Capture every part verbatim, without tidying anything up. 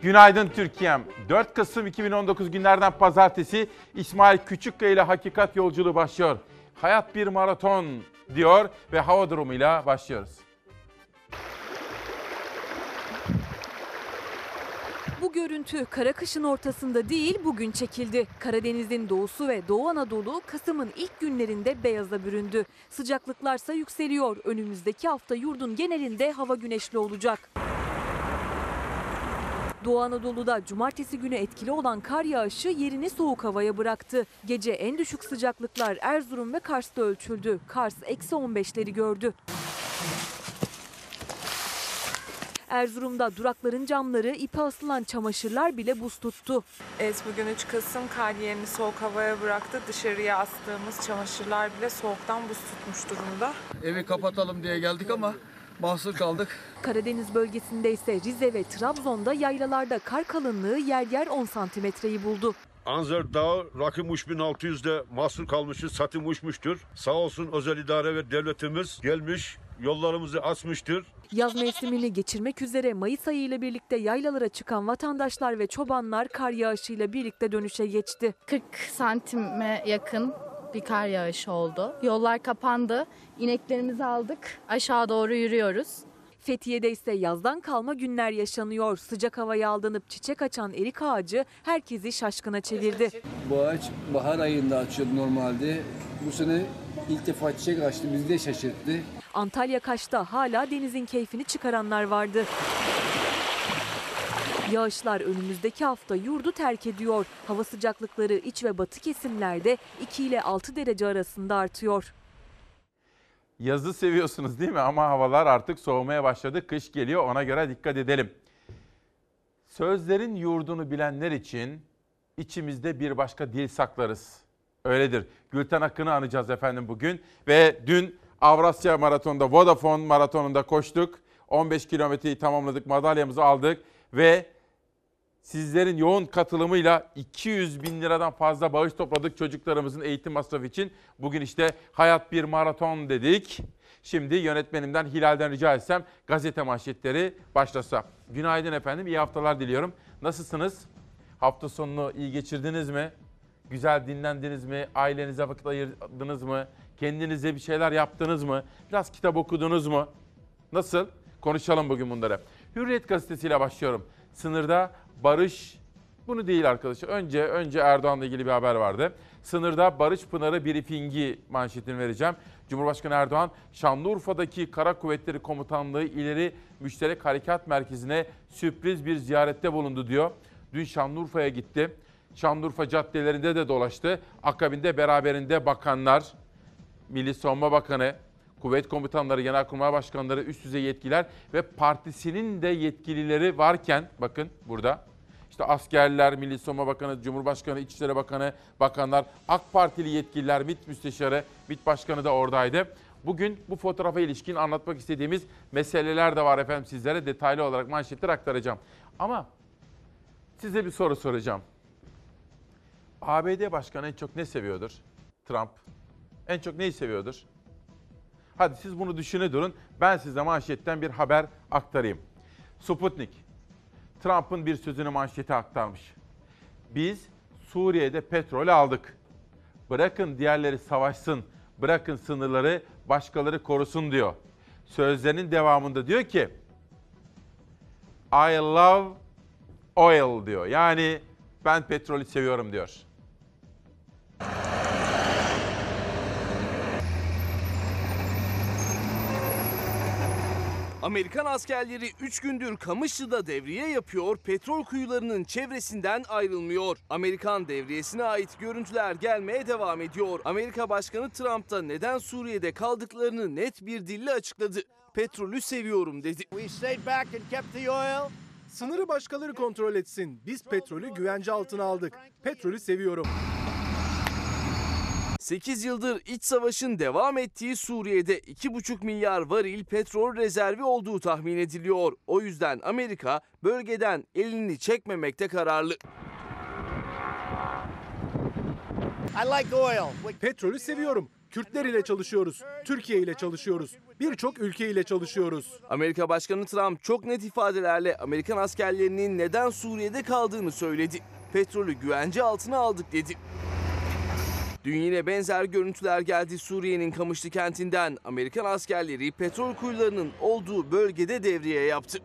Günaydın Türkiye'm. dört Kasım iki bin on dokuz günlerden pazartesi İsmail Küçükkaya ile Hakikat Yolculuğu başlıyor. Hayat bir maraton diyor ve hava durumuyla başlıyoruz. Bu görüntü kara kışın ortasında değil bugün çekildi. Karadeniz'in doğusu ve Doğu Anadolu Kasım'ın ilk günlerinde beyaza büründü. Sıcaklıklarsa yükseliyor. Önümüzdeki hafta yurdun genelinde hava güneşli olacak. Doğu Anadolu'da cumartesi günü etkili olan kar yağışı yerini soğuk havaya bıraktı. Gece en düşük sıcaklıklar Erzurum ve Kars'ta ölçüldü. Kars eksi on beşleri gördü. Erzurum'da durakların camları, ipe asılan çamaşırlar bile buz tuttu. Evet, bugün üç Kasım kar yerini soğuk havaya bıraktı. Dışarıya astığımız çamaşırlar bile soğuktan buz tutmuş durumda. Evi kapatalım diye geldik ama mahsur kaldık. Karadeniz bölgesinde ise Rize ve Trabzon'da yaylalarda kar kalınlığı yer yer on santimetreyi buldu. Anzer Dağı rakım üç bin altı yüzde mahsur kalmışız, satım uçmuştur. Sağ olsun özel idare ve devletimiz gelmiş, yollarımızı açmıştır. Yaz mevsimini geçirmek üzere Mayıs ayı ile birlikte yaylalara çıkan vatandaşlar ve çobanlar kar yağışıyla birlikte dönüşe geçti. kırk santime yakın bir kar yağışı oldu. Yollar kapandı. İneklerimizi aldık. Aşağı doğru yürüyoruz. Fethiye'de ise yazdan kalma günler yaşanıyor. Sıcak havaya aldanıp çiçek açan erik ağacı herkesi şaşkına çevirdi. Bu ağaç bahar ayında açıyor normalde. Bu sene ilk defa çiçek açtı, bizi de şaşırttı. Antalya Kaş'ta hala denizin keyfini çıkaranlar vardı. Yağışlar önümüzdeki hafta yurdu terk ediyor. Hava sıcaklıkları iç ve batı kesimlerde iki ile altı derece arasında artıyor. Yazı seviyorsunuz değil mi? Ama havalar artık soğumaya başladı. Kış geliyor, ona göre dikkat edelim. Sözlerin yurdunu bilenler için içimizde bir başka dil saklarız. Öyledir. Gülten Akın'ı anacağız efendim bugün. Ve dün Avrasya Maratonu'nda, Vodafone Maratonu'nda koştuk. on beş kilometreyi tamamladık, madalyamızı aldık ve sizlerin yoğun katılımıyla iki yüz bin liradan fazla bağış topladık çocuklarımızın eğitim masrafı için. Bugün işte hayat bir maraton dedik. Şimdi yönetmenimden Hilal'den rica etsem gazete manşetleri başlasa. Günaydın efendim, iyi haftalar diliyorum. Nasılsınız? Hafta sonunu iyi geçirdiniz mi? Güzel dinlendiniz mi? Ailenize vakit ayırdınız mı? Kendinize bir şeyler yaptınız mı? Biraz kitap okudunuz mu? Nasıl? Konuşalım bugün bunları. Hürriyet gazetesiyle başlıyorum. Sınırda barış, bunu değil arkadaşlar. Önce önce Erdoğan'la ilgili bir haber vardı. Sınırda Barış Pınarı briefingi manşetini vereceğim. Cumhurbaşkanı Erdoğan, Şanlıurfa'daki Kara Kuvvetleri Komutanlığı İleri Müşterek Harekat Merkezi'ne sürpriz bir ziyarette bulundu diyor. Dün Şanlıurfa'ya gitti. Şanlıurfa caddelerinde de dolaştı. Akabinde beraberinde bakanlar, Milli Savunma Bakanı, kuvvet komutanları, genelkurmay başkanları, üst düzey yetkililer ve partisinin de yetkilileri varken, bakın burada, işte askerler, Milli Savunma Bakanı, Cumhurbaşkanı, İçişleri Bakanı, bakanlar, AK Partili yetkililer, MİT Müsteşarı, MİT Başkanı da oradaydı. Bugün bu fotoğrafa ilişkin anlatmak istediğimiz meseleler de var efendim, sizlere detaylı olarak manşetler aktaracağım. Ama size bir soru soracağım. A B D Başkanı en çok ne seviyordur? Trump. En çok neyi seviyordur? Hadi siz bunu düşüne durun. Ben size manşetten bir haber aktarayım. Sputnik, Trump'ın bir sözünü manşete aktarmış. Biz Suriye'de petrol aldık. Bırakın diğerleri savaşsın, bırakın sınırları başkaları korusun diyor. Sözlerinin devamında diyor ki, I love oil diyor. Yani ben petrolü seviyorum diyor. Amerikan askerleri üç gündür Kamışlı'da devriye yapıyor, petrol kuyularının çevresinden ayrılmıyor. Amerikan devriyesine ait görüntüler gelmeye devam ediyor. Amerika Başkanı Trump da neden Suriye'de kaldıklarını net bir dille açıkladı. Petrolü seviyorum dedi. Sınırı başkaları kontrol etsin. Biz petrolü güvence altına aldık. Petrolü seviyorum. sekiz yıldır iç savaşın devam ettiği Suriye'de iki buçuk milyar varil petrol rezervi olduğu tahmin ediliyor. O yüzden Amerika bölgeden elini çekmemekte kararlı. Petrolü seviyorum. Kürtler ile çalışıyoruz, Türkiye ile çalışıyoruz, birçok ülke ile çalışıyoruz. Amerika Başkanı Trump çok net ifadelerle Amerikan askerlerinin neden Suriye'de kaldığını söyledi. Petrolü güvence altına aldık dedi. Dün yine benzer görüntüler geldi Suriye'nin Kamışlı kentinden. Amerikan askerleri petrol kuyularının olduğu bölgede devriye yaptı.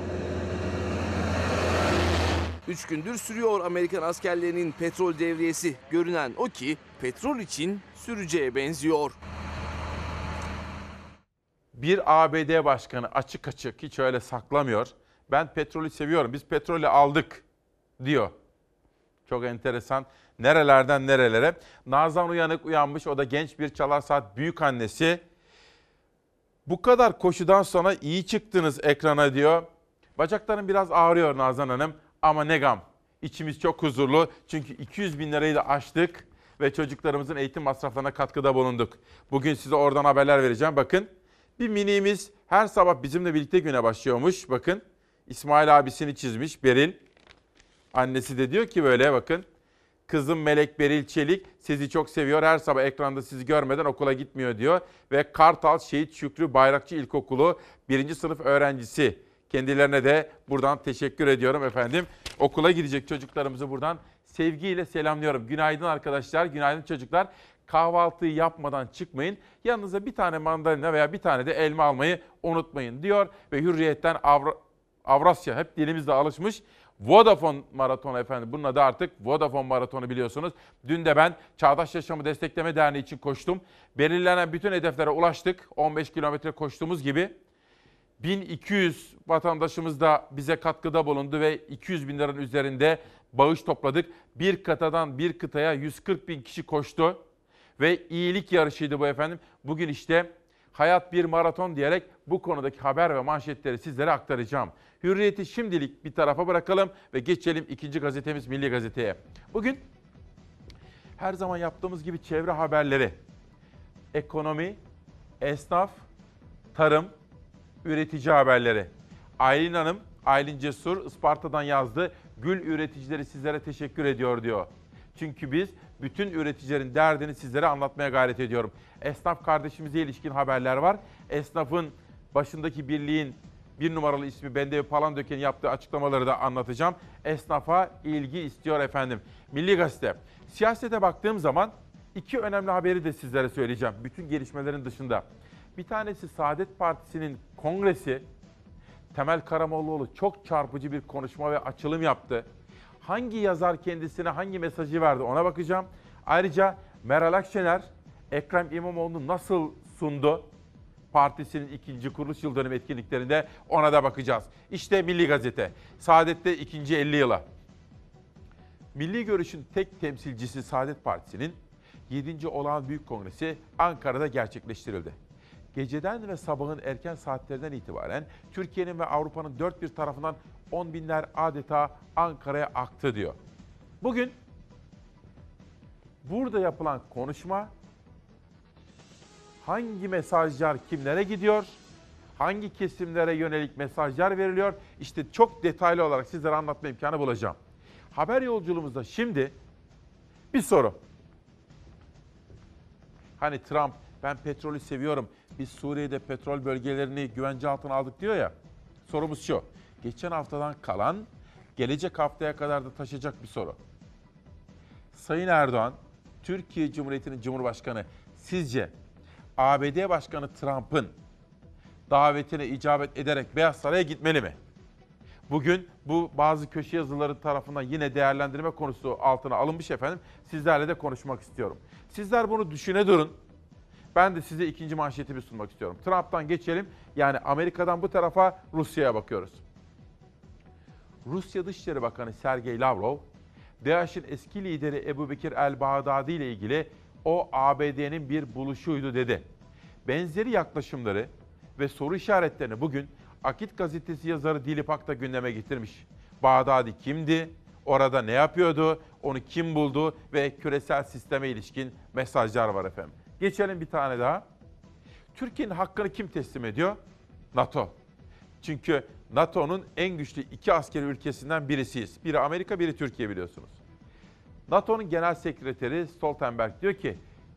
Üç gündür sürüyor Amerikan askerlerinin petrol devriyesi. Görünen o ki petrol için sürücüye benziyor. Bir A B D başkanı açık açık hiç öyle saklamıyor. Ben petrolü seviyorum, biz petrolü aldık diyor. Çok enteresan. Nerelerden nerelere. Nazan Uyanık uyanmış, o da genç bir Çalar Saat büyük annesi. Bu kadar koşudan sonra iyi çıktınız ekrana diyor. Bacaklarım biraz ağrıyor Nazan Hanım ama ne gam. İçimiz çok huzurlu çünkü iki yüz bin lirayı da aştık ve çocuklarımızın eğitim masraflarına katkıda bulunduk. Bugün size oradan haberler vereceğim. Bakın bir minimiz her sabah bizimle birlikte güne başlıyormuş. Bakın İsmail abisini çizmiş Beril. Annesi de diyor ki böyle bakın. Kızım Melek Beril Çelik sizi çok seviyor. Her sabah ekranda sizi görmeden okula gitmiyor diyor. Ve Kartal Şehit Şükrü Bayrakçı İlkokulu birinci sınıf öğrencisi. Kendilerine de buradan teşekkür ediyorum efendim. Okula gidecek çocuklarımızı buradan sevgiyle selamlıyorum. Günaydın arkadaşlar, günaydın çocuklar. Kahvaltıyı yapmadan çıkmayın. Yanınıza bir tane mandalina veya bir tane de elma almayı unutmayın diyor. Ve Hürriyet'ten Avra- Avrasya hep dilimizde alışmış. Vodafone Maratonu efendim. Bunun adı artık Vodafone Maratonu biliyorsunuz. Dün de ben Çağdaş Yaşamı Destekleme Derneği için koştum. Belirlenen bütün hedeflere ulaştık. on beş kilometre koştuğumuz gibi. bin iki yüz vatandaşımız da bize katkıda bulundu ve iki yüz bin liranın üzerinde bağış topladık. Bir kıtadan bir kıtaya yüz kırk bin kişi koştu. Ve iyilik yarışıydı bu efendim. Bugün işte hayat bir maraton diyerek bu konudaki haber ve manşetleri sizlere aktaracağım. Hürriyet'i şimdilik bir tarafa bırakalım ve geçelim ikinci gazetemiz Milli Gazete'ye. Bugün her zaman yaptığımız gibi çevre haberleri, ekonomi, esnaf, tarım, üretici haberleri. Aylin Hanım, Aylin Cesur Isparta'dan yazdı. Gül üreticileri sizlere teşekkür ediyor diyor. Çünkü biz bütün üreticilerin derdini sizlere anlatmaya gayret ediyorum. Esnaf kardeşimize ilişkin haberler var. Esnafın başındaki birliğin bir numaralı ismi Bendevi Palandöken'in yaptığı açıklamaları da anlatacağım. Esnafa ilgi istiyor efendim. Milli Gazete. Siyasete baktığım zaman iki önemli haberi de sizlere söyleyeceğim. Bütün gelişmelerin dışında. Bir tanesi Saadet Partisi'nin kongresi. Temel Karamollaoğlu çok çarpıcı bir konuşma ve açılım yaptı. Hangi yazar kendisine hangi mesajı verdi ona bakacağım. Ayrıca Meral Akşener, Ekrem İmamoğlu'nu nasıl sundu? Partisinin ikinci kuruluş yıl dönümü etkinliklerinde ona da bakacağız. İşte Milli Gazete. Saadet'te ikinci elli yıla. Milli Görüş'ün tek temsilcisi Saadet Partisi'nin yedinci Olağan Büyük Kongresi Ankara'da gerçekleştirildi. Geceden ve sabahın erken saatlerinden itibaren Türkiye'nin ve Avrupa'nın dört bir tarafından on binler adeta Ankara'ya aktı diyor. Bugün burada yapılan konuşma hangi mesajlar kimlere gidiyor, hangi kesimlere yönelik mesajlar veriliyor? İşte çok detaylı olarak sizlere anlatma imkanı bulacağım. Haber yolculuğumuzda şimdi bir soru. Hani Trump ben petrolü seviyorum, biz Suriye'de petrol bölgelerini güvence altına aldık diyor ya. Sorumuz şu, geçen haftadan kalan gelecek haftaya kadar da taşıyacak bir soru. Sayın Erdoğan, Türkiye Cumhuriyeti'nin Cumhurbaşkanı sizce A B D Başkanı Trump'ın davetine icabet ederek Beyaz Saray'a gitmeli mi? Bugün bu bazı köşe yazıları tarafından yine değerlendirme konusu altına alınmış efendim. Sizlerle de konuşmak istiyorum. Sizler bunu düşüne durun. Ben de size ikinci manşetimi sunmak istiyorum. Trump'tan geçelim. Yani Amerika'dan bu tarafa Rusya'ya bakıyoruz. Rusya Dışişleri Bakanı Sergey Lavrov, DAEŞ'in eski lideri Ebu Bekir el-Bağdadi ile ilgili o A B D'nin bir buluşuydu dedi. Benzeri yaklaşımları ve soru işaretlerini bugün Akit gazetesi yazarı Dilip Ak da gündeme getirmiş. Bağdadi kimdi? Orada ne yapıyordu? Onu kim buldu? Ve küresel sisteme ilişkin mesajlar var efendim. Geçelim bir tane daha. Türkiye'nin hakkını kim teslim ediyor? NATO. Çünkü NATO'nun en güçlü iki askeri ülkesinden birisiyiz. Biri Amerika, biri Türkiye biliyorsunuz. NATO'nun genel sekreteri Stoltenberg diyor ki,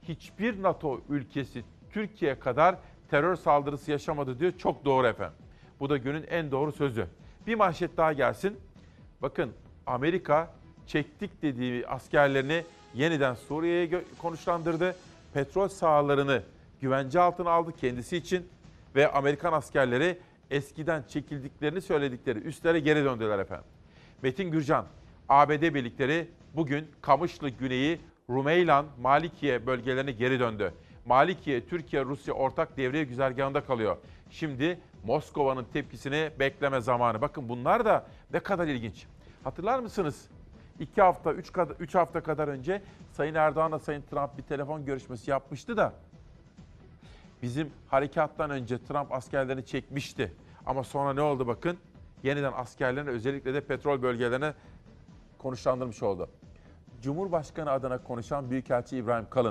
hiçbir NATO ülkesi Türkiye kadar terör saldırısı yaşamadı diyor. Çok doğru efendim. Bu da günün en doğru sözü. Bir manşet daha gelsin. Bakın Amerika çektik dediği askerlerini yeniden Suriye'ye gö- konuşlandırdı. Petrol sahalarını güvence altına aldı kendisi için ve Amerikan askerleri eskiden çekildiklerini söyledikleri üslere geri döndüler efendim. Metin Gürcan, A B D birlikleri bugün Kamışlı Güneyi, Rumeylan, Malikiye bölgelerine geri döndü. Malikiye, Türkiye, Rusya ortak devriye güzergahında kalıyor. Şimdi Moskova'nın tepkisini bekleme zamanı. Bakın bunlar da ne kadar ilginç. Hatırlar mısınız? İki hafta, üç, kadar, üç hafta kadar önce Sayın Erdoğan'la Sayın Trump bir telefon görüşmesi yapmıştı da bizim harekattan önce Trump askerlerini çekmişti. Ama sonra ne oldu bakın? Yeniden askerlerini özellikle de petrol bölgelerine konuşlandırmış oldu. Cumhurbaşkanı adına konuşan Büyükelçi İbrahim Kalın,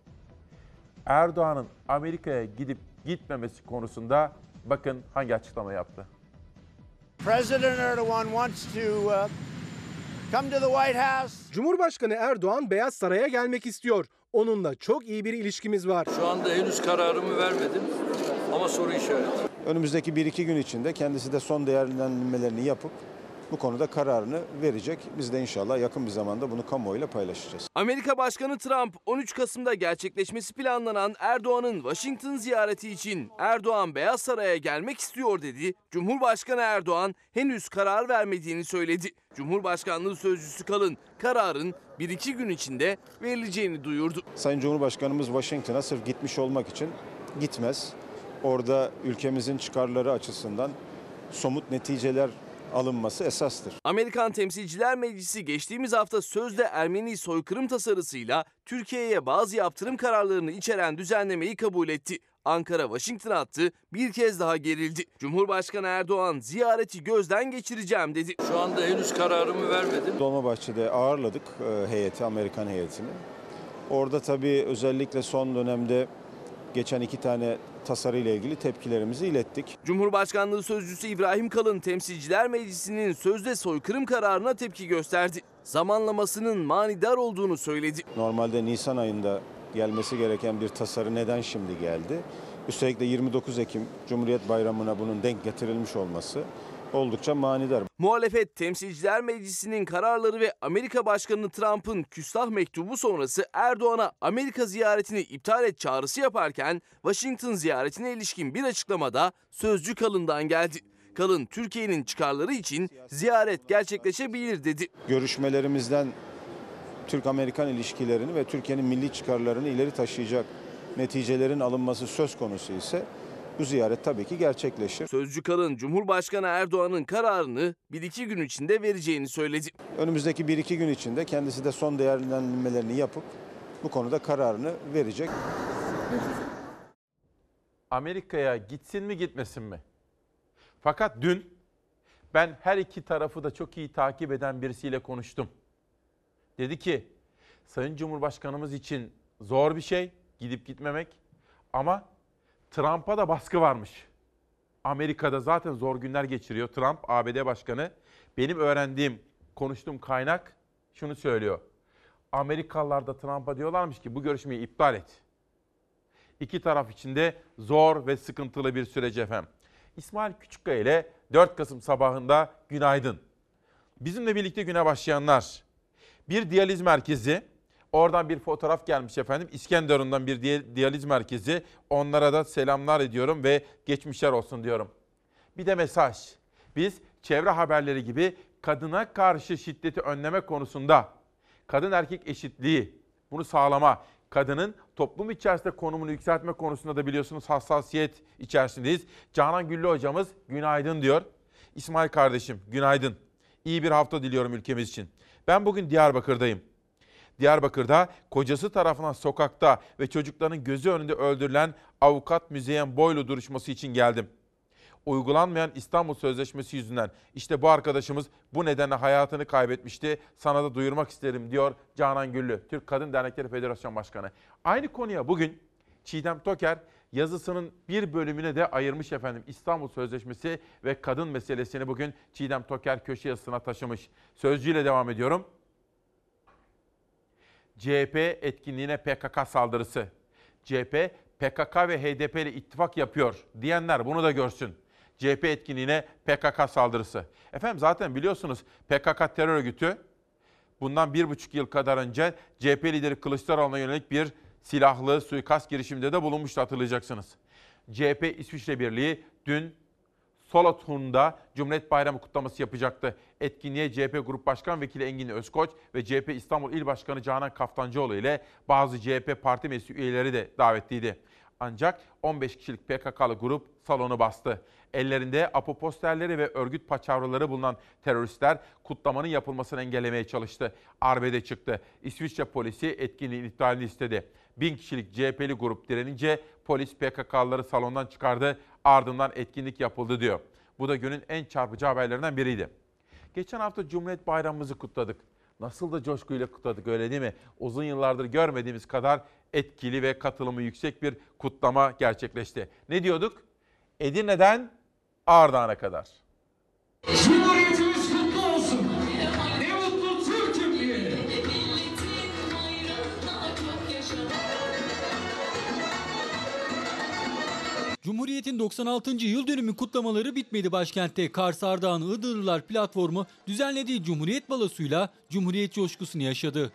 Erdoğan'ın Amerika'ya gidip gitmemesi konusunda bakın hangi açıklama yaptı. President Erdogan wants to uh, come to the White House. Cumhurbaşkanı Erdoğan Beyaz Saray'a gelmek istiyor. Onunla çok iyi bir ilişkimiz var. Şu anda henüz kararımı vermedim ama soru işareti. Önümüzdeki bir iki gün içinde kendisi de son değerlendirmelerini yapıp bu konuda kararını verecek. Biz de inşallah yakın bir zamanda bunu kamuoyuyla paylaşacağız. Amerika Başkanı Trump on üç Kasım'da gerçekleşmesi planlanan Erdoğan'ın Washington ziyareti için Erdoğan Beyaz Saray'a gelmek istiyor dedi. Cumhurbaşkanı Erdoğan henüz karar vermediğini söyledi. Cumhurbaşkanlığı sözcüsü Kalın kararın bir iki gün içinde verileceğini duyurdu. Sayın Cumhurbaşkanımız Washington'a sırf gitmiş olmak için gitmez. Orada ülkemizin çıkarları açısından somut neticeler alınması esastır. Amerikan Temsilciler Meclisi geçtiğimiz hafta sözde Ermeni soykırım tasarısıyla Türkiye'ye bazı yaptırım kararlarını içeren düzenlemeyi kabul etti. Ankara Washington hattı bir kez daha gerildi. Cumhurbaşkanı Erdoğan ziyareti gözden geçireceğim dedi. Şu anda henüz kararımı vermedim. Dolmabahçe'de ağırladık heyeti, Amerikan heyetini. Orada tabii özellikle son dönemde geçen iki tane tasarıyla ilgili tepkilerimizi ilettik. Cumhurbaşkanlığı Sözcüsü İbrahim Kalın, Temsilciler Meclisi'nin sözde soykırım kararına tepki gösterdi. Zamanlamasının manidar olduğunu söyledi. Normalde Nisan ayında gelmesi gereken bir tasarı neden şimdi geldi? Üstelik de yirmi dokuz Ekim Cumhuriyet Bayramı'na bunun denk getirilmiş olması oldukça manidar. Muhalefet, Temsilciler Meclisi'nin kararları ve Amerika Başkanı Trump'ın küstah mektubu sonrası Erdoğan'a Amerika ziyaretini iptal et çağrısı yaparken Washington ziyaretine ilişkin bir açıklamada sözcü Kalın'dan geldi. Kalın, Türkiye'nin çıkarları için ziyaret gerçekleşebilir dedi. Görüşmelerimizden Türk-Amerikan ilişkilerini ve Türkiye'nin milli çıkarlarını ileri taşıyacak neticelerin alınması söz konusu ise bu ziyaret tabii ki gerçekleşir. Sözcü Kalın, Cumhurbaşkanı Erdoğan'ın kararını bir iki gün içinde vereceğini söyledi. Önümüzdeki bir iki gün içinde kendisi de son değerlendirmelerini yapıp bu konuda kararını verecek. Amerika'ya gitsin mi gitmesin mi? Fakat dün ben her iki tarafı da çok iyi takip eden birisiyle konuştum. Dedi ki Sayın Cumhurbaşkanımız için zor bir şey gidip gitmemek ama Trump'a da baskı varmış. Amerika'da zaten zor günler geçiriyor Trump, A B D Başkanı. Benim öğrendiğim, konuştuğum kaynak şunu söylüyor. Amerikalılar da Trump'a diyorlarmış ki bu görüşmeyi iptal et. İki taraf için de zor ve sıkıntılı bir süreç efendim. İsmail Küçükkaya ile dört Kasım sabahında günaydın. Bizimle birlikte güne başlayanlar. Bir diyaliz merkezi, oradan bir fotoğraf gelmiş efendim. İskenderun'dan bir diyaliz merkezi. Onlara da selamlar ediyorum ve geçmişler olsun diyorum. Bir de mesaj. Biz çevre haberleri gibi kadına karşı şiddeti önleme konusunda kadın erkek eşitliği, bunu sağlama, kadının toplum içerisinde konumunu yükseltme konusunda da biliyorsunuz hassasiyet içerisindeyiz. Canan Güllü hocamız günaydın diyor. İsmail kardeşim günaydın. İyi bir hafta diliyorum ülkemiz için. Ben bugün Diyarbakır'dayım. Diyarbakır'da kocası tarafından sokakta ve çocukların gözü önünde öldürülen avukat Müzeyyen Boylu duruşması için geldim. Uygulanmayan İstanbul Sözleşmesi yüzünden işte bu arkadaşımız bu nedenle hayatını kaybetmişti. Sana da duyurmak isterim diyor Canan Güllü, Türk Kadın Dernekleri Federasyon Başkanı. Aynı konuya bugün Çiğdem Toker yazısının bir bölümüne de ayırmış efendim. İstanbul Sözleşmesi ve kadın meselesini bugün Çiğdem Toker köşe yazısına taşımış. Sözcüyle devam ediyorum. C H P etkinliğine P K K saldırısı. C H P, P K K ve H D P ile ittifak yapıyor diyenler bunu da görsün. C H P etkinliğine P K K saldırısı. Efendim zaten biliyorsunuz P K K terör örgütü bundan bir buçuk yıl kadar önce C H P lideri Kılıçdaroğlu'na yönelik bir silahlı suikast girişiminde de bulunmuştu, hatırlayacaksınız. C H P İsviçre Birliği dün Solothurn'da Cumhuriyet Bayramı kutlaması yapacaktı. Etkinliğe C H P Grup Başkan Vekili Engin Özkoç ve C H P İstanbul İl Başkanı Canan Kaftancıoğlu ile bazı C H P parti meclis üyeleri de davetliydi. Ancak on beş kişilik P K K'lı grup salonu bastı. Ellerinde APO posterleri ve örgüt paçavraları bulunan teröristler kutlamanın yapılmasını engellemeye çalıştı. Arbede çıktı. İsviçre polisi etkinliğin iptalini istedi. Bin kişilik C H P'li grup direnince polis P K K'lıları salondan çıkardı. Ardından etkinlik yapıldı diyor. Bu da günün en çarpıcı haberlerinden biriydi. Geçen hafta Cumhuriyet Bayramımızı kutladık. Nasıl da coşkuyla kutladık, öyle değil mi? Uzun yıllardır görmediğimiz kadar etkili ve katılımı yüksek bir kutlama gerçekleşti. Ne diyorduk? Edirne'den Ardahan'a kadar. Cumhuriyetimiz kutlu olsun. Ne mutlu Türk'üm diye. Cumhuriyet'in doksan altıncı yıl dönümü kutlamaları bitmedi başkentte. Kars Ardahan Iğdırlılar platformu düzenlediği Cumhuriyet balosuyla Cumhuriyet coşkusunu yaşadı.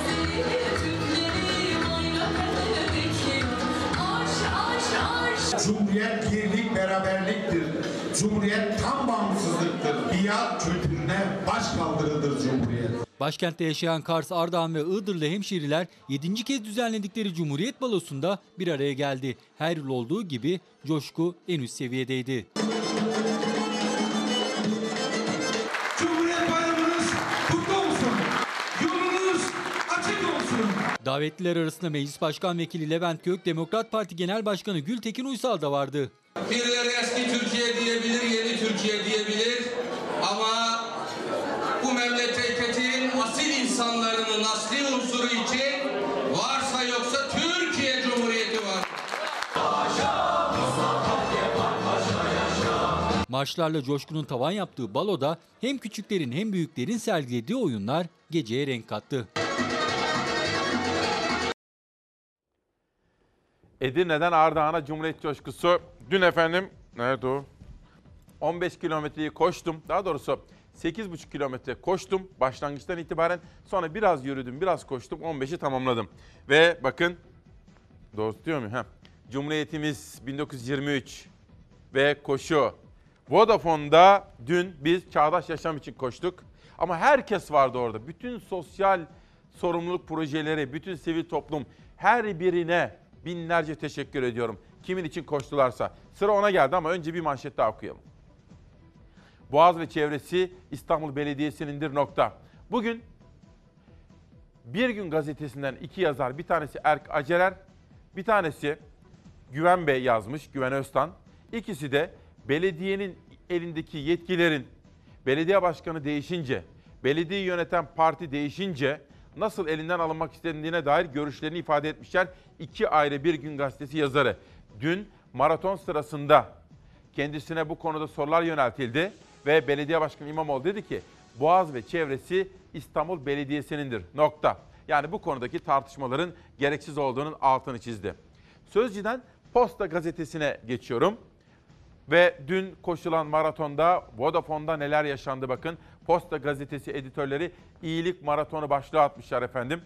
Cumhuriyet birlik beraberliktir. Cumhuriyet tam bağımsızlıktır. Biat kültürüne baş kaldırıdır Cumhuriyet. Başkentte yaşayan Kars, Ardahan ve Iğdırlı hemşehriler yedinci kez düzenledikleri Cumhuriyet balosunda bir araya geldi. Her yıl olduğu gibi coşku en üst seviyedeydi. Cumhuriyet bayramınız kutlu olsun. Yolunuz açık olsun. Davetliler arasında Meclis Başkan Vekili Levent Gök, Demokrat Parti Genel Başkanı Gültekin Uysal da vardı. Birileri eski Türkiye diyebilir, yeni Türkiye diyebilir ama bu memleketin asil insanlarının asli unsuru için varsa yoksa Türkiye Cumhuriyeti var. Marşlarla coşkunun tavan yaptığı baloda hem küçüklerin hem büyüklerin sergilediği oyunlar geceye renk kattı. Edirne'den Ardahan'a Cumhuriyet coşkusu. Dün efendim, nerede o? on beş kilometreyi koştum. Daha doğrusu sekiz buçuk kilometre koştum başlangıçtan itibaren. Sonra biraz yürüdüm, biraz koştum. on beşi tamamladım. Ve bakın, doğru diyor muyum? Heh. Cumhuriyetimiz bin dokuz yüz yirmi üç ve koşu. Vodafone'da dün biz çağdaş yaşam için koştuk. Ama herkes vardı orada. Bütün sosyal sorumluluk projeleri, bütün sivil toplum, her birine binlerce teşekkür ediyorum. Kimin için koştularsa. Sıra ona geldi ama önce bir manşet daha okuyalım. Boğaz ve çevresi İstanbul Belediyesi'nindir nokta. Bugün Bir Gün gazetesinden iki yazar, bir tanesi Erk Acerer, bir tanesi Güven Bey yazmış, Güven Öztan. İkisi de belediyenin elindeki yetkilerin belediye başkanı değişince, belediyeyi yöneten parti değişince nasıl elinden alınmak istendiğine dair görüşlerini ifade etmişler. İki ayrı Bir Gün gazetesi yazarı. Dün maraton sırasında kendisine bu konuda sorular yöneltildi ve belediye başkanı İmamoğlu dedi ki Boğaz ve çevresi İstanbul Belediyesi'nindir nokta. Yani bu konudaki tartışmaların gereksiz olduğunun altını çizdi. Sözcü'den Posta gazetesine geçiyorum. Ve dün koşulan maratonda Vodafone'da neler yaşandı bakın. Posta gazetesi editörleri iyilik maratonu başlığı atmışlar efendim.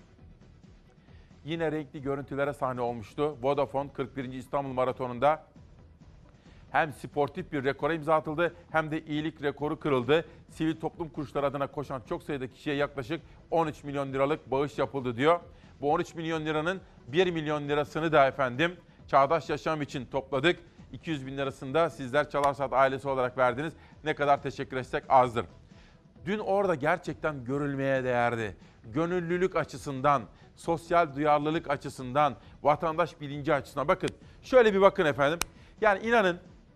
Yine renkli görüntülere sahne olmuştu. Vodafone kırk birinci İstanbul Maratonu'nda hem sportif bir rekora imza atıldı hem de iyilik rekoru kırıldı. Sivil toplum kuruluşları adına koşan çok sayıda kişiye yaklaşık on üç milyon liralık bağış yapıldı diyor. Bu on üç milyon liranın bir milyon lirasını da efendim çağdaş yaşam için topladık. iki yüz bin lirasını da sizler Çalar Saat ailesi olarak verdiniz. Ne kadar teşekkür etsek azdır. Dün orada gerçekten görülmeye değerdi. Gönüllülük açısından, sosyal duyarlılık açısından, vatandaş bilinci açısından. Bakın, şöyle bir bakın efendim. Yani inanın,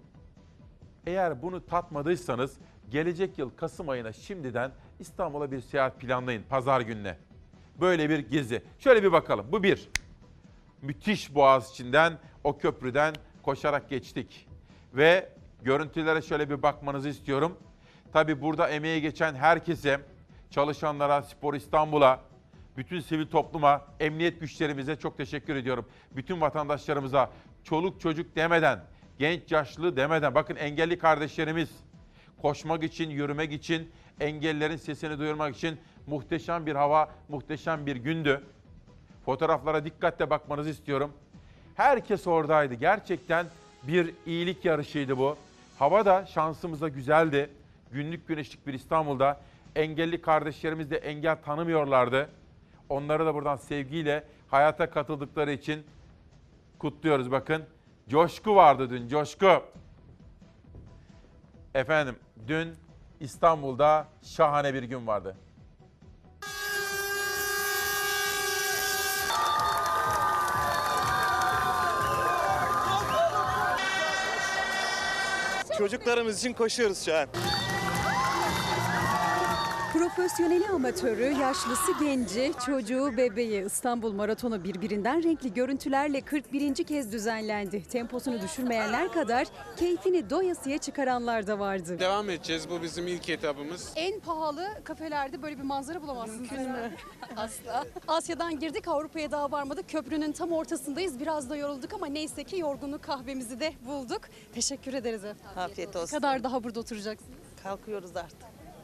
eğer bunu tatmadıysanız gelecek yıl Kasım ayına şimdiden İstanbul'a bir seyahat planlayın pazar gününe. Böyle bir gezi. Şöyle bir bakalım. Bu bir. Müthiş Boğaziçi'nden, o köprüden koşarak geçtik. Ve görüntülere şöyle bir bakmanızı istiyorum. Tabii burada emeği geçen herkese, çalışanlara, Spor İstanbul'a, Bütün sivil topluma, emniyet güçlerimize çok teşekkür ediyorum. Bütün vatandaşlarımıza çoluk çocuk demeden, genç yaşlı demeden, bakın engelli kardeşlerimiz koşmak için, yürümek için, engellilerin sesini duyurmak için muhteşem bir hava, muhteşem bir gündü. Fotoğraflara dikkatle bakmanızı istiyorum. Herkes oradaydı. Gerçekten bir iyilik yarışıydı bu. Hava da şansımıza güzeldi. Günlük güneşlik bir İstanbul'da. Engelli kardeşlerimiz de engel tanımıyorlardı. Onları da buradan sevgiyle hayata katıldıkları için kutluyoruz bakın. Coşku vardı dün, coşku. Efendim, dün İstanbul'da şahane bir gün vardı. Çocuklarımız için koşuyoruz şu an. Profesyoneli amatörü, yaşlısı genci, çocuğu bebeği İstanbul Maratonu birbirinden renkli görüntülerle kırk birinci kez düzenlendi. Temposunu düşürmeyenler kadar keyfini doyasıya çıkaranlar da vardı. Devam edeceğiz. Bu bizim ilk etabımız. En pahalı kafelerde böyle bir manzara bulamazsınız. Mümkün mü? Asla. Asya'dan girdik, Avrupa'ya daha varmadık. Köprünün tam ortasındayız. Biraz da yorulduk ama neyse ki yorgunluk kahvemizi de bulduk. Teşekkür ederiz efendim. Afiyet olsun. Ne kadar daha burada oturacaksınız? Kalkıyoruz artık.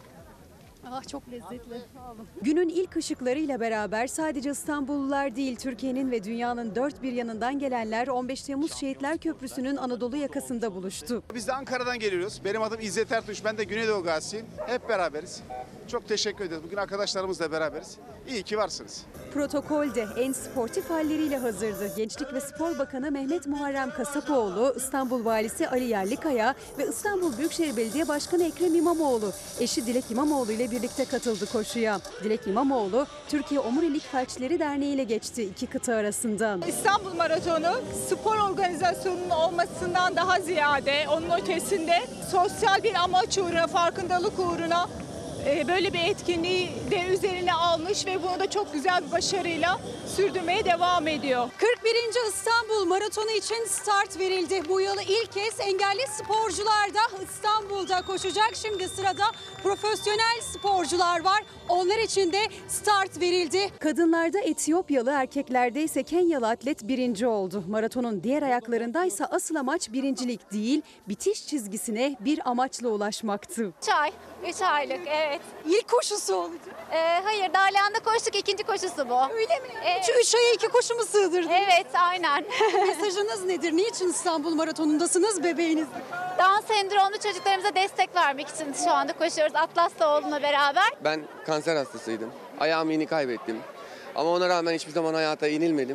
Ah çok lezzetli. Günün ilk ışıklarıyla beraber sadece İstanbullular değil, Türkiye'nin ve dünyanın dört bir yanından gelenler on beş Temmuz Şehitler Köprüsü'nün Anadolu yakasında buluştu. Biz de Ankara'dan geliyoruz. Benim adım İzzet Ertuğ. Ben de Güneydoğu Gazisi'yim. Hep beraberiz. Çok teşekkür ederiz. Bugün arkadaşlarımızla beraberiz. İyi ki varsınız. Protokol de en sportif halleriyle hazırdı. Gençlik ve Spor Bakanı Mehmet Muharrem Kasapoğlu, İstanbul Valisi Ali Yerlikaya ve İstanbul Büyükşehir Belediye Başkanı Ekrem İmamoğlu, eşi Dilek İmamoğlu ile birlikte katıldı koşuya. Dilek İmamoğlu, Türkiye Omurilik Felçleri Derneği ile geçti iki kıta arasından. İstanbul Maratonu spor organizasyonunun olmasından daha ziyade onun ötesinde sosyal bir amaç uğruna, farkındalık uğruna böyle bir etkinliği de üzerine almış ve bunu da çok güzel bir başarıyla sürdürmeye devam ediyor. kırk birinci İstanbul Maratonu için start verildi. Bu yıl ilk kez engelli sporcular da İstanbul'da koşacak. Şimdi sırada profesyonel sporcular var. Onlar için de start verildi. Kadınlarda Etiyopyalı, erkeklerde ise Kenyalı atlet birinci oldu. Maratonun diğer ayaklarındaysa asıl amaç birincilik değil, bitiş çizgisine bir amaçla ulaşmaktı. üç ay, üç aylık evet. İlk koşusu olacak. Ee, hayır, Dalyan'da koştuk, ikinci koşusu bu. Öyle mi? Evet. Üç, üç aya iki koşu mu sığdırdınız? Evet, aynen. Mesajınız nedir? Niçin İstanbul Maratonu'ndasınız bebeğiniz? Down sendromlu çocuklarımıza destek vermek için şu anda koşuyoruz Atlas'la oğlumla beraber. Ben kanser hastasıydım. Ayağımı yeni kaybettim. Ama ona rağmen hiçbir zaman hayata yenilmedim.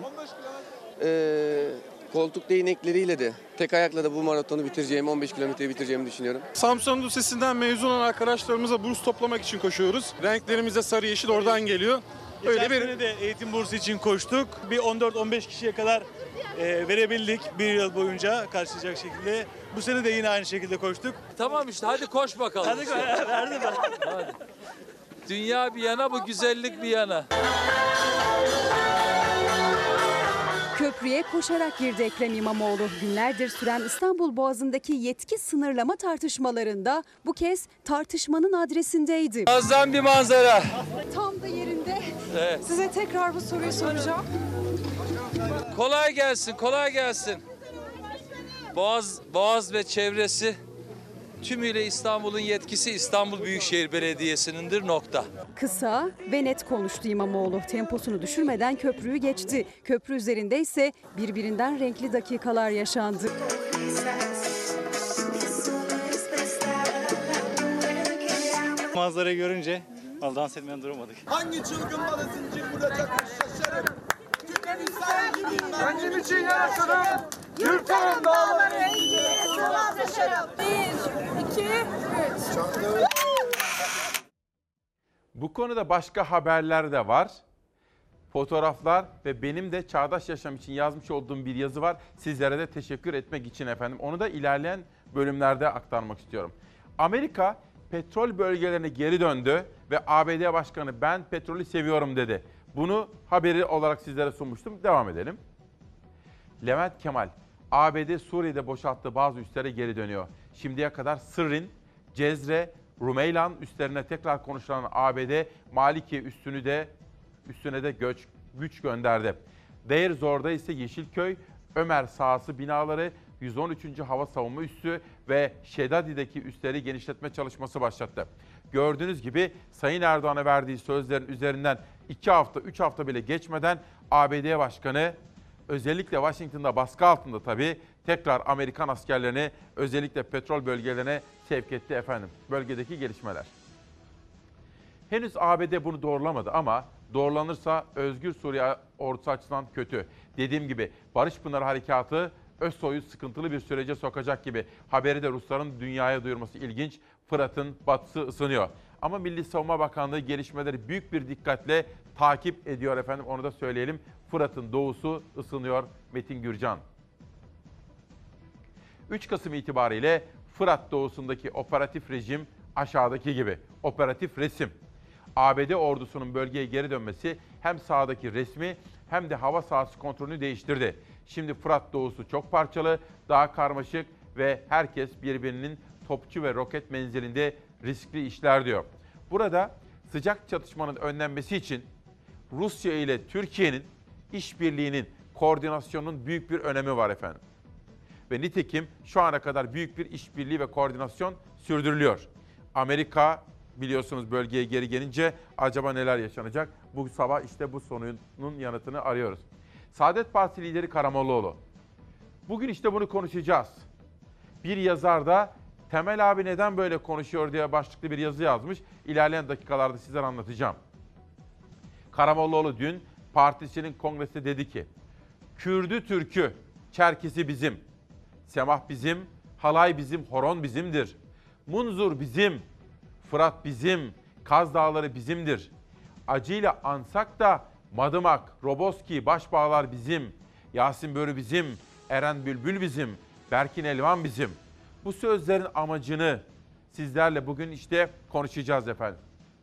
Ee, koltuk değnekleriyle de tek ayakla da bu maratonu bitireceğimi, on beş kilometreyi bitireceğimi düşünüyorum. Samsun Lisesi'nden mezun olan arkadaşlarımıza burs toplamak için koşuyoruz. Renklerimiz de sarı yeşil oradan geliyor. Öyle bir de eğitim bursu için koştuk. Bir on dört on beş kişiye kadar e, verebildik bir yıl boyunca karşılayacak şekilde. Bu sene de yine aynı şekilde koştuk. Tamam işte hadi koş bakalım. Hadi koş. Verdim ben. Hadi. Dünya bir yana, bu güzellik bir yana. Köprüye koşarak girdi Ekrem İmamoğlu. Günlerdir süren İstanbul Boğazı'ndaki yetki sınırlama tartışmalarında bu kez tartışmanın adresindeydi. Muazzam bir manzara. Tam da yerinde. Evet. Size tekrar bu soruyu soracağım. Kolay gelsin, kolay gelsin. Boğaz, Boğaz ve çevresi tümüyle İstanbul'un yetkisi İstanbul Büyükşehir Belediyesi'nindir, nokta. Kısa ve net konuştu İmamoğlu. Temposunu düşürmeden köprüyü geçti. Köprü üzerinde ise birbirinden renkli dakikalar yaşandı. Manzarayı görünce dans etmeden duramadık. Hangi çılgın balı zincir vuracakmış şaşarım. Tükenişler gibiyim ben. Benim için yaratırım. Yürüterim dağları engiye sular taşırım. Bir, iki, üç. Bu konuda başka haberler de var. Fotoğraflar ve benim de Çağdaş Yaşam için yazmış olduğum bir yazı var. Sizlere de teşekkür etmek için efendim. Onu da ilerleyen bölümlerde aktarmak istiyorum. Amerika petrol bölgelerine geri döndü ve A B D Başkanı ben petrolü seviyorum dedi. Bunu haberi olarak sizlere sunmuştum. Devam edelim. Levent Kemal, A B D Suriye'de boşalttığı bazı üslere geri dönüyor. Şimdiye kadar Sırrin, Cezre, Rumeylan üslerine tekrar konuşulan A B D Maliki üssünü de üstüne de göç, güç gönderdi. Deir Zor'da ise Yeşilköy, Ömer sahası binaları, yüz on üçüncü Hava Savunma Üssü ve Şedadi'deki üsleri genişletme çalışması başlattı. Gördüğünüz gibi Sayın Erdoğan'a verdiği sözlerin üzerinden iki hafta, üç hafta bile geçmeden A B D Başkanı özellikle Washington'da baskı altında tabii tekrar Amerikan askerlerini özellikle petrol bölgelerine sevk etti efendim. Bölgedeki gelişmeler. Henüz A B D bunu doğrulamadı ama doğrulanırsa Özgür Suriye ordusu açısından kötü. Dediğim gibi Barış Pınarı Harekatı Özsoy'u sıkıntılı bir sürece sokacak gibi. Haberi de Rusların dünyaya duyurması ilginç. Fırat'ın batısı ısınıyor. Ama Milli Savunma Bakanlığı gelişmeleri büyük bir dikkatle takip ediyor efendim. Onu da söyleyelim. Fırat'ın doğusu ısınıyor. Metin Gürcan. üç Kasım itibariyle Fırat doğusundaki operatif rejim aşağıdaki gibi. Operatif resim. A B D ordusunun bölgeye geri dönmesi hem sahadaki resmi hem de hava sahası kontrolünü değiştirdi. Şimdi Fırat doğusu çok parçalı, daha karmaşık ve herkes birbirinin topçu ve roket menzilinde riskli işler diyor. Burada sıcak çatışmanın önlenmesi için Rusya ile Türkiye'nin işbirliğinin, koordinasyonunun büyük bir önemi var efendim. Ve nitekim şu ana kadar büyük bir işbirliği ve koordinasyon sürdürülüyor. Amerika biliyorsunuz bölgeye geri gelince acaba neler yaşanacak? Bu sabah işte bu sorunun yanıtını arıyoruz. Saadet Partisi lideri Karamollaoğlu. Bugün işte bunu konuşacağız. Bir yazar da Temel abi neden böyle konuşuyor diye başlıklı bir yazı yazmış. İlerleyen dakikalarda sizlere anlatacağım. Karamollaoğlu dün partisinin kongresinde dedi ki, Kürdü Türk'ü, Çerkesi bizim, Semah bizim, Halay bizim, Horon bizimdir. Munzur bizim, Fırat bizim, Kaz Dağları bizimdir. Acıyla ansak da Madımak, Roboski, Başbağlar bizim, Yasin Börü bizim, Eren Bülbül bizim, Berkin Elvan bizim. Bu sözlerin amacını sizlerle bugün işte konuşacağız efendim.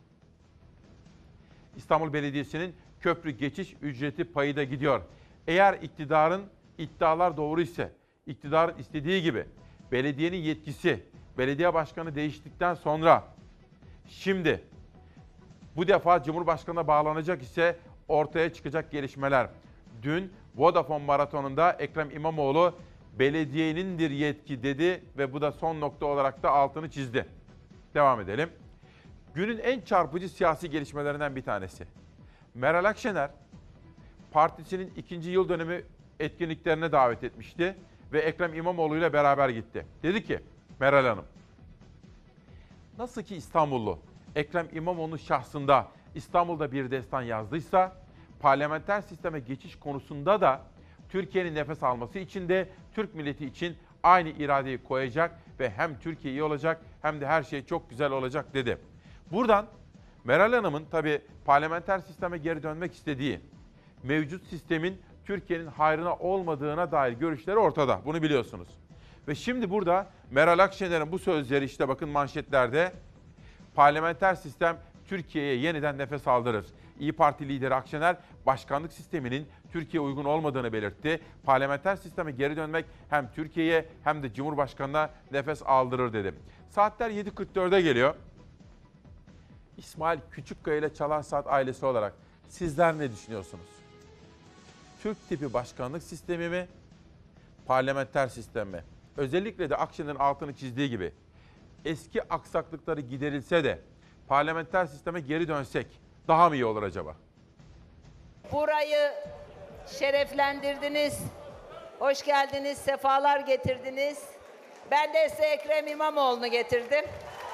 İstanbul Belediyesi'nin köprü geçiş ücreti payı da gidiyor. Eğer iktidarın iddialar doğru ise, iktidarın istediği gibi belediyenin yetkisi, belediye başkanı değiştikten sonra şimdi bu defa Cumhurbaşkanı'na bağlanacak ise ortaya çıkacak gelişmeler. Dün Vodafone maratonunda Ekrem İmamoğlu belediyenindir yetki dedi ve bu da son nokta olarak da altını çizdi. Devam edelim. Günün en çarpıcı siyasi gelişmelerinden bir tanesi. Meral Akşener partisinin ikinci yıl dönümü etkinliklerine davet etmişti ve Ekrem İmamoğlu ile beraber gitti. Dedi ki Meral Hanım, nasıl ki İstanbullu Ekrem İmamoğlu şahsında İstanbul'da bir destan yazdıysa, parlamenter sisteme geçiş konusunda da Türkiye'nin nefes alması için de Türk milleti için aynı iradeyi koyacak ve hem Türkiye iyi olacak hem de her şey çok güzel olacak dedi. Buradan Meral Hanım'ın tabii parlamenter sisteme geri dönmek istediği, mevcut sistemin Türkiye'nin hayrına olmadığına dair görüşleri ortada. Bunu biliyorsunuz. Ve şimdi burada Meral Akşener'in bu sözleri işte bakın manşetlerde, parlamenter sistem Türkiye'ye yeniden nefes aldırır. İYİ Parti lideri Akşener, başkanlık sisteminin Türkiye'ye uygun olmadığını belirtti. Parlamenter sisteme geri dönmek hem Türkiye'ye hem de Cumhurbaşkanı'na nefes aldırır dedi. Saatler yedi kırk dörde geliyor. İsmail Küçükkaya ile Çalar Saat ailesi olarak sizler ne düşünüyorsunuz? Türk tipi başkanlık sistemi mi? Parlamenter sistem mi? Özellikle de Akşener'in altını çizdiği gibi eski aksaklıkları giderilse de parlamenter sisteme geri dönsek daha mı iyi olur acaba? Burayı şereflendirdiniz. Hoş geldiniz, sefalar getirdiniz. Ben de size Ekrem İmamoğlu'nu getirdim.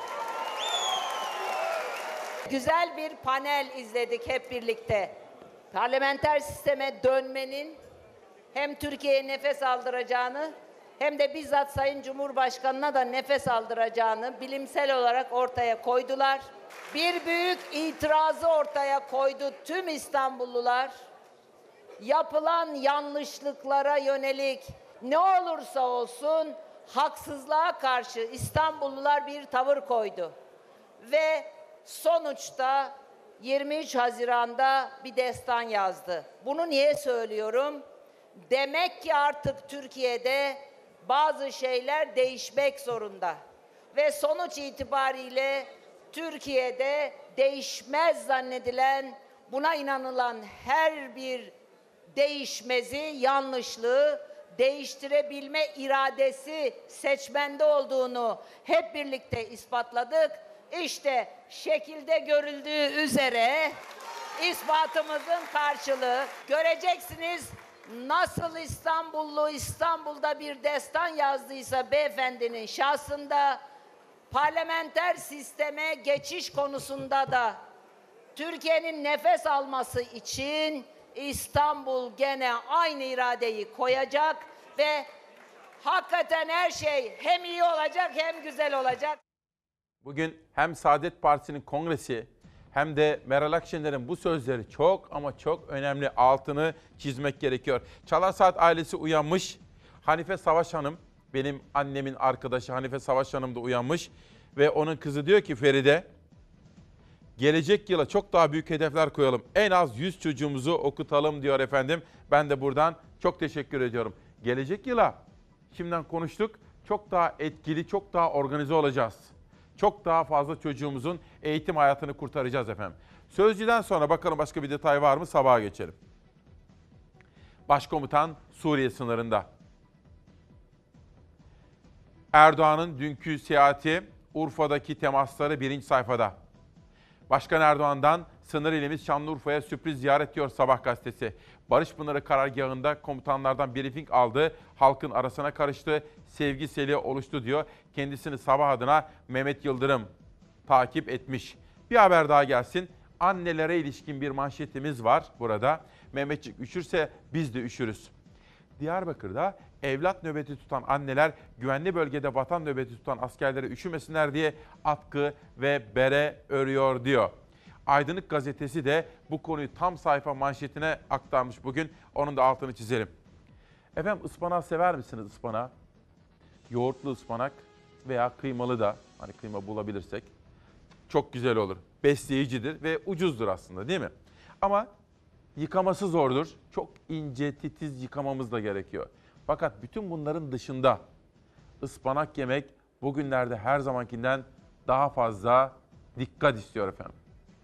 Güzel bir panel izledik hep birlikte. Parlamenter sisteme dönmenin hem Türkiye'ye nefes aldıracağını hem de bizzat Sayın Cumhurbaşkanı'na da nefes aldıracağını bilimsel olarak ortaya koydular. Bir büyük itirazı ortaya koydu tüm İstanbullular. Yapılan yanlışlıklara yönelik ne olursa olsun haksızlığa karşı İstanbullular bir tavır koydu. Ve sonuçta yirmi üç Haziran'da bir destan yazdı. Bunu niye söylüyorum? Demek ki artık Türkiye'de bazı şeyler değişmek zorunda. Ve sonuç itibariyle Türkiye'de değişmez zannedilen buna inanılan her bir değişmezi, yanlışlığı değiştirebilme iradesi seçmende olduğunu hep birlikte ispatladık. İşte şekilde görüldüğü üzere ispatımızın karşılığı. Göreceksiniz nasıl İstanbullu İstanbul'da bir destan yazdıysa beyefendinin şahsında, parlamenter sisteme geçiş konusunda da Türkiye'nin nefes alması için İstanbul gene aynı iradeyi koyacak ve hakikaten her şey hem iyi olacak hem güzel olacak. Bugün hem Saadet Partisi'nin kongresi hem de Meral Akşener'in bu sözleri çok ama çok önemli, altını çizmek gerekiyor. Çalar Saat ailesi uyanmış. Hanife Savaş Hanım, benim annemin arkadaşı Hanife Savaş Hanım da uyanmış. Ve onun kızı diyor ki Feride, gelecek yıla çok daha büyük hedefler koyalım. En az yüz çocuğumuzu okutalım diyor efendim. Ben de buradan çok teşekkür ediyorum. Gelecek yıla şimdiden konuştuk. Çok daha etkili, çok daha organize olacağız. Çok daha fazla çocuğumuzun eğitim hayatını kurtaracağız efendim. Sözcüden sonra bakalım başka bir detay var mı? Sabaha geçelim. Başkomutan Suriye sınırında. Erdoğan'ın dünkü seyahati, Urfa'daki temasları birinci sayfada. Başkan Erdoğan'dan sınır ilimiz Şanlıurfa'ya sürpriz ziyaret diyor Sabah gazetesi. Barış Pınarı karargahında komutanlardan briefing aldı. Halkın arasına karıştı. Sevgi seli oluştu diyor. Kendisini Sabah adına Mehmet Yıldırım takip etmiş. Bir haber daha gelsin. Annelere ilişkin bir manşetimiz var burada. Mehmetçik üşürse biz de üşürüz. Diyarbakır'da evlat nöbeti tutan anneler güvenli bölgede vatan nöbeti tutan askerlere üşümesinler diye atkı ve bere örüyor diyor. Aydınlık gazetesi de bu konuyu tam sayfa manşetine aktarmış bugün. Onun da altını çizelim. Efendim ıspanağı sever misiniz ıspanağı? Yoğurtlu ıspanak veya kıymalı da, hani kıyma bulabilirsek çok güzel olur. Besleyicidir ve ucuzdur aslında değil mi? Ama yıkaması zordur. Çok ince, titiz yıkamamız da gerekiyor. Fakat bütün bunların dışında ıspanak yemek bugünlerde her zamankinden daha fazla dikkat istiyor efendim.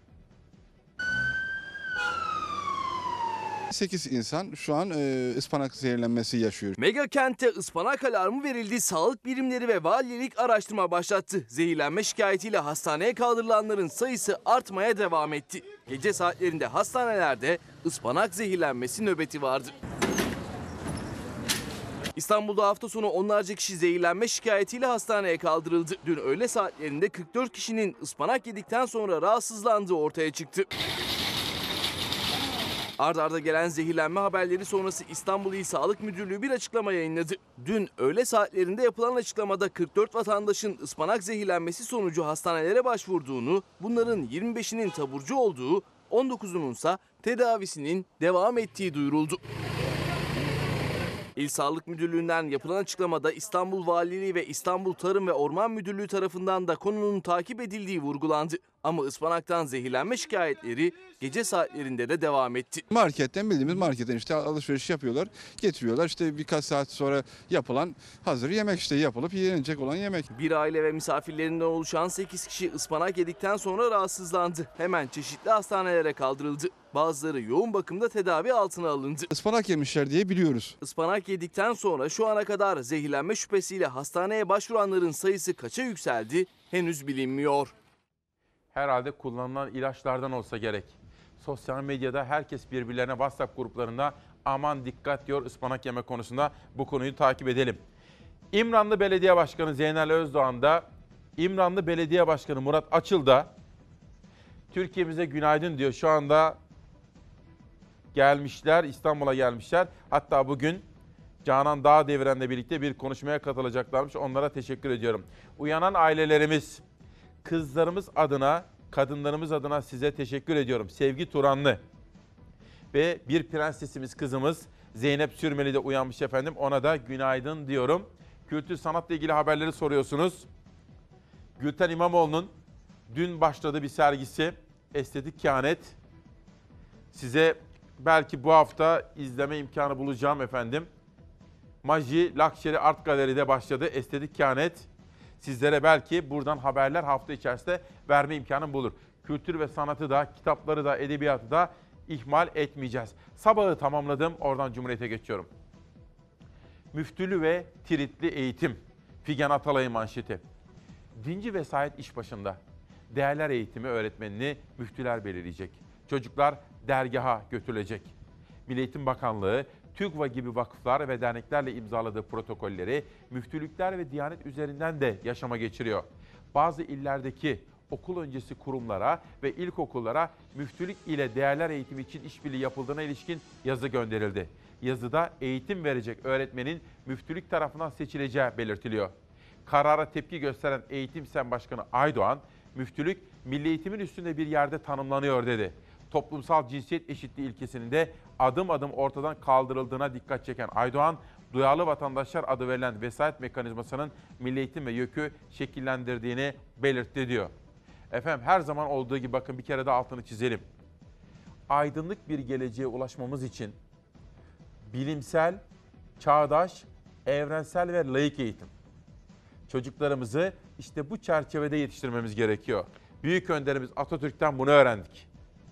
sekiz insan şu an e, ıspanak zehirlenmesi yaşıyor. Mega kentte ıspanak alarmı verildi. Sağlık birimleri ve valilik araştırma başlattı. Zehirlenme şikayetiyle hastaneye kaldırılanların sayısı artmaya devam etti. Gece saatlerinde hastanelerde ıspanak zehirlenmesi nöbeti vardı. İstanbul'da hafta sonu onlarca kişi zehirlenme şikayetiyle hastaneye kaldırıldı. Dün öğle saatlerinde kırk dört kişinin ıspanak yedikten sonra rahatsızlandığı ortaya çıktı. Ard arda gelen zehirlenme haberleri sonrası İstanbul İl Sağlık Müdürlüğü bir açıklama yayınladı. Dün öğle saatlerinde yapılan açıklamada kırk dört vatandaşın ıspanak zehirlenmesi sonucu hastanelere başvurduğunu, bunların yirmi beşinin taburcu olduğu, on dokuzunun ise tedavisinin devam ettiği duyuruldu. İl Sağlık Müdürlüğü'nden yapılan açıklamada İstanbul Valiliği ve İstanbul Tarım ve Orman Müdürlüğü tarafından da konunun takip edildiği vurgulandı. Ama ıspanaktan zehirlenme şikayetleri gece saatlerinde de devam etti. Marketten bildiğimiz marketten işte alışveriş yapıyorlar, getiriyorlar. İşte birkaç saat sonra yapılan hazır yemek işte yapılıp yenecek olan yemek. Bir aile ve misafirlerinden oluşan sekiz kişi ıspanak yedikten sonra rahatsızlandı. Hemen çeşitli hastanelere kaldırıldı. Bazıları yoğun bakımda tedavi altına alındı. Ispanak yemişler diye biliyoruz. Ispanak yedikten sonra şu ana kadar zehirlenme şüphesiyle hastaneye başvuranların sayısı kaça yükseldi henüz bilinmiyor. Herhalde kullanılan ilaçlardan olsa gerek. Sosyal medyada herkes birbirlerine WhatsApp gruplarında aman dikkat diyor ıspanak yeme konusunda, bu konuyu takip edelim. İmranlı Belediye Başkanı Zeynel Özdoğan da İmranlı Belediye Başkanı Murat Açıl da Türkiye'mize günaydın diyor. Şu anda gelmişler, İstanbul'a gelmişler. Hatta bugün Canan Dağdeviren'le birlikte bir konuşmaya katılacaklarmış. Onlara teşekkür ediyorum. Uyanan ailelerimiz, kızlarımız adına, kadınlarımız adına size teşekkür ediyorum. Sevgi Turanlı ve bir prensesimiz kızımız Zeynep Sürmeli de uyanmış efendim. Ona da günaydın diyorum. Kültür sanatla ilgili haberleri soruyorsunuz. Gülten İmamoğlu'nun dün başladığı bir sergisi Estetik Kehanet. Size belki bu hafta izleme imkanı bulacağım efendim. Maji Luxury Art Galeri'de başladı Estetik Kehanet. Sizlere belki buradan haberler hafta içerisinde verme imkanım bulur. Kültür ve sanatı da, kitapları da, edebiyatı da ihmal etmeyeceğiz. Sabahı tamamladım, oradan Cumhuriyet'e geçiyorum. Müftülü ve tiritli eğitim. Figen Atalay'ın manşeti. Dinci vesayet iş başında. Değerler eğitimi öğretmenini müftüler belirleyecek. Çocuklar dergaha götürülecek. Milli Eğitim Bakanlığı, TÜGVA gibi vakıflar ve derneklerle imzaladığı protokolleri müftülükler ve Diyanet üzerinden de yaşama geçiriyor. Bazı illerdeki okul öncesi kurumlara ve ilkokullara müftülük ile değerler eğitimi için işbirliği yapıldığına ilişkin yazı gönderildi. Yazıda eğitim verecek öğretmenin müftülük tarafından seçileceği belirtiliyor. Karara tepki gösteren Eğitim Sen Başkanı Aydoğan, müftülük milli eğitimin üstünde bir yerde tanımlanıyor dedi. Toplumsal cinsiyet eşitliği ilkesinin de adım adım ortadan kaldırıldığına dikkat çeken Aydoğan, duyarlı vatandaşlar adı verilen vesayet mekanizmasının milli eğitim ve YÖK'ü şekillendirdiğini belirtti diyor. Efendim her zaman olduğu gibi bakın bir kere de altını çizelim. Aydınlık bir geleceğe ulaşmamız için bilimsel, çağdaş, evrensel ve laik eğitim. Çocuklarımızı işte bu çerçevede yetiştirmemiz gerekiyor. Büyük önderimiz Atatürk'ten bunu öğrendik.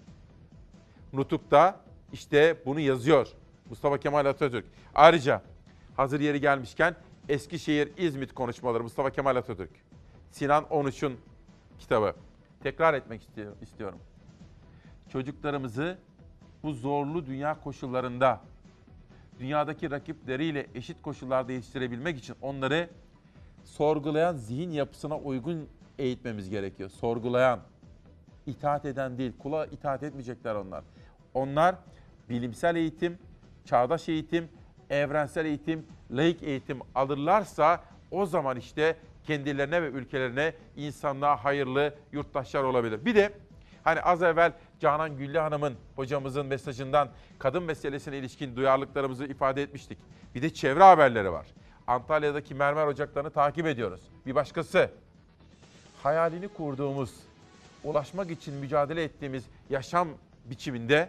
Nutuk'ta işte bunu yazıyor Mustafa Kemal Atatürk. Ayrıca hazır yeri gelmişken Eskişehir İzmit konuşmaları Mustafa Kemal Atatürk. Sinan Onuş'un kitabı. Tekrar etmek istiyorum. Çocuklarımızı bu zorlu dünya koşullarında dünyadaki rakipleriyle eşit koşullarda yetiştirebilmek için onları sorgulayan zihin yapısına uygun eğitmemiz gerekiyor. Sorgulayan, itaat eden değil, kula itaat etmeyecekler onlar. Onlar bilimsel eğitim, çağdaş eğitim, evrensel eğitim, laik eğitim alırlarsa o zaman işte kendilerine ve ülkelerine, insanlığa hayırlı yurttaşlar olabilir. Bir de hani az evvel Canan Güllü Hanım'ın, hocamızın mesajından kadın meselesine ilişkin duyarlılıklarımızı ifade etmiştik. Bir de çevre haberleri var. Antalya'daki mermer ocaklarını takip ediyoruz. Bir başkası, hayalini kurduğumuz, ulaşmak için mücadele ettiğimiz yaşam biçiminde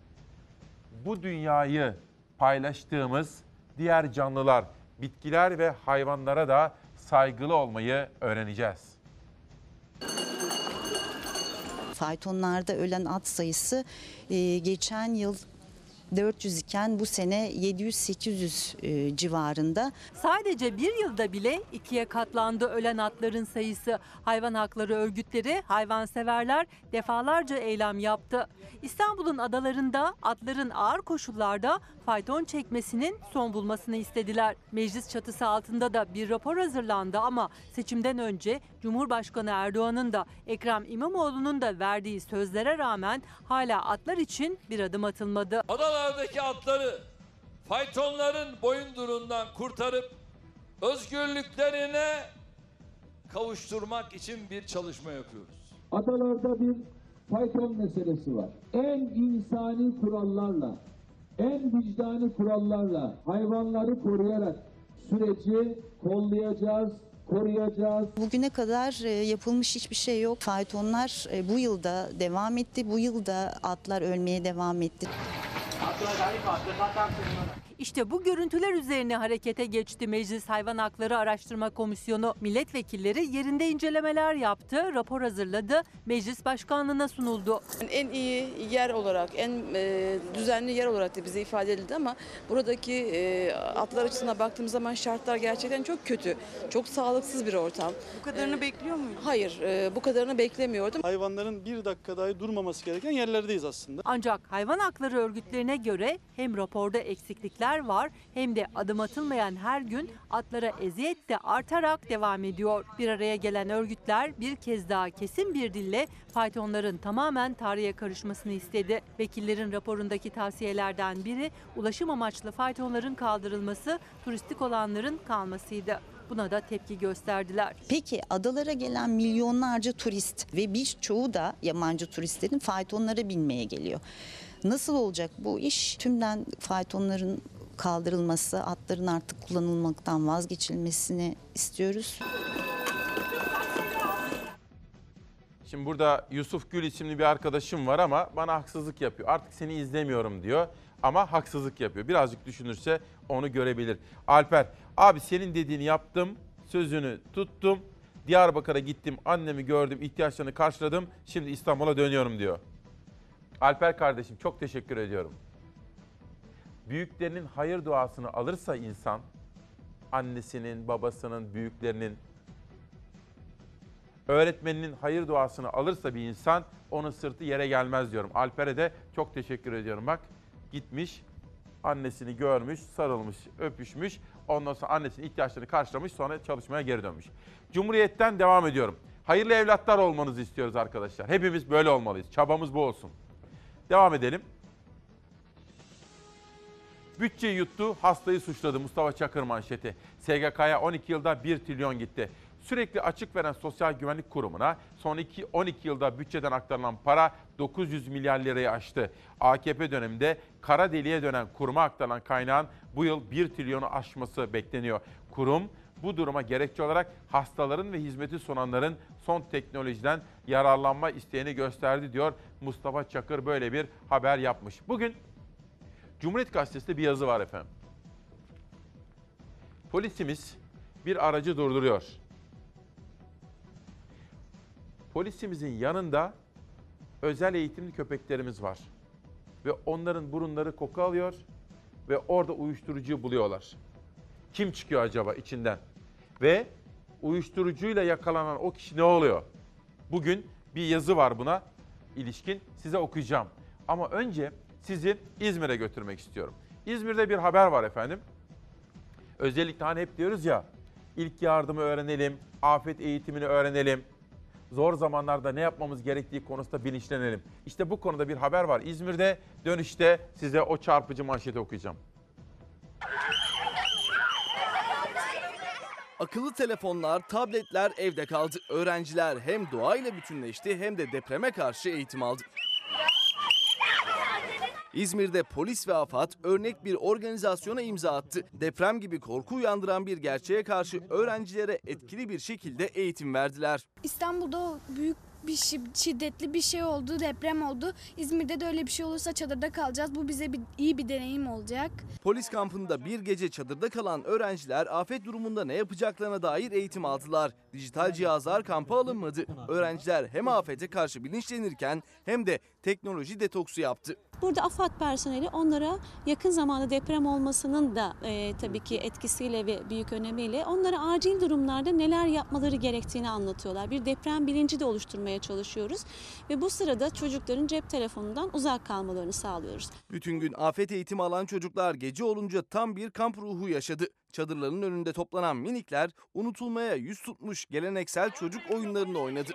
bu dünyayı paylaştığımız diğer canlılar, bitkiler ve hayvanlara da saygılı olmayı öğreneceğiz. Faytonlarda ölen at sayısı e, geçen yıl dört yüz iken bu sene yedi yüz sekiz yüz e, civarında. Sadece bir yılda bile ikiye katlandı ölen atların sayısı. Hayvan hakları örgütleri, hayvanseverler defalarca eylem yaptı. İstanbul'un adalarında atların ağır koşullarda fayton çekmesinin son bulmasını istediler. Meclis çatısı altında da bir rapor hazırlandı ama seçimden önce Cumhurbaşkanı Erdoğan'ın da Ekrem İmamoğlu'nun da verdiği sözlere rağmen hala atlar için bir adım atılmadı. Adalardaki atları faytonların boyundurundan kurtarıp özgürlüklerine kavuşturmak için bir çalışma yapıyoruz. Adalarda bir fayton meselesi var. En insani kurallarla, en vicdani kurallarla hayvanları koruyarak süreci kollayacağız, koruyacağız. Bugüne kadar yapılmış hiçbir şey yok. Faytonlar bu yılda devam etti. Bu yılda atlar ölmeye devam etti. İşte bu görüntüler üzerine harekete geçti Meclis Hayvan Hakları Araştırma Komisyonu. Milletvekilleri yerinde incelemeler yaptı, rapor hazırladı, meclis başkanlığına sunuldu. En iyi yer olarak, en e, düzenli yer olarak da bize ifade edildi ama buradaki e, atlar açısından baktığımız zaman şartlar gerçekten çok kötü. Çok sağlıksız bir ortam. Bu kadarını ee, bekliyor muydun? Hayır, e, bu kadarını beklemiyordum. Hayvanların bir dakika dahi durmaması gereken yerlerdeyiz aslında. Ancak hayvan hakları örgütlerine göre hem raporda eksiklikler var hem de adım atılmayan her gün atlara eziyet de artarak devam ediyor. Bir araya gelen örgütler bir kez daha kesin bir dille faytonların tamamen tarihe karışmasını istedi. Vekillerin raporundaki tavsiyelerden biri ulaşım amaçlı faytonların kaldırılması, turistik olanların kalmasıydı. Buna da tepki gösterdiler. Peki adalara gelen milyonlarca turist ve birçoğu da yabancı turistlerin faytonlara binmeye geliyor. Nasıl olacak bu iş? Tümden faytonların kaldırılması, atların artık kullanılmaktan vazgeçilmesini istiyoruz. Şimdi burada Yusuf Gül isimli bir arkadaşım var ama bana haksızlık yapıyor. Artık seni izlemiyorum diyor ama haksızlık yapıyor. Birazcık düşünürse onu görebilir. Alper, abi senin dediğini yaptım, sözünü tuttum. Diyarbakır'a gittim, annemi gördüm, ihtiyaçlarını karşıladım. Şimdi İstanbul'a dönüyorum diyor. Alper kardeşim çok teşekkür ediyorum. Büyüklerinin hayır duasını alırsa insan, annesinin, babasının, büyüklerinin, öğretmeninin hayır duasını alırsa bir insan, onun sırtı yere gelmez diyorum. Alper'e de çok teşekkür ediyorum. Bak gitmiş, annesini görmüş, sarılmış, öpüşmüş. Ondan sonra annesinin ihtiyaçlarını karşılamış, sonra çalışmaya geri dönmüş. Cumhuriyet'ten devam ediyorum. Hayırlı evlatlar olmanızı istiyoruz arkadaşlar. Hepimiz böyle olmalıyız. Çabamız bu olsun. Devam edelim. Bütçeyi yuttu, hastayı suçladı. Mustafa Çakır manşeti. S G K'ya on iki yılda bir trilyon gitti. Sürekli açık veren Sosyal Güvenlik Kurumu'na son on iki yılda bütçeden aktarılan para dokuz yüz milyar lirayı aştı. A K P döneminde kara deliğe dönen kuruma aktarılan kaynağın bu yıl bir trilyonu aşması bekleniyor. Kurum bu duruma gerekçe olarak hastaların ve hizmeti sunanların son teknolojiden yararlanma isteğini gösterdi diyor. Mustafa Çakır böyle bir haber yapmış. Bugün Cumhuriyet Gazetesi'nde bir yazı var efendim. Polisimiz bir aracı durduruyor. Polisimizin yanında özel eğitimli köpeklerimiz var. Ve onların burunları koku alıyor ve orada uyuşturucuyu buluyorlar. Kim çıkıyor acaba içinden? Ve uyuşturucuyla yakalanan o kişi ne oluyor? Bugün bir yazı var buna ilişkin, size okuyacağım. Ama önce sizi İzmir'e götürmek istiyorum. İzmir'de bir haber var efendim. Özellikle hani hep diyoruz ya, ilk yardımı öğrenelim, afet eğitimini öğrenelim. Zor zamanlarda ne yapmamız gerektiği konusunda bilinçlenelim. İşte bu konuda bir haber var. İzmir'de dönüşte size o çarpıcı manşeti okuyacağım. Akıllı telefonlar, tabletler evde kaldı. Öğrenciler hem doğayla bütünleşti hem de depreme karşı eğitim aldı. İzmir'de polis ve AFAD örnek bir organizasyona imza attı. Deprem gibi korku uyandıran bir gerçeğe karşı öğrencilere etkili bir şekilde eğitim verdiler. İstanbul'da büyük bir şiddetli bir şey oldu, deprem oldu. İzmir'de de öyle bir şey olursa çadırda kalacağız. Bu bize bir, iyi bir deneyim olacak. Polis kampında bir gece çadırda kalan öğrenciler afet durumunda ne yapacaklarına dair eğitim aldılar. Dijital cihazlar kampa alınmadı. Öğrenciler hem afete karşı bilinçlenirken hem de teknoloji detoksu yaptı. Burada AFAD personeli onlara yakın zamanda deprem olmasının da e, tabii ki etkisiyle ve büyük önemiyle onlara acil durumlarda neler yapmaları gerektiğini anlatıyorlar. Bir deprem bilinci de oluşturmaya çalışıyoruz ve bu sırada çocukların cep telefonundan uzak kalmalarını sağlıyoruz. Bütün gün afet eğitimi alan çocuklar gece olunca tam bir kamp ruhu yaşadı. Çadırların önünde toplanan minikler unutulmaya yüz tutmuş geleneksel çocuk oyunlarını oynadı.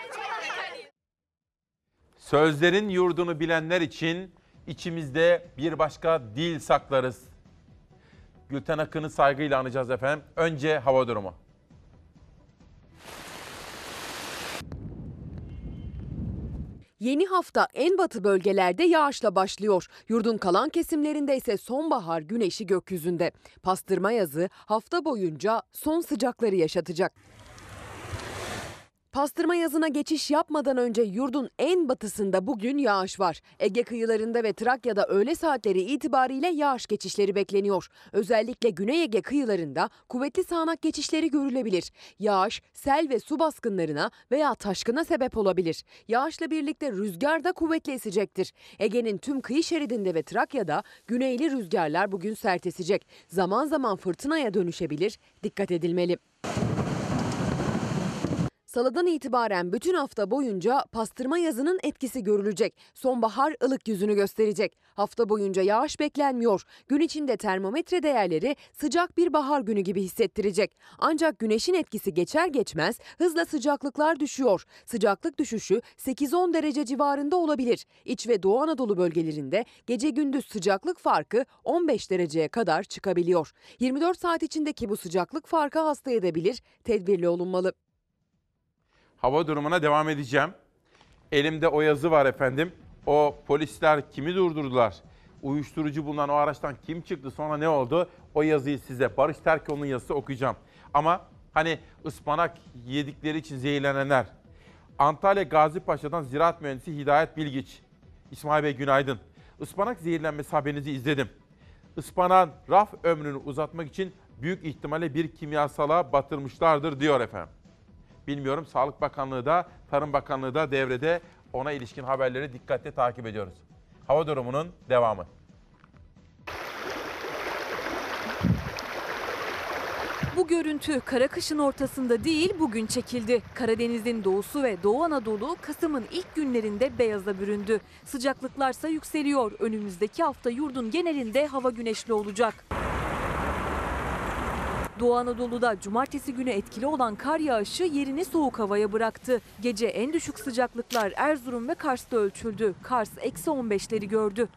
Sözlerin yurdunu bilenler için içimizde bir başka dil saklarız. Gülten Akın'ı saygıyla anacağız efendim. Önce hava durumu. Yeni hafta en batı bölgelerde yağışla başlıyor. Yurdun kalan kesimlerinde ise sonbahar güneşi gökyüzünde. Pastırma yazı hafta boyunca son sıcakları yaşatacak. Pastırma yazına geçiş yapmadan önce yurdun en batısında bugün yağış var. Ege kıyılarında ve Trakya'da öğle saatleri itibariyle yağış geçişleri bekleniyor. Özellikle Güney Ege kıyılarında kuvvetli sağanak geçişleri görülebilir. Yağış, sel ve su baskınlarına veya taşkına sebep olabilir. Yağışla birlikte rüzgar da kuvvetli esecektir. Ege'nin tüm kıyı şeridinde ve Trakya'da güneyli rüzgarlar bugün sert esecek. Zaman zaman fırtınaya dönüşebilir. Dikkat edilmeli. Salıdan itibaren bütün hafta boyunca pastırma yazının etkisi görülecek. Sonbahar ılık yüzünü gösterecek. Hafta boyunca yağış beklenmiyor. Gün içinde termometre değerleri sıcak bir bahar günü gibi hissettirecek. Ancak güneşin etkisi geçer geçmez hızla sıcaklıklar düşüyor. Sıcaklık düşüşü sekiz on derece civarında olabilir. İç ve Doğu Anadolu bölgelerinde gece gündüz sıcaklık farkı on beş dereceye kadar çıkabiliyor. yirmi dört saat içindeki bu sıcaklık farkı hasta edebilir. Tedbirli olunmalı. Hava durumuna devam edeceğim. Elimde o yazı var efendim. O polisler kimi durdurdular? Uyuşturucu bulunan o araçtan kim çıktı? Sonra ne oldu? O yazıyı size Barış Terkoğlu'nun yazısı okuyacağım. Ama hani ıspanak yedikleri için zehirlenenler. Antalya Gazipaşa'dan ziraat mühendisi Hidayet Bilgiç. İsmail Bey günaydın. Ispanak zehirlenmesi haberinizi izledim. Ispanağın raf ömrünü uzatmak için büyük ihtimalle bir kimyasala batırmışlardır diyor efendim. bilmiyorum. Sağlık Bakanlığı da, Tarım Bakanlığı da devrede. Ona ilişkin haberleri dikkatle takip ediyoruz. Hava durumunun devamı. Bu görüntü kara kışın ortasında değil, bugün çekildi. Karadeniz'in doğusu ve Doğu Anadolu Kasım'ın ilk günlerinde beyaza büründü. Sıcaklıklarsa yükseliyor. Önümüzdeki hafta yurdun genelinde hava güneşli olacak. Doğu Anadolu'da cumartesi günü etkili olan kar yağışı yerini soğuk havaya bıraktı. Gece en düşük sıcaklıklar Erzurum ve Kars'ta ölçüldü. Kars eksi on beşleri gördü.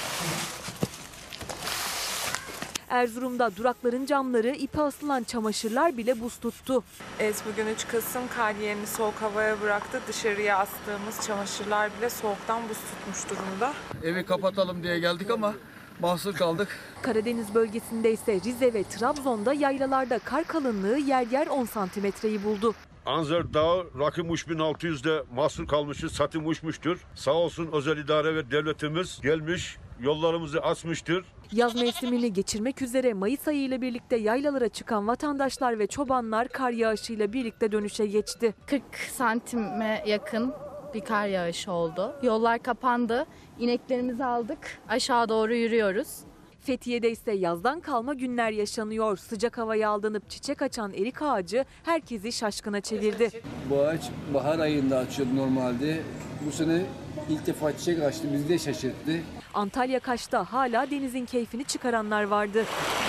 Erzurum'da durakların camları, ipe asılan çamaşırlar bile buz tuttu. Evet, bugün üç Kasım kar yerini soğuk havaya bıraktı. Dışarıya astığımız çamaşırlar bile soğuktan buz tutmuş durumda. Evi kapatalım diye geldik ama mahsur kaldık. Karadeniz bölgesinde ise Rize ve Trabzon'da yaylalarda kar kalınlığı yer yer on santimetreyi buldu. Anzer Dağı rakım üç bin altı yüzde mahsur kalmışız, satım uçmuştur. Sağ olsun özel idare ve devletimiz gelmiş, yollarımızı açmıştır. Yaz mevsimini geçirmek üzere Mayıs ayı ile birlikte yaylalara çıkan vatandaşlar ve çobanlar kar yağışıyla birlikte dönüşe geçti. kırk santime yakın bir kar yağışı oldu. Yollar kapandı. İneklerimizi aldık. Aşağı doğru yürüyoruz. Fethiye'de ise yazdan kalma günler yaşanıyor. Sıcak havaya aldanıp çiçek açan erik ağacı herkesi şaşkına çevirdi. Bu ağaç bahar ayında açıyor normalde. Bu sene ilk defa çiçek açtı, bizi de şaşırttı. Antalya Kaş'ta hala denizin keyfini çıkaranlar vardı.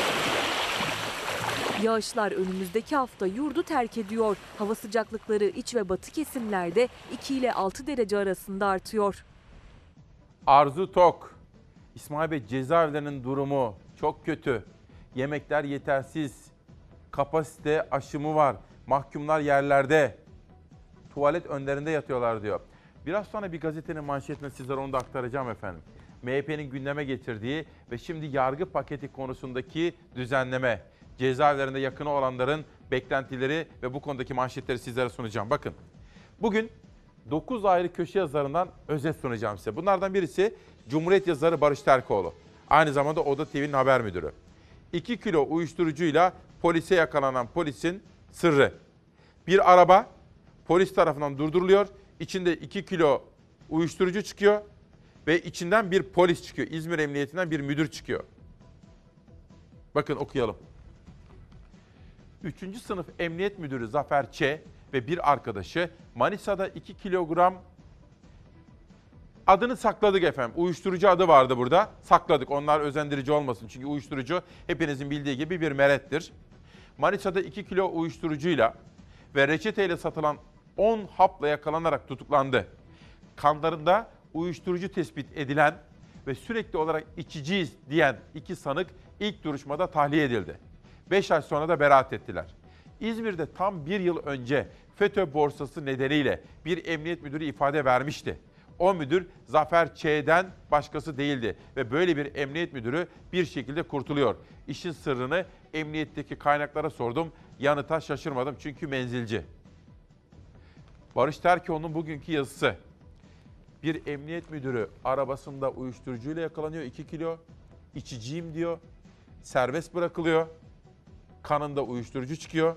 Yağışlar önümüzdeki hafta yurdu terk ediyor. Hava sıcaklıkları iç ve batı kesimlerde iki ile altı derece arasında artıyor. Arzu tok. İsmail Bey, cezaevlerinin durumu çok kötü. Yemekler yetersiz. Kapasite aşımı var. Mahkumlar yerlerde. Tuvalet önlerinde yatıyorlar diyor. Biraz sonra bir gazetenin manşetine sizlere onu da aktaracağım efendim. M H P'nin gündeme getirdiği ve şimdi yargı paketi konusundaki düzenleme. Cezaevlerinde yakını olanların beklentileri ve bu konudaki manşetleri sizlere sunacağım. Bakın, bugün dokuz ayrı köşe yazarından özet sunacağım size. Bunlardan birisi Cumhuriyet yazarı Barış Terkoğlu. Aynı zamanda Oda T V'nin haber müdürü. iki kilo uyuşturucuyla polise yakalanan polisin sırrı. Bir araba polis tarafından durduruluyor. İçinde iki kilo uyuşturucu çıkıyor ve içinden bir polis çıkıyor. İzmir Emniyetinden bir müdür çıkıyor. Bakın okuyalım. Üçüncü sınıf emniyet müdürü Zafer Ç. ve bir arkadaşı Manisa'da iki kilogram adını sakladık efendim. Uyuşturucu adı vardı burada. Sakladık. Onlar özendirici olmasın. Çünkü uyuşturucu hepinizin bildiği gibi bir merettir. Manisa'da iki kilo uyuşturucuyla ve reçeteyle satılan on hapla yakalanarak tutuklandı. Kanlarında uyuşturucu tespit edilen ve sürekli olarak içiciyiz diyen iki sanık ilk duruşmada tahliye edildi. beş ay sonra da beraat ettiler. İzmir'de tam bir yıl önce FETÖ borsası nedeniyle bir emniyet müdürü ifade vermişti. O müdür Zafer Ç'den başkası değildi ve böyle bir emniyet müdürü bir şekilde kurtuluyor. İşin sırrını emniyetteki kaynaklara sordum. Yanıta şaşırmadım çünkü menzilci. Barış Terkoğlu'nun bugünkü yazısı. Bir emniyet müdürü arabasında uyuşturucuyla yakalanıyor, iki kilo. İçiciyim diyor. Serbest bırakılıyor. Kanında uyuşturucu çıkıyor.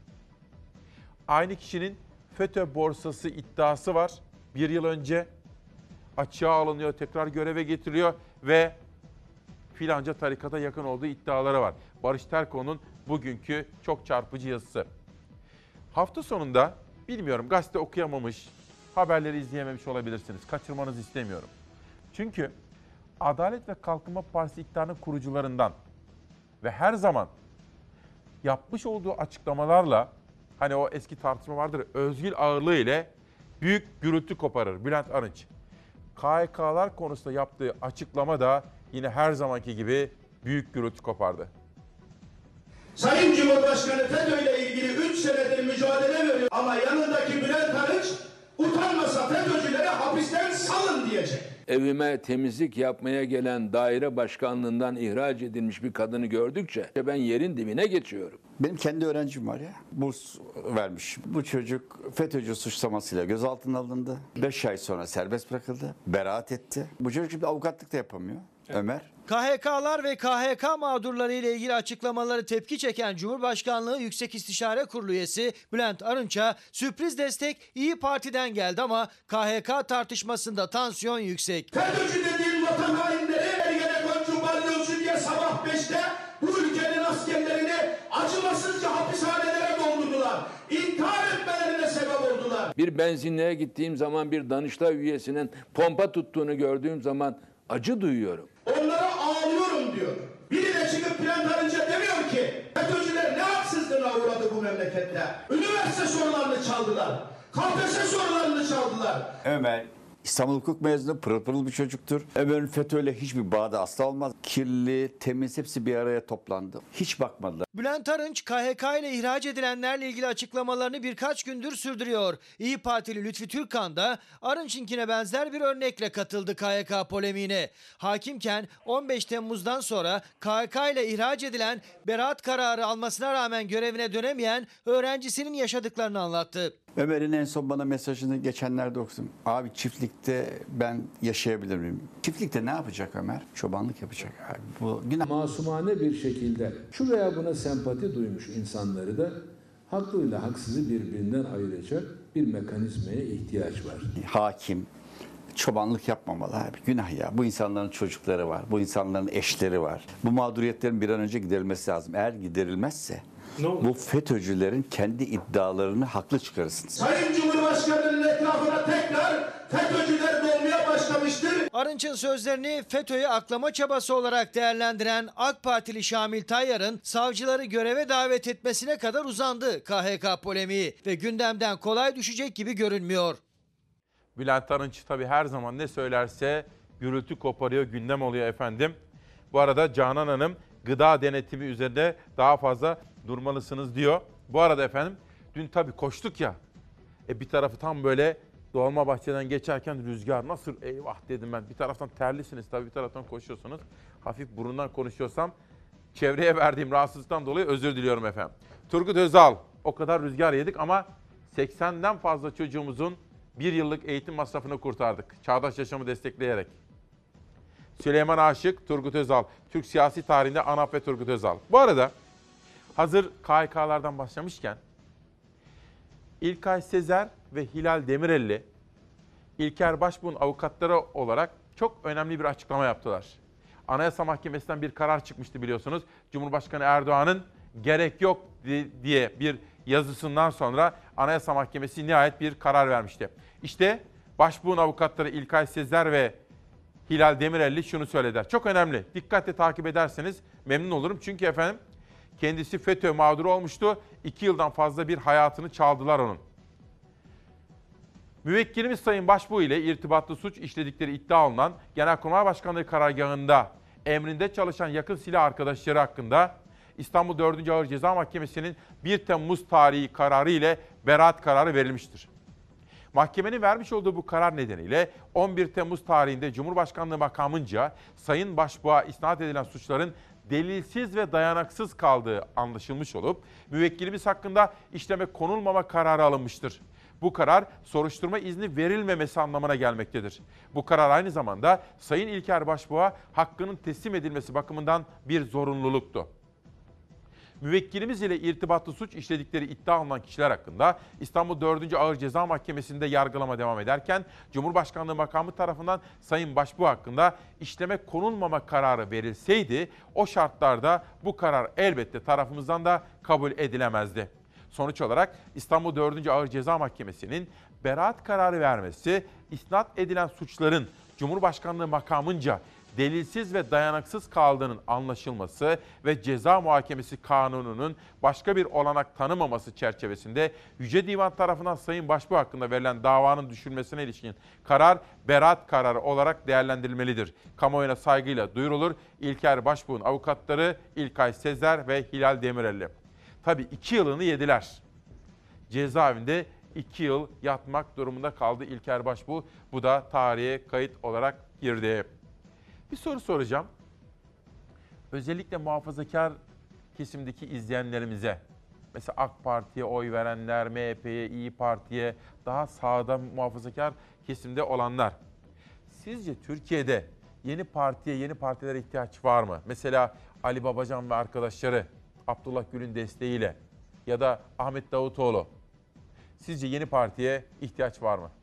Aynı kişinin FETÖ borsası iddiası var. Bir yıl önce açığa alınıyor, tekrar göreve getiriliyor ve filanca tarikata yakın olduğu iddiaları var. Barış Terkoğlu'nun bugünkü çok çarpıcı yazısı. Hafta sonunda bilmiyorum, gazete okuyamamış, haberleri izleyememiş olabilirsiniz. Kaçırmanızı istemiyorum. Çünkü Adalet ve Kalkınma Partisi iktidarının kurucularından ve her zaman yapmış olduğu açıklamalarla, hani o eski tartışma vardır, özgür ağırlığı ile büyük gürültü koparır Bülent Arınç. K H K'lar konusunda yaptığı açıklama da yine her zamanki gibi büyük gürültü kopardı. Sayın Cumhurbaşkanı FETÖ ile ilgili üç senedir mücadele veriyor ama yanındaki Bülent Arınç utanmasa FETÖ'cüleri hapisten salın diyecek. Evime temizlik yapmaya gelen daire başkanlığından ihraç edilmiş bir kadını gördükçe ben yerin dibine geçiyorum. Benim kendi öğrencim var ya, burs vermiş. Bu çocuk FETÖ'cü suçlamasıyla gözaltına alındı. beş ay sonra serbest bırakıldı. Beraat etti. Bu çocuk şimdi avukatlık da yapamıyor. Ömer. K H K'lar ve K H K mağdurları ile ilgili açıklamaları tepki çeken Cumhurbaşkanlığı Yüksek İstişare Kurulu üyesi Bülent Arınç'a sürpriz destek İyi Parti'den geldi ama K H K tartışmasında tansiyon yüksek. FETÖ'cü dediğin vatan hainleri Ergenekon Cumbalyozu diye sabah beşte bu ülkenin askerlerini acımasızca hapishanelere doldurdular. İntihar etmelerine sebep oldular. Bir benzinliğe gittiğim zaman bir Danıştay üyesinin pompa tuttuğunu gördüğüm zaman acı duyuyorum. Onlara ağlıyorum diyor. Biri de çıkıp Bülent Arınç'a demiyor ki FETÖ'cüler ne haksızlığına uğradı bu memlekette. Üniversite sorularını çaldılar. K P S S sorularını çaldılar. Ömer İstanbul Hukuk mezunu, pırıl pırıl bir çocuktur. Ömer'in FETÖ'yle hiçbir bağı da asla olmaz. Kirli, temiz hepsi bir araya toplandı. Hiç bakmadılar. Bülent Arınç K H K ile ihraç edilenlerle ilgili açıklamalarını birkaç gündür sürdürüyor. İyi Partili Lütfi Türkan da Arınç'inkine benzer bir örnekle katıldı K H K polemiğine. Hakimken on beş Temmuz'dan sonra K H K ile ihraç edilen beraat kararı almasına rağmen görevine dönemeyen öğrencisinin yaşadıklarını anlattı. Ömer'in en son bana mesajını geçenlerde okudum. Abi çiftlikte ben yaşayabilir miyim? Çiftlikte ne yapacak Ömer? Çobanlık yapacak abi. Bu günah. Masumane bir şekilde şu veya buna sempati duymuş insanları da haklıyla haksızı birbirinden ayıracak bir mekanizmaya ihtiyaç var. Hakim çobanlık yapmamalı abi. Günah ya. Bu insanların çocukları var. Bu insanların eşleri var. Bu mağduriyetlerin bir an önce giderilmesi lazım. Eğer giderilmezse bu FETÖ'cülerin kendi iddialarını haklı çıkarırsın. Sayın Cumhurbaşkanı'nın etrafına tekrar FETÖ'cüler dolmaya başlamıştır. Arınç'ın sözlerini FETÖ'yü aklama çabası olarak değerlendiren AK Partili Şamil Tayyar'ın savcıları göreve davet etmesine kadar uzandı K H K polemiği ve gündemden kolay düşecek gibi görünmüyor. Bülent Arınç tabii her zaman ne söylerse gürültü koparıyor, gündem oluyor efendim. Bu arada Canan Hanım gıda denetimi üzerinde daha fazla durmalısınız diyor. Bu arada efendim dün tabii koştuk ya. E bir tarafı tam böyle Dolmabahçe'den geçerken rüzgar nasıl eyvah dedim ben. Bir taraftan terlisiniz tabii, bir taraftan koşuyorsunuz. Hafif burundan konuşuyorsam çevreye verdiğim rahatsızlıktan dolayı özür diliyorum efendim. Turgut Özal, o kadar rüzgar yedik ama seksenden fazla çocuğumuzun bir yıllık eğitim masrafını kurtardık. Çağdaş yaşamı destekleyerek. Süleyman Aşık, Turgut Özal. Türk siyasi tarihinde ANAP ve Turgut Özal. Bu arada hazır K H K'lardan başlamışken İlkay Sezer ve Hilal Demirelli İlker Başbuğ'un avukatları olarak çok önemli bir açıklama yaptılar. Anayasa Mahkemesi'nden bir karar çıkmıştı biliyorsunuz. Cumhurbaşkanı Erdoğan'ın gerek yok diye bir yazısından sonra Anayasa Mahkemesi nihayet bir karar vermişti. İşte Başbuğ'un avukatları İlkay Sezer ve Hilal Demirelli şunu söylediler. Çok önemli. Dikkatle takip ederseniz memnun olurum. Çünkü efendim kendisi FETÖ mağduru olmuştu. İki yıldan fazla bir hayatını çaldılar onun. Müvekkilimiz Sayın Başbuğ ile irtibatlı suç işledikleri iddia olunan Genelkurmay Başkanlığı karargahında emrinde çalışan yakın silah arkadaşları hakkında İstanbul dördüncü Ağır Ceza Mahkemesi'nin bir Temmuz tarihi kararı ile beraat kararı verilmiştir. Mahkemenin vermiş olduğu bu karar nedeniyle on bir Temmuz tarihinde Cumhurbaşkanlığı makamınca Sayın Başbuğ'a isnat edilen suçların delilsiz ve dayanaksız kaldığı anlaşılmış olup müvekkilimiz hakkında işleme konulmama kararı alınmıştır. Bu karar soruşturma izni verilmemesi anlamına gelmektedir. Bu karar aynı zamanda Sayın İlker Başbuğ'a hakkının teslim edilmesi bakımından bir zorunluluktu. Müvekkilimiz ile irtibatlı suç işledikleri iddia alınan kişiler hakkında İstanbul dördüncü Ağır Ceza Mahkemesi'nde yargılama devam ederken Cumhurbaşkanlığı makamı tarafından Sayın Başbuğ hakkında işleme konulmama kararı verilseydi o şartlarda bu karar elbette tarafımızdan da kabul edilemezdi. Sonuç olarak İstanbul dördüncü Ağır Ceza Mahkemesi'nin beraat kararı vermesi, isnat edilen suçların Cumhurbaşkanlığı makamınca delilsiz ve dayanaksız kaldığının anlaşılması ve ceza muhakemesi kanununun başka bir olanak tanımaması çerçevesinde Yüce Divan tarafından Sayın Başbuğ hakkında verilen davanın düşürülmesine ilişkin karar beraat kararı olarak değerlendirilmelidir. Kamuoyuna saygıyla duyurulur. İlker Başbuğ'un avukatları İlkay Sezer ve Hilal Demirelli. Tabii iki yılını yediler. Cezaevinde iki yıl yatmak durumunda kaldı İlker Başbuğ. Bu da tarihe kayıt olarak girdi. Bir soru soracağım. Özellikle muhafazakar kesimdeki izleyenlerimize. Mesela AK Parti'ye oy verenler, M H P'ye, İYİ Parti'ye, daha sağda muhafazakar kesimde olanlar. Sizce Türkiye'de yeni partiye, yeni partilere ihtiyaç var mı? Mesela Ali Babacan ve arkadaşları, Abdullah Gül'ün desteğiyle ya da Ahmet Davutoğlu. Sizce yeni partiye ihtiyaç var mı?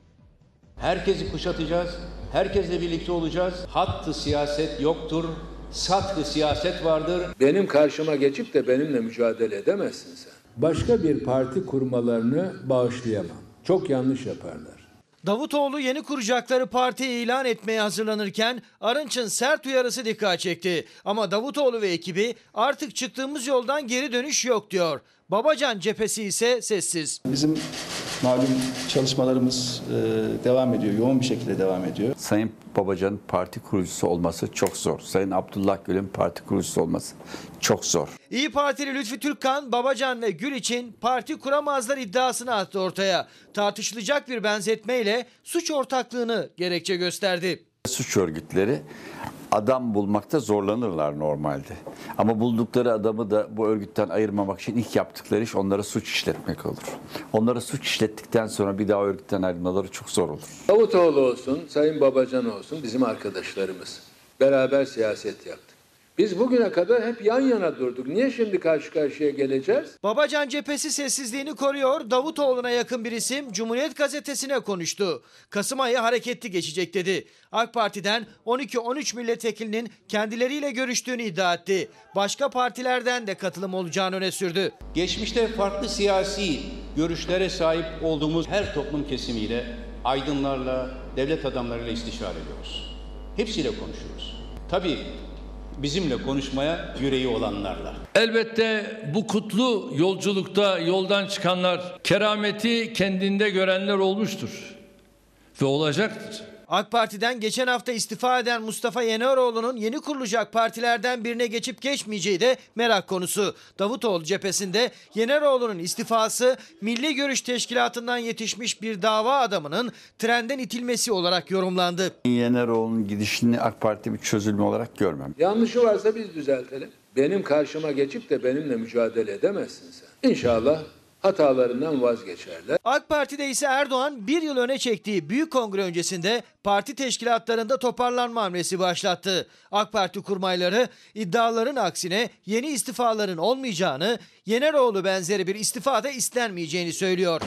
Herkesi kuşatacağız, herkesle birlikte olacağız. Hattı siyaset yoktur, sathı siyaset vardır. Benim karşıma geçip de benimle mücadele edemezsin sen. Başka bir parti kurmalarını bağışlayamam. Çok yanlış yaparlar. Davutoğlu yeni kuracakları partiyi ilan etmeye hazırlanırken Arınç'ın sert uyarısı dikkat çekti. Ama Davutoğlu ve ekibi artık çıktığımız yoldan geri dönüş yok diyor. Babacan cephesi ise sessiz. Bizim malum çalışmalarımız e, devam ediyor, yoğun bir şekilde devam ediyor. Sayın Babacan'ın parti kurucusu olması çok zor. Sayın Abdullah Gül'ün parti kurucusu olması çok zor. İYİ Partili Lütfü Türkkan, Babacan ve Gül için parti kuramazlar iddiasını attı ortaya. Tartışılacak bir benzetmeyle suç ortaklığını gerekçe gösterdi. Suç örgütleri adam bulmakta zorlanırlar normalde. Ama buldukları adamı da bu örgütten ayırmamak için ilk yaptıkları iş onlara suç işletmek olur. Onlara suç işlettikten sonra bir daha örgütten ayrılmaları çok zor olur. Davutoğlu olsun, Sayın Babacan olsun bizim arkadaşlarımız. Beraber siyaset yaptık. Biz bugüne kadar hep yan yana durduk. Niye şimdi karşı karşıya geleceğiz? Babacan cephesi sessizliğini koruyor. Davutoğlu'na yakın bir isim Cumhuriyet Gazetesi'ne konuştu. Kasım ayı hareketli geçecek dedi. AK Parti'den on iki on üç milletvekilinin kendileriyle görüştüğünü iddia etti. Başka partilerden de katılım olacağını öne sürdü. Geçmişte farklı siyasi görüşlere sahip olduğumuz her toplum kesimiyle, aydınlarla, devlet adamlarıyla istişare ediyoruz. Hepsiyle konuşuyoruz. Tabii bizimle konuşmaya yüreği olanlarla. Elbette bu kutlu yolculukta yoldan çıkanlar, kerameti kendinde görenler olmuştur ve olacaktır. AK Parti'den geçen hafta istifa eden Mustafa Yeneroğlu'nun yeni kurulacak partilerden birine geçip geçmeyeceği de merak konusu. Davutoğlu cephesinde Yeneroğlu'nun istifası Milli Görüş Teşkilatı'ndan yetişmiş bir dava adamının trenden itilmesi olarak yorumlandı. Yeneroğlu'nun gidişini AK Parti bir çözülme olarak görmem. Yanlışı varsa biz düzeltelim. Benim karşıma geçip de benimle mücadele edemezsin sen. İnşallah hatalarından vazgeçerler. AK Parti'de ise Erdoğan bir yıl öne çektiği büyük kongre öncesinde parti teşkilatlarında toparlanma hamlesi başlattı. AK Parti kurmayları iddiaların aksine yeni istifaların olmayacağını, Yeneroğlu benzeri bir istifa da istenmeyeceğini söylüyor.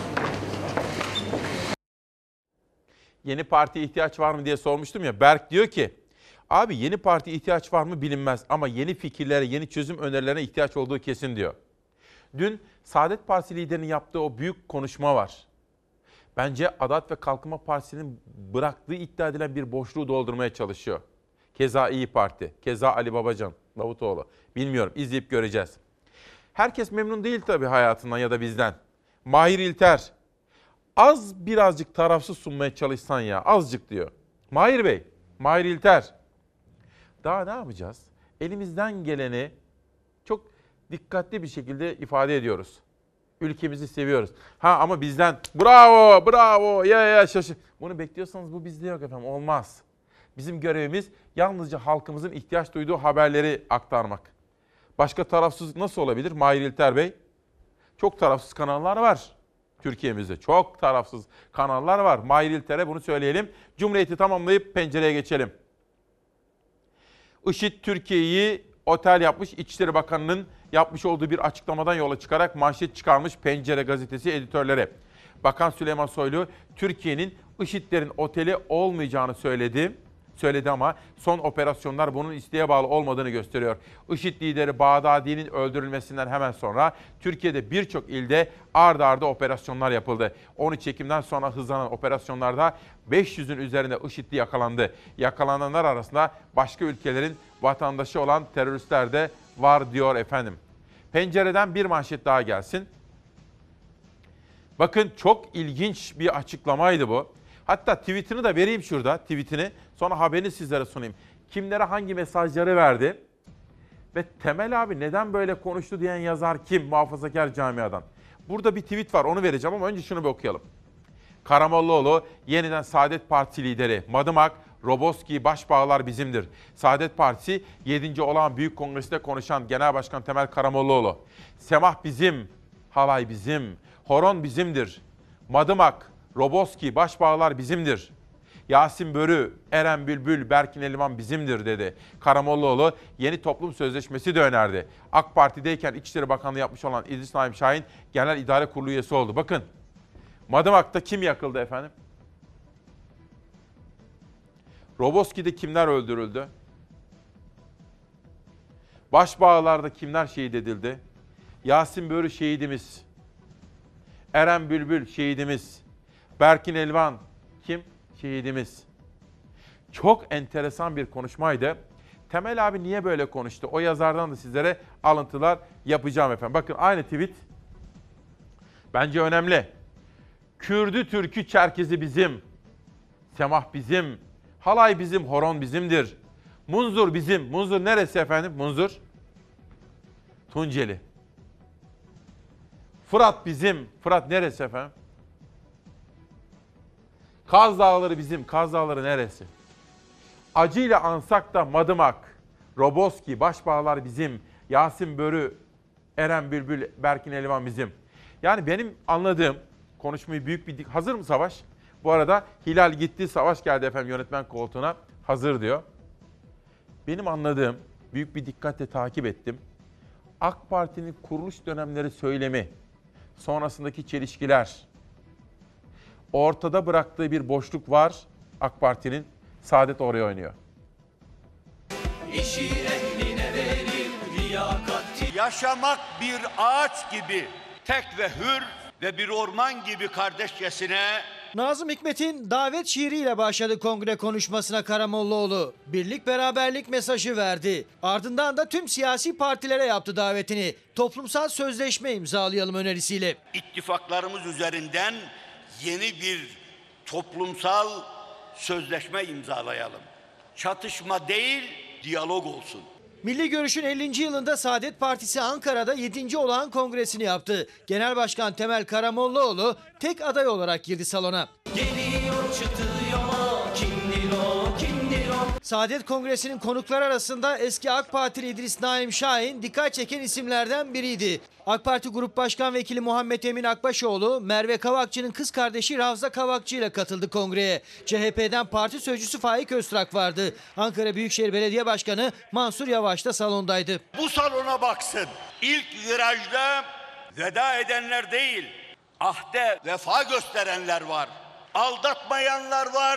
Yeni partiye ihtiyaç var mı diye sormuştum ya. Berk diyor ki, abi yeni partiye ihtiyaç var mı bilinmez ama yeni fikirlere, yeni çözüm önerilerine ihtiyaç olduğu kesin diyor. Dün Saadet Partisi liderinin yaptığı o büyük konuşma var. Bence Adalet ve Kalkınma Partisi'nin bıraktığı iddia edilen bir boşluğu doldurmaya çalışıyor. Keza İYİ Parti, keza Ali Babacan, Davutoğlu. Bilmiyorum, izleyip göreceğiz. Herkes memnun değil tabii hayatından ya da bizden. Mahir İlter, az birazcık tarafsız sunmaya çalışsan ya, azıcık diyor. Mahir Bey, Mahir İlter, daha ne yapacağız? Elimizden geleni çok dikkatli bir şekilde ifade ediyoruz. Ülkemizi seviyoruz. Ha ama bizden bravo, bravo, ya ya şaşır. Bunu bekliyorsanız bu bizde yok efendim, olmaz. Bizim görevimiz yalnızca halkımızın ihtiyaç duyduğu haberleri aktarmak. Başka tarafsızlık nasıl olabilir Mahir İlter Bey? Çok tarafsız kanallar var Türkiye'mizde. Çok tarafsız kanallar var. Mahir İlter'e bunu söyleyelim. Cumhuriyeti tamamlayıp pencereye geçelim. IŞİD Türkiye'yi otel yapmış. İçişleri Bakanı'nın yapmış olduğu bir açıklamadan yola çıkarak manşet çıkarmış Pencere gazetesi editörleri. Bakan Süleyman Soylu, Türkiye'nin IŞİD'lerin oteli olmayacağını söyledi. Söyledi ama son operasyonlar bunun isteğe bağlı olmadığını gösteriyor. IŞİD lideri Bağdadi'nin öldürülmesinden hemen sonra Türkiye'de birçok ilde ard arda operasyonlar yapıldı. on üç Ekim'den sonra hızlanan operasyonlarda beş yüzün üzerinde IŞİD'li yakalandı. Yakalananlar arasında başka ülkelerin vatandaşı olan teröristler de var diyor efendim. Pencereden bir manşet daha gelsin. Bakın çok ilginç bir açıklamaydı bu. Hatta tweetini de vereyim şurada, tweetini. Sonra haberini sizlere sunayım. Kimlere hangi mesajları verdi? Ve Temel abi neden böyle konuştu diyen yazar kim? Muhafazakar camiadan. Burada bir tweet var, onu vereceğim ama önce şunu bir okuyalım. Karamollaoğlu yeniden Saadet Partisi lideri. Madımak, Roboski Başbağlar bizimdir. Saadet Partisi yedinci olağan büyük kongresinde konuşan Genel Başkan Temel Karamollaoğlu. Semah bizim, halay bizim, horon bizimdir. Madımak, Roboski Başbağlar bizimdir. Yasin Börü, Eren Bülbül, Berkin Elvan bizimdir dedi. Karamollaoğlu yeni toplum sözleşmesi de önerdi. AK Parti'deyken İçişleri Bakanlığı yapmış olan İdris Naim Şahin Genel İdare Kurulu üyesi oldu. Bakın, Madımak'ta kim yakıldı efendim? Roboski'de kimler öldürüldü? Başbağlar'da kimler şehit edildi? Yasin Börü şehidimiz. Eren Bülbül şehidimiz. Berkin Elvan kim? Şehidimiz. Çok enteresan bir konuşmaydı. Temel abi niye böyle konuştu? O yazardan da sizlere alıntılar yapacağım efendim. Bakın aynı tweet. Bence önemli. Kürdü, Türkü, Çerkezi bizim. Semah bizim. Halay bizim, horon bizimdir. Munzur bizim. Munzur neresi efendim? Munzur. Tunceli. Fırat bizim. Fırat neresi efendim? Kaz Dağları bizim. Kaz Dağları neresi? Acıyla ansak da Madımak. Roboski, Başbağlar bizim. Yasin Börü, Eren Bülbül, Berkin Elvan bizim. Yani benim anladığım konuşmayı büyük bir... Hazır mı Savaş? Bu arada Hilal gitti, Savaş geldi efendim yönetmen koltuğuna. Hazır diyor. Benim anladığım, büyük bir dikkatle takip ettim. AK Parti'nin kuruluş dönemleri söylemi, sonrasındaki çelişkiler, ortada bıraktığı bir boşluk var AK Parti'nin. Saadet oraya oynuyor. İşi ehline verir liyakati. Yaşamak bir ağaç gibi tek ve hür ve bir orman gibi kardeşçesine. Nazım Hikmet'in davet şiiriyle başladı kongre konuşmasına Karamollaoğlu. Birlik beraberlik mesajı verdi. Ardından da tüm siyasi partilere yaptı davetini. Toplumsal sözleşme imzalayalım önerisiyle. İttifaklarımız üzerinden yeni bir toplumsal sözleşme imzalayalım. Çatışma değil, diyalog olsun. Milli Görüş'ün ellinci yılında Saadet Partisi Ankara'da yedinci olağan kongresini yaptı. Genel Başkan Temel Karamollaoğlu tek aday olarak girdi salona. Geliyor çıtıyor, kimdir o, kimdir o? Saadet Kongresi'nin konuklar arasında eski AK Partili İdris Naim Şahin dikkat çeken isimlerden biriydi. AK Parti Grup Başkan Vekili Muhammed Emin Akbaşoğlu, Merve Kavakçı'nın kız kardeşi Ravza Kavakçı ile katıldı kongreye. C H P'den parti sözcüsü Faik Öztrak vardı. Ankara Büyükşehir Belediye Başkanı Mansur Yavaş da salondaydı. Bu salona baksın. İlk virajda veda edenler değil, ahde vefa gösterenler var. Aldatmayanlar var,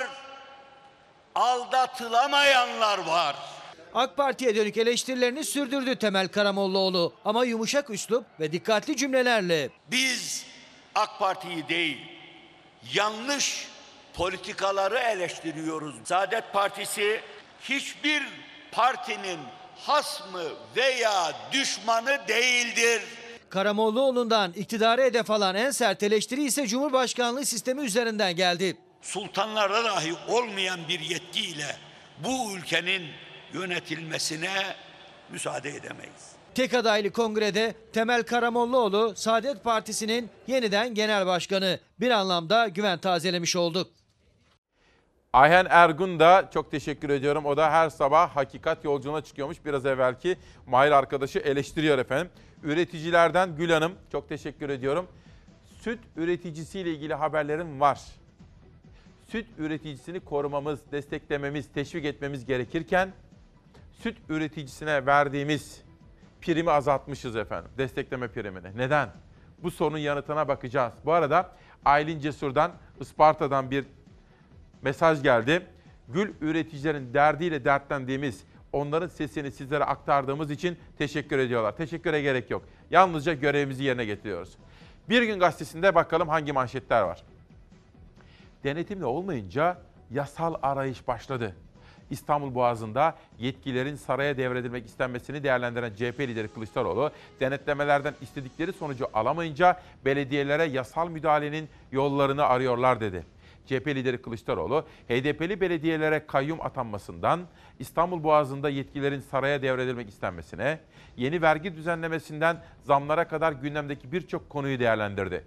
aldatılamayanlar var. AK Parti'ye dönük eleştirilerini sürdürdü Temel Karamollaoğlu ama yumuşak üslup ve dikkatli cümlelerle. Biz AK Parti'yi değil, yanlış politikaları eleştiriyoruz. Saadet Partisi hiçbir partinin hasmı veya düşmanı değildir. Karamollaoğlu'ndan iktidarı hedef alan en sert eleştiri ise Cumhurbaşkanlığı sistemi üzerinden geldi. Sultanlarda dahi olmayan bir yetkiyle bu ülkenin yönetilmesine müsaade edemeyiz. Tek adaylı kongrede Temel Karamollaoğlu Saadet Partisi'nin yeniden genel başkanı, bir anlamda güven tazelemiş oldu. Ayhan Ergun da çok teşekkür ediyorum. O da her sabah hakikat yolculuğuna çıkıyormuş. Biraz evvelki Mahir arkadaşı eleştiriyor efendim. Üreticilerden Gül Hanım çok teşekkür ediyorum. Süt üreticisiyle ilgili haberlerim var. Süt üreticisini korumamız, desteklememiz, teşvik etmemiz gerekirken süt üreticisine verdiğimiz primi azaltmışız efendim. Destekleme primini. Neden? Bu sorunun yanıtına bakacağız. Bu arada Aylin Cesur'dan, Isparta'dan bir mesaj geldi. Gül üreticilerin derdiyle dertlendiğimiz, onların sesini sizlere aktardığımız için teşekkür ediyorlar. Teşekküre gerek yok. Yalnızca görevimizi yerine getiriyoruz. Bir Gün Gazetesi'nde bakalım hangi manşetler var. Denetimli olmayınca yasal arayış başladı. İstanbul Boğazı'nda yetkilerin saraya devredilmek istenmesini değerlendiren C H P lideri Kılıçdaroğlu, denetlemelerden istedikleri sonucu alamayınca belediyelere yasal müdahalenin yollarını arıyorlar dedi. C H P lideri Kılıçdaroğlu, H D P'li belediyelere kayyum atanmasından, İstanbul Boğazı'nda yetkilerin saraya devredilmek istenmesine, yeni vergi düzenlemesinden zamlara kadar gündemdeki birçok konuyu değerlendirdi.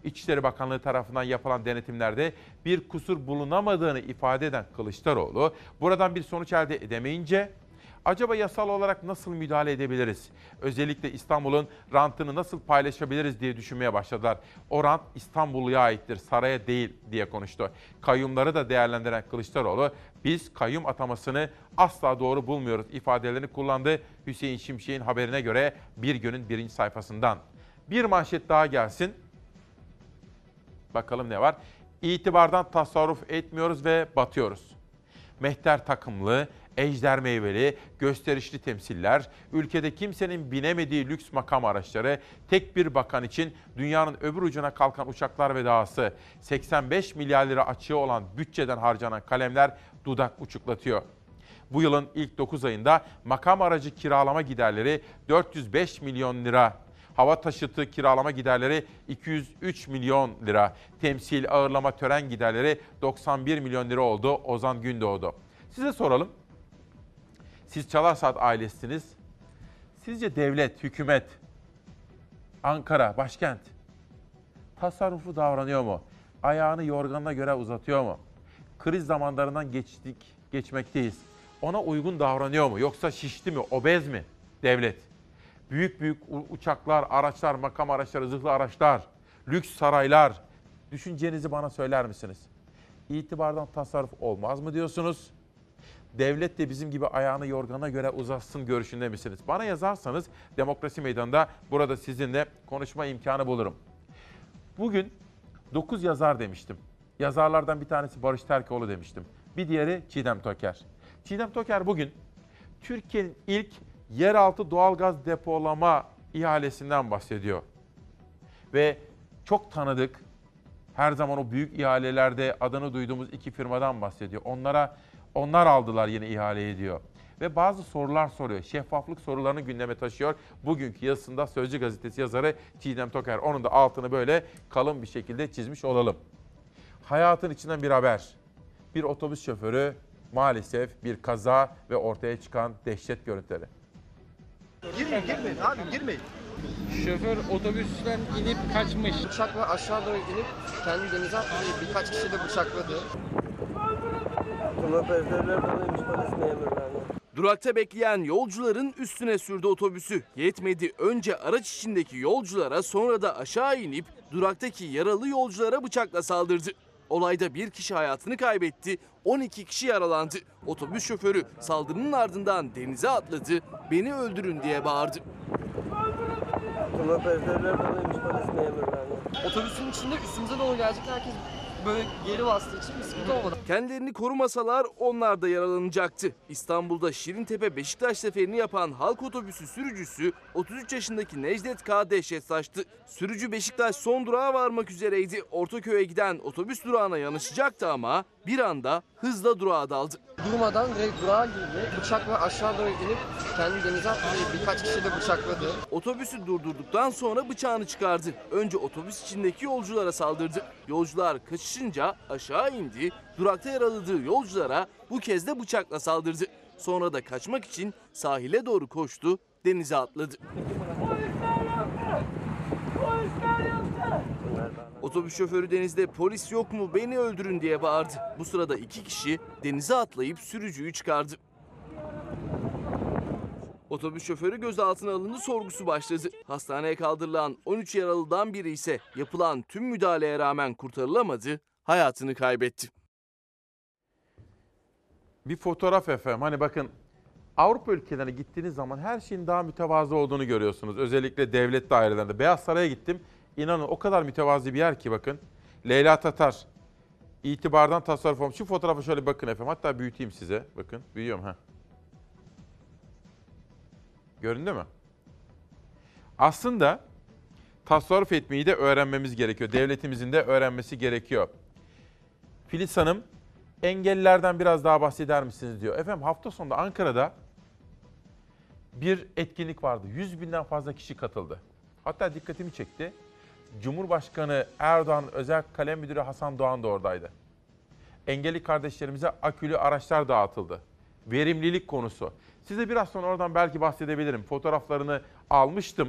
İçişleri Bakanlığı tarafından yapılan denetimlerde bir kusur bulunamadığını ifade eden Kılıçdaroğlu, buradan bir sonuç elde edemeyince acaba yasal olarak nasıl müdahale edebiliriz? Özellikle İstanbul'un rantını nasıl paylaşabiliriz diye düşünmeye başladılar. O rant İstanbulluya aittir, saraya değil diye konuştu. Kayyumları da değerlendiren Kılıçdaroğlu, biz kayyum atamasını asla doğru bulmuyoruz ifadelerini kullandı. Hüseyin Şimşek'in haberine göre Bir Gün'ün birinci sayfasından. Bir manşet daha gelsin. Bakalım ne var? İtibardan tasarruf etmiyoruz ve batıyoruz. Mehter takımlı, ejder meyveli, gösterişli temsiller, ülkede kimsenin binemediği lüks makam araçları, tek bir bakan için dünyanın öbür ucuna kalkan uçaklar ve dahası, seksen beş milyar lira açığı olan bütçeden harcanan kalemler dudak uçuklatıyor. Bu yılın ilk dokuz ayında makam aracı kiralama giderleri dört yüz beş milyon lira, hava taşıtı kiralama giderleri iki yüz üç milyon lira, temsil, ağırlama, tören giderleri doksan bir milyon lira oldu. Ozan Gündoğdu. Size soralım. Siz Çalar ailesiniz. Sizce devlet, hükümet, Ankara, başkent tasarruflu davranıyor mu? Ayağını yorganına göre uzatıyor mu? Kriz zamanlarından geçtik, geçmekteyiz. Ona uygun davranıyor mu? Yoksa şişti mi, obez mi devlet? Büyük büyük uçaklar, araçlar, makam araçları, zırhlı araçlar, lüks saraylar. Düşüncenizi bana söyler misiniz? İtibardan tasarruf olmaz mı diyorsunuz? Devlet de bizim gibi ayağını yorgana göre uzatsın görüşünde misiniz? Bana yazarsanız Demokrasi Meydanı'nda burada sizinle konuşma imkanı bulurum. Bugün dokuz yazar demiştim. Yazarlardan bir tanesi Barış Terkoğlu demiştim. Bir diğeri Çiğdem Toker. Çiğdem Toker bugün Türkiye'nin ilk yeraltı doğalgaz depolama ihalesinden bahsediyor. Ve çok tanıdık, her zaman o büyük ihalelerde adını duyduğumuz iki firmadan bahsediyor. Onlara onlar aldılar yine ihaleyi diyor. Ve bazı sorular soruyor. Şeffaflık sorularını gündeme taşıyor. Bugünkü yazısında Sözcü Gazetesi yazarı Çiğdem Toker. Onun da altını böyle kalın bir şekilde çizmiş olalım. Hayatın içinden bir haber. Bir otobüs şoförü maalesef bir kaza ve ortaya çıkan dehşet görüntüleri. Girmeyin, girmeyin abi, girmeyin. Şoför otobüsten inip kaçmış. Bıçakla aşağı doğru inip kendi denize atlayıp birkaç kişi de bıçakladı. Durakta bekleyen yolcuların üstüne sürdü otobüsü. Yetmedi, önce araç içindeki yolculara, sonra da aşağı inip duraktaki yaralı yolculara bıçakla saldırdı. Olayda bir kişi hayatını kaybetti, on iki kişi yaralandı. Otobüs şoförü saldırının ardından denize atladı, beni öldürün diye bağırdı. Otobüsün içinde üstümüze doğru gelecek, herkes böyle geri bastığı için bir sıkıntı olmadı. Kendilerini korumasalar onlar da yaralanacaktı. İstanbul'da Şirintepe Beşiktaş seferini yapan halk otobüsü sürücüsü otuz üç yaşındaki Necdet K. dehşet saçtı. Sürücü Beşiktaş son durağa varmak üzereydi. Ortaköy'e giden otobüs durağına yanaşacaktı ama bir anda hızla durağa daldı. Durmadan direkt durağa girdi. Bıçakla aşağı doğru inip kendi denize atlayıp birkaç kişi de bıçakladı. Otobüsü durdurduktan sonra bıçağını çıkardı. Önce otobüs içindeki yolculara saldırdı. Yolcular kaçışınca aşağı indi. Durakta yaraladığı yolculara bu kez de bıçakla saldırdı. Sonra da kaçmak için sahile doğru koştu, denize atladı. Otobüs şoförü denizde polis yok mu beni öldürün diye bağırdı. Bu sırada iki kişi denize atlayıp sürücüyü çıkardı. Otobüs şoförü gözaltına alındı, sorgusu başladı. Hastaneye kaldırılan on üç yaralıdan biri ise yapılan tüm müdahaleye rağmen kurtarılamadı, hayatını kaybetti. Bir fotoğraf efendim. Hani bakın Avrupa ülkelerine gittiğiniz zaman her şeyin daha mütevazı olduğunu görüyorsunuz. Özellikle devlet dairelerinde. Beyaz Saray'a gittim. İnanın o kadar mütevazi bir yer ki bakın. Leyla Tatar. İtibardan tasarruf olmuş. Şu fotoğrafa şöyle bir bakın efendim. Hatta büyüteyim size. Bakın büyüyorum ha. Göründü mü? Aslında tasarruf etmeyi de öğrenmemiz gerekiyor. Devletimizin de öğrenmesi gerekiyor. Filiz Hanım, engellilerden biraz daha bahseder misiniz diyor. Efendim hafta sonunda Ankara'da bir etkinlik vardı. yüz binden fazla kişi katıldı. Hatta dikkatimi çekti. Cumhurbaşkanı Erdoğan Özel Kalem Müdürü Hasan Doğan da oradaydı. Engelli kardeşlerimize akülü araçlar dağıtıldı. Verimlilik konusu. Size biraz sonra oradan belki bahsedebilirim. Fotoğraflarını almıştım.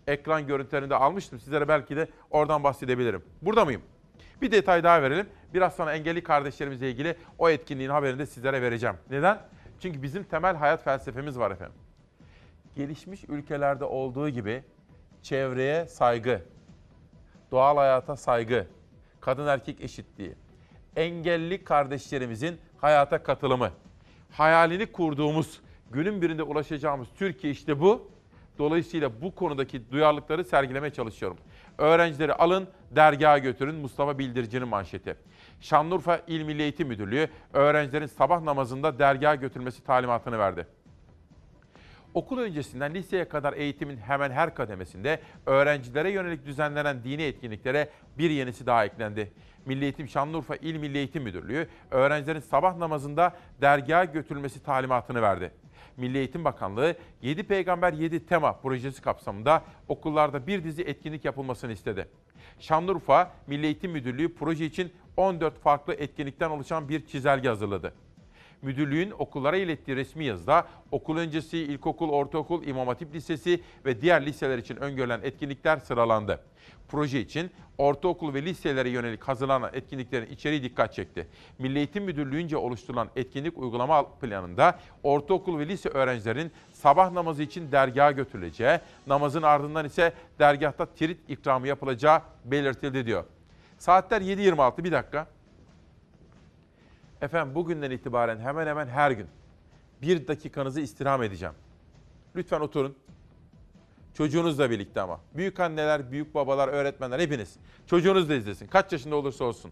ekran görüntülerinde almıştım. Sizlere belki de oradan bahsedebilirim. Burada mıyım? Bir detay daha verelim. Biraz sonra engelli kardeşlerimizle ilgili o etkinliğin haberini de sizlere vereceğim. Neden? Çünkü bizim temel hayat felsefemiz var efendim. Gelişmiş ülkelerde olduğu gibi çevreye saygı, doğal hayata saygı, kadın erkek eşitliği, engelli kardeşlerimizin hayata katılımı, hayalini kurduğumuz, günün birinde ulaşacağımız Türkiye işte bu. Dolayısıyla bu konudaki duyarlılıkları sergilemeye çalışıyorum. Öğrencileri alın, dergaha götürün. Mustafa Bildirici'nin manşeti. Şanlıurfa İl Milli Eğitim Müdürlüğü öğrencilerin sabah namazında dergaha götürülmesi talimatını verdi. Okul öncesinden liseye kadar eğitimin hemen her kademesinde öğrencilere yönelik düzenlenen dini etkinliklere bir yenisi daha eklendi. Milli Eğitim Şanlıurfa İl Milli Eğitim Müdürlüğü öğrencilerin sabah namazında dergaha götürülmesi talimatını verdi. Milli Eğitim Bakanlığı yedi Peygamber yedi Tema projesi kapsamında okullarda bir dizi etkinlik yapılmasını istedi. Şanlıurfa Milli Eğitim Müdürlüğü proje için on dört farklı etkinlikten oluşan bir çizelge hazırladı. Müdürlüğün okullara ilettiği resmi yazıda okul öncesi, ilkokul, ortaokul, İmam Hatip Lisesi ve diğer liseler için öngörülen etkinlikler sıralandı. Proje için ortaokul ve liselere yönelik hazırlanan etkinliklerin içeriği dikkat çekti. Milli Eğitim Müdürlüğü'nce oluşturulan etkinlik uygulama planında ortaokul ve lise öğrencilerin sabah namazı için dergaha götürüleceği, namazın ardından ise dergahta tirit ikramı yapılacağı belirtildi diyor. Saatler yedi yirmi altı, bir dakika. Efendim bugünden itibaren hemen hemen her gün bir dakikanızı istirham edeceğim. Lütfen oturun. Çocuğunuzla birlikte ama. Büyük anneler, büyük babalar, öğretmenler hepiniz. Çocuğunuz da izlesin. Kaç yaşında olursa olsun.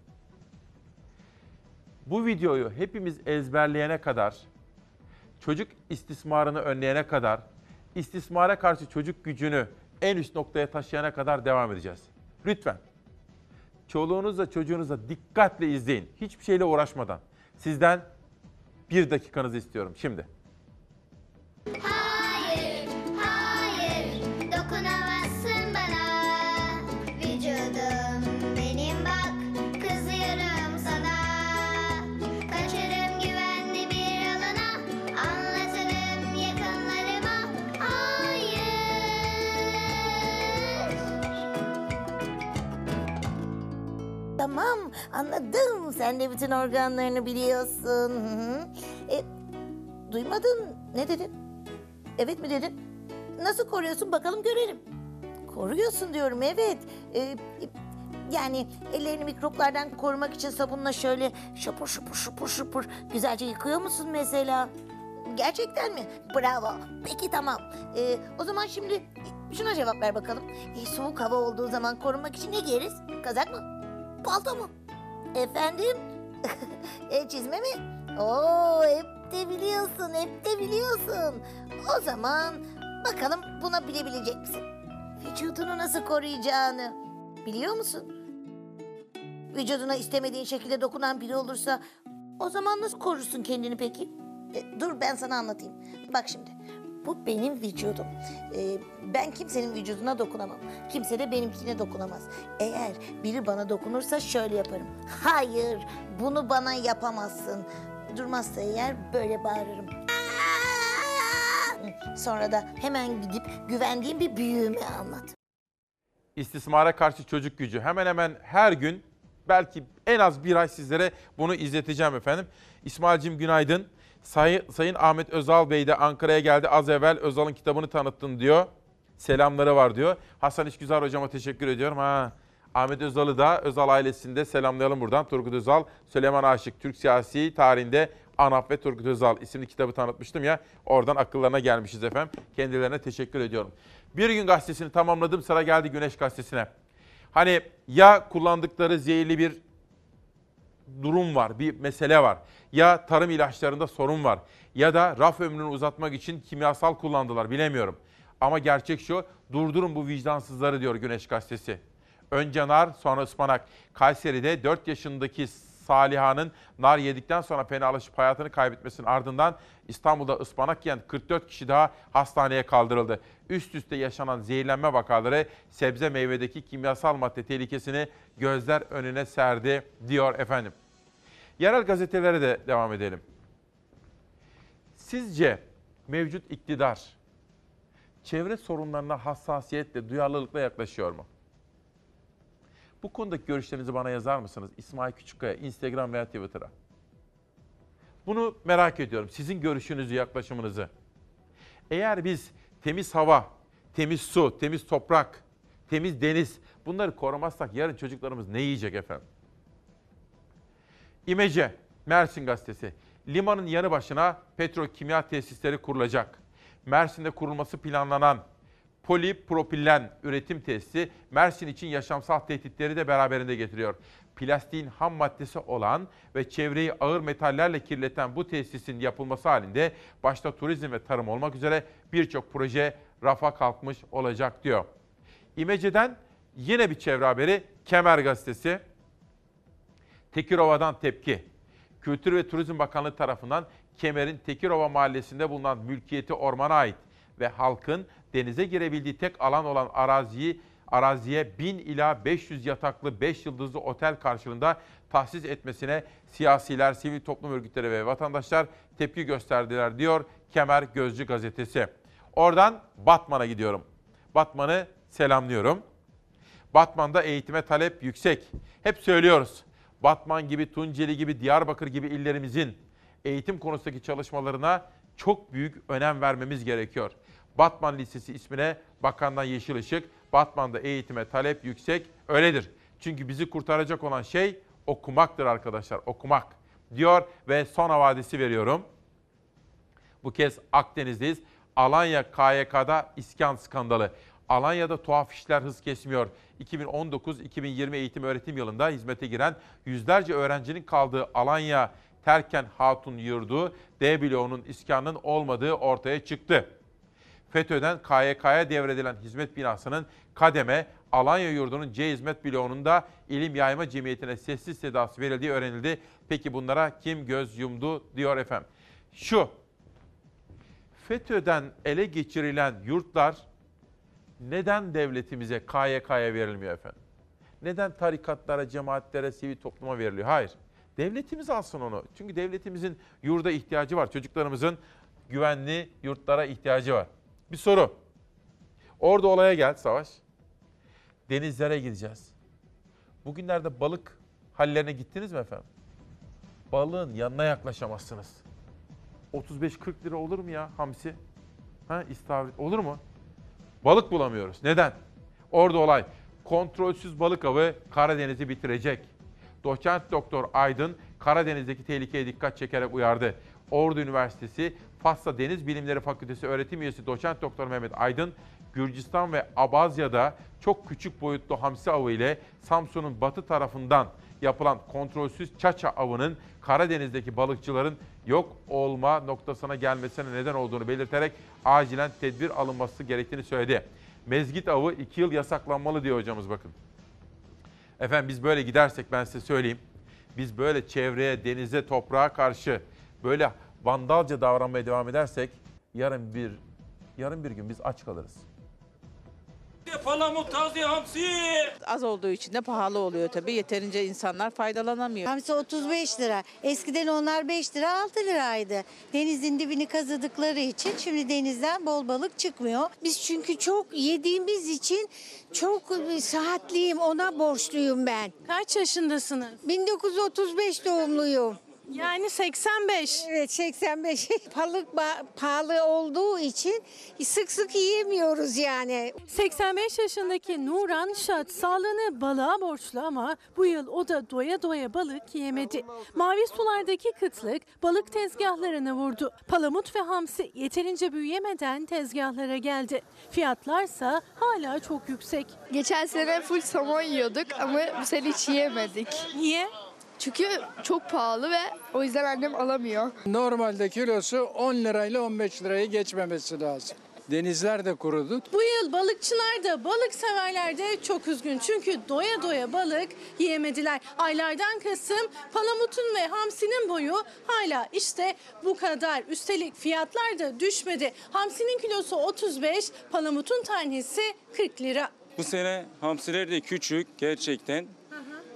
Bu videoyu hepimiz ezberleyene kadar, çocuk istismarını önleyene kadar, istismara karşı çocuk gücünü en üst noktaya taşıyana kadar devam edeceğiz. Lütfen. Çoluğunuzla çocuğunuzla dikkatle izleyin. Hiçbir şeyle uğraşmadan. Sizden bir dakikanızı istiyorum şimdi. Hayır, hayır, dokunamazsın bana. Vücudum benim bak, kızıyorum sana. Kaçarım güvenli bir alana, anlatırım yakınlarıma. Hayır. Tamam, anladım. Sen de bütün organlarını biliyorsun. Hı-hı. E, duymadın. Ne dedin? Evet mi dedin? Nasıl koruyorsun bakalım görelim. Koruyorsun diyorum, evet. E, yani ellerini mikroplardan korumak için sabunla şöyle şapur şupur şupur şupur güzelce yıkıyor musun mesela? Gerçekten mi? Bravo. Peki tamam. E, o zaman şimdi şuna cevap ver bakalım. E, soğuk hava olduğu zaman korunmak için ne giyeriz? Kazak mı? Palto mu? Efendim? e, çizme mi? Oo, hep de biliyorsun, hep de biliyorsun. O zaman bakalım buna bilebilecek misin? Vücudunu nasıl koruyacağını biliyor musun? Vücuduna istemediğin şekilde dokunan biri olursa o zaman nasıl korursun kendini peki? E, dur ben sana anlatayım. Bak şimdi. Bu benim vücudum. Ee, ben kimsenin vücuduna dokunamam. Kimse de benimkine dokunamaz. Eğer biri bana dokunursa şöyle yaparım. Hayır, bunu bana yapamazsın. Durmazsa eğer böyle bağırırım. Sonra da hemen gidip güvendiğim bir büyüğüme anlat. İstismara karşı çocuk gücü. Hemen hemen her gün belki en az bir ay sizlere bunu izleteceğim efendim. İsmail'cim günaydın. Sayın, Sayın Ahmet Özal Bey de Ankara'ya geldi. Az evvel Özal'ın kitabını tanıttın diyor. Selamları var diyor. Hasan İşgüzar hocama teşekkür ediyorum. Ha, Ahmet Özal'ı da Özal ailesinde selamlayalım buradan. Turgut Özal, Süleyman Aşık, Türk siyasi tarihinde ANAP ve Turgut Özal isimli kitabı tanıtmıştım ya. Oradan akıllarına gelmişiz efendim. Kendilerine teşekkür ediyorum. Bir Gün Gazetesi'ni tamamladım. Sıra geldi Güneş Gazetesi'ne. Hani ya kullandıkları zehirli bir durum var, bir mesele var. Ya tarım ilaçlarında sorun var. Ya da raf ömrünü uzatmak için kimyasal kullandılar, bilemiyorum. Ama gerçek şu, durdurun bu vicdansızları diyor Güneş Gazetesi. Önce nar, sonra ıspanak. Kayseri'de dört yaşındaki Saliha'nın nar yedikten sonra fenalaşıp hayatını kaybetmesinin ardından İstanbul'da ıspanak yiyen kırk dört kişi daha hastaneye kaldırıldı. Üst üste yaşanan zehirlenme vakaları sebze meyvedeki kimyasal madde tehlikesini gözler önüne serdi diyor efendim. Yerel gazetelere de devam edelim. Sizce mevcut iktidar çevre sorunlarına hassasiyetle, duyarlılıkla yaklaşıyor mu? Bu konudaki görüşlerinizi bana yazar mısınız? İsmail Küçükkaya, Instagram veya Twitter'a. Bunu merak ediyorum. Sizin görüşünüzü, yaklaşımınızı. Eğer biz temiz hava, temiz su, temiz toprak, temiz deniz bunları korumazsak yarın çocuklarımız ne yiyecek efendim? İmece, Mersin Gazetesi. Limanın yanı başına petrokimya tesisleri kurulacak. Mersin'de kurulması planlanan polipropillen üretim tesisi Mersin için yaşamsal tehditleri de beraberinde getiriyor. Plastiğin ham maddesi olan ve çevreyi ağır metallerle kirleten bu tesisin yapılması halinde başta turizm ve tarım olmak üzere birçok proje rafa kalkmış olacak diyor. İmece'den yine bir çevre haberi Kemer Gazetesi. Tekirova'dan tepki. Kültür ve Turizm Bakanlığı tarafından Kemer'in Tekirova mahallesinde bulunan mülkiyeti ormana ait ve halkın denize girebildiği tek alan olan araziyi araziye bin ila beş yüz yataklı beş yıldızlı otel karşılığında tahsis etmesine siyasiler, sivil toplum örgütleri ve vatandaşlar tepki gösterdiler diyor Kemer Gözcü gazetesi. Oradan Batman'a gidiyorum. Batman'ı selamlıyorum. Batman'da eğitime talep yüksek. Hep söylüyoruz. Batman gibi, Tunceli gibi, Diyarbakır gibi illerimizin eğitim konusundaki çalışmalarına çok büyük önem vermemiz gerekiyor. Batman Lisesi ismine bakandan yeşil ışık. Batman'da eğitime talep yüksek. Öyledir. Çünkü bizi kurtaracak olan şey okumaktır arkadaşlar. Okumak diyor ve son havadisi veriyorum. Bu kez Akdeniz'deyiz. Alanya K Y K'da iskan skandalı. Alanya'da tuhaf işler hız kesmiyor. iki bin on dokuz iki bin yirmi eğitim öğretim yılında hizmete giren yüzlerce öğrencinin kaldığı Alanya Terken Hatun Yurdu D bloğunun iskanının olmadığı ortaya çıktı. FETÖ'den K Y K'ya devredilen hizmet binasının kademe Alanya Yurdu'nun C hizmet bloğunun da İlim Yayma Cemiyeti'ne sessiz sedası verildiği öğrenildi. Peki bunlara kim göz yumdu diyor efendim. Şu, FETÖ'den ele geçirilen yurtlar neden devletimize, K Y K'ya verilmiyor efendim? Neden tarikatlara, cemaatlere, sivil topluma veriliyor? Hayır. Devletimiz alsın onu. Çünkü devletimizin yurda ihtiyacı var. Çocuklarımızın güvenli yurtlara ihtiyacı var. Bir soru. Orada olaya gel Savaş. Denizlere gideceğiz. Bugünlerde balık hallerine gittiniz mi efendim? Balığın yanına yaklaşamazsınız. otuz beş kırk lira olur mu ya hamsi? Ha, istavrit olur mu? Balık bulamıyoruz. Neden? Orada olay. Kontrolsüz balık avı Karadeniz'i bitirecek. Doçent Doktor Aydın Karadeniz'deki tehlikeye dikkat çekerek uyardı. Ordu Üniversitesi Fasla Deniz Bilimleri Fakültesi öğretim üyesi Doçent Doktor Mehmet Aydın, Gürcistan ve Abazya'da çok küçük boyutlu hamsi avı ile Samsun'un batı tarafından yapılan kontrolsüz çaça avının Karadeniz'deki balıkçıların yok olma noktasına gelmesine neden olduğunu belirterek acilen tedbir alınması gerektiğini söyledi. Mezgit avı iki yıl yasaklanmalı diyor hocamız bakın. Efendim biz böyle gidersek ben size söyleyeyim. Biz böyle çevreye, denize, toprağa karşı böyle vandalca davranmaya devam edersek yarın bir yarın bir gün biz aç kalırız. Palamut, taze hamsi. Az olduğu için de pahalı oluyor tabii. Yeterince insanlar faydalanamıyor. Hamsi otuz beş lira. Eskiden onlar beş lira altı liraydı. Denizin dibini kazıdıkları için şimdi denizden bol balık çıkmıyor. Biz çünkü çok yediğimiz için çok sıhhatliyim, ona borçluyum ben. Kaç yaşındasınız? bin dokuz yüz otuz beş doğumluyum. Yani seksen beş. Evet seksen beş. Balık pahalı olduğu için sık sık yiyemiyoruz yani. seksen beş yaşındaki Nuran Şat sağlığını balığa borçlu ama bu yıl o da doya doya balık yiyemedi. Mavi sulardaki kıtlık balık tezgahlarını vurdu. Palamut ve hamsi yeterince büyüyemeden tezgahlara geldi. Fiyatlarsa hala çok yüksek. Geçen sene full somon yiyorduk ama bu sene hiç yiyemedik. Niye? Çünkü çok pahalı ve o yüzden annem alamıyor. Normalde kilosu on lirayla on beş lirayı geçmemesi lazım. Denizler de kurudu. Bu yıl balıkçılar da balık severler de çok üzgün. Çünkü doya doya balık yiyemediler. Aylardan Kasım palamutun ve hamsinin boyu hala işte bu kadar. Üstelik fiyatlar da düşmedi. Hamsinin kilosu otuz beş, palamutun tanesi kırk lira. Bu sene hamsiler de küçük gerçekten.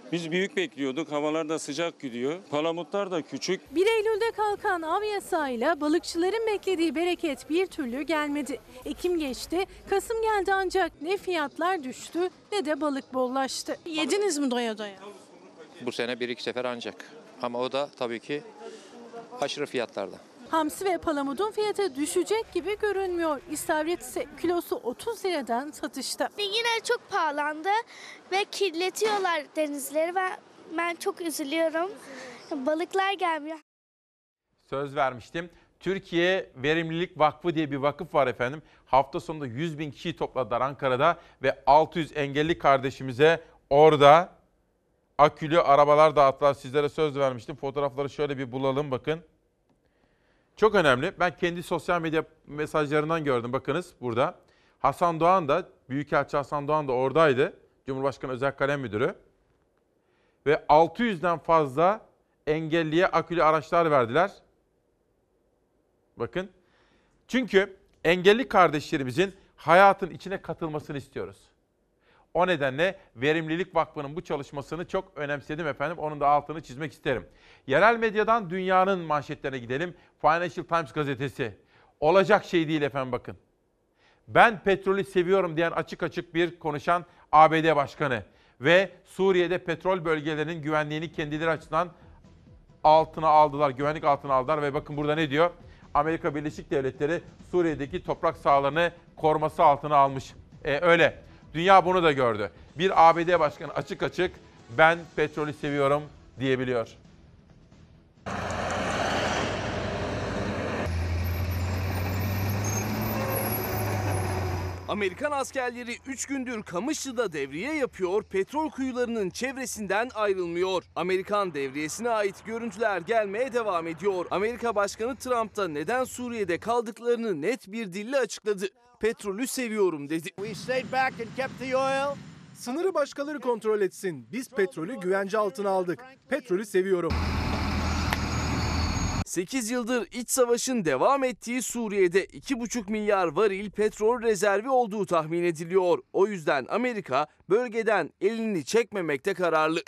Biz büyük bekliyorduk. Havalar da sıcak gidiyor. Palamutlar da küçük. bir Eylül'de kalkan av yasağıyla balıkçıların beklediği bereket bir türlü gelmedi. Ekim geçti, Kasım geldi ancak ne fiyatlar düştü ne de balık bollaştı. Yediniz mi doya doya? Bu sene bir iki sefer ancak. Ama o da tabii ki aşırı fiyatlarda. Hamsi ve palamudun fiyatı düşecek gibi görünmüyor. İstavrit ise kilosu otuz liradan satışta. Yine çok pahalandı ve kirletiyorlar denizleri ve ben çok üzülüyorum. Balıklar gelmiyor. Söz vermiştim. Türkiye Verimlilik Vakfı diye bir vakıf var efendim. Hafta sonunda yüz bin kişiyi topladılar Ankara'da ve altı yüz engelli kardeşimize orada akülü arabalar dağıttılar. Sizlere söz vermiştim. Fotoğrafları şöyle bir bulalım bakın. Çok önemli. Ben kendi sosyal medya mesajlarından gördüm. Bakınız burada. Hasan Doğan da, Büyükelçi Hasan Doğan da oradaydı. Cumhurbaşkanı Özel Kalem Müdürü. Ve altı yüzden fazla engelliye akülü araçlar verdiler. Bakın. Çünkü engelli kardeşlerimizin hayatın içine katılmasını istiyoruz. O nedenle Verimlilik Vakfı'nın bu çalışmasını çok önemsedim efendim. Onun da altını çizmek isterim. Yerel medyadan dünyanın manşetlerine gidelim. Financial Times gazetesi. Olacak şey değil efendim bakın. Ben petrolü seviyorum diyen açık açık bir konuşan A B D Başkanı. Ve Suriye'de petrol bölgelerinin güvenliğini kendileri açısından altına aldılar, güvenlik altına aldılar. Ve bakın burada ne diyor? Amerika Birleşik Devletleri Suriye'deki toprak sahalarını koruması altına almış. E, öyle. Dünya bunu da gördü. Bir A B D Başkanı açık açık ben petrolü seviyorum diyebiliyor. Amerikan askerleri üç gündür Kamışlı'da devriye yapıyor, petrol kuyularının çevresinden ayrılmıyor. Amerikan devriyesine ait görüntüler gelmeye devam ediyor. Amerika Başkanı Trump da neden Suriye'de kaldıklarını net bir dille açıkladı. Petrolü seviyorum dedi. Sınırı başkaları kontrol etsin. Biz petrolü güvence altına aldık. Petrolü seviyorum. sekiz yıldır iç savaşın devam ettiği Suriye'de iki buçuk milyar varil petrol rezervi olduğu tahmin ediliyor. O yüzden Amerika bölgeden elini çekmemekte kararlı.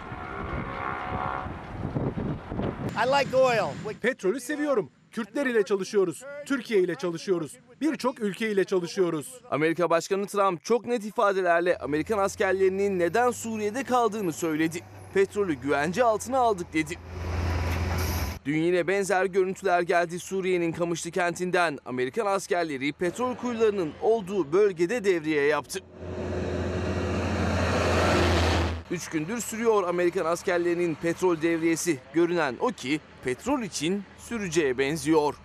Petrolü seviyorum. Kürtler ile çalışıyoruz. Türkiye ile çalışıyoruz. Birçok ülke ile çalışıyoruz. Amerika Başkanı Trump çok net ifadelerle Amerikan askerlerinin neden Suriye'de kaldığını söyledi. Petrolü güvence altına aldık dedi. Dün yine benzer görüntüler geldi Suriye'nin Kamışlı kentinden. Amerikan askerleri petrol kuyularının olduğu bölgede devriye yaptı. Üç gündür sürüyor Amerikan askerlerinin petrol devriyesi. Görünen o ki petrol için süreceğe benziyor.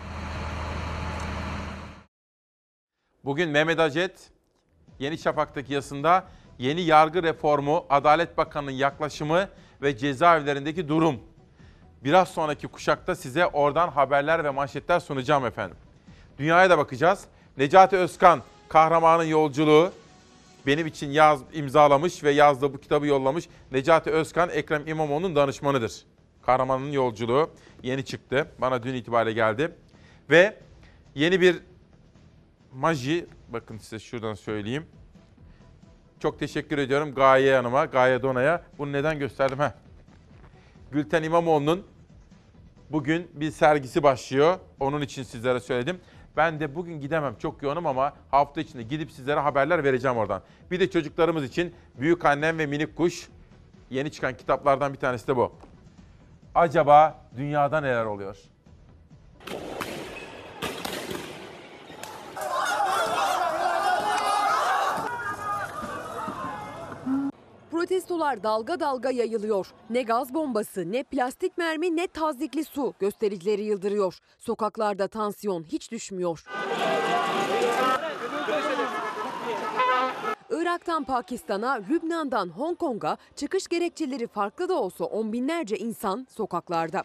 Bugün Mehmet Acet Yeni Şafak'taki yazısında yeni yargı reformu, Adalet Bakanı'nın yaklaşımı ve cezaevlerindeki durum. Biraz sonraki kuşakta size oradan haberler ve manşetler sunacağım efendim. Dünyaya da bakacağız. Necati Özkan, Kahramanın Yolculuğu benim için yaz, imzalamış ve yazdığı bu kitabı yollamış. Necati Özkan, Ekrem İmamoğlu'nun danışmanıdır. Kahramanın Yolculuğu yeni çıktı. Bana dün itibariyle geldi. Ve yeni bir maji, bakın size şuradan söyleyeyim. Çok teşekkür ediyorum Gaye Hanım'a, Gaye Dona'ya. Bunu neden gösterdim? Heh. Gülten İmamoğlu'nun bugün bir sergisi başlıyor. Onun için sizlere söyledim. Ben de bugün gidemem, çok yoğunum ama hafta içinde gidip sizlere haberler vereceğim oradan. Bir de çocuklarımız için Büyük Annem ve Minik Kuş, yeni çıkan kitaplardan bir tanesi de bu. Acaba dünyada neler oluyor? Protestolar dalga dalga yayılıyor. Ne gaz bombası, ne plastik mermi, ne tazyikli su göstericileri yıldırıyor. Sokaklarda tansiyon hiç düşmüyor. Irak'tan Pakistan'a, Lübnan'dan Hong Kong'a çıkış gerekçeleri farklı da olsa on binlerce insan sokaklarda.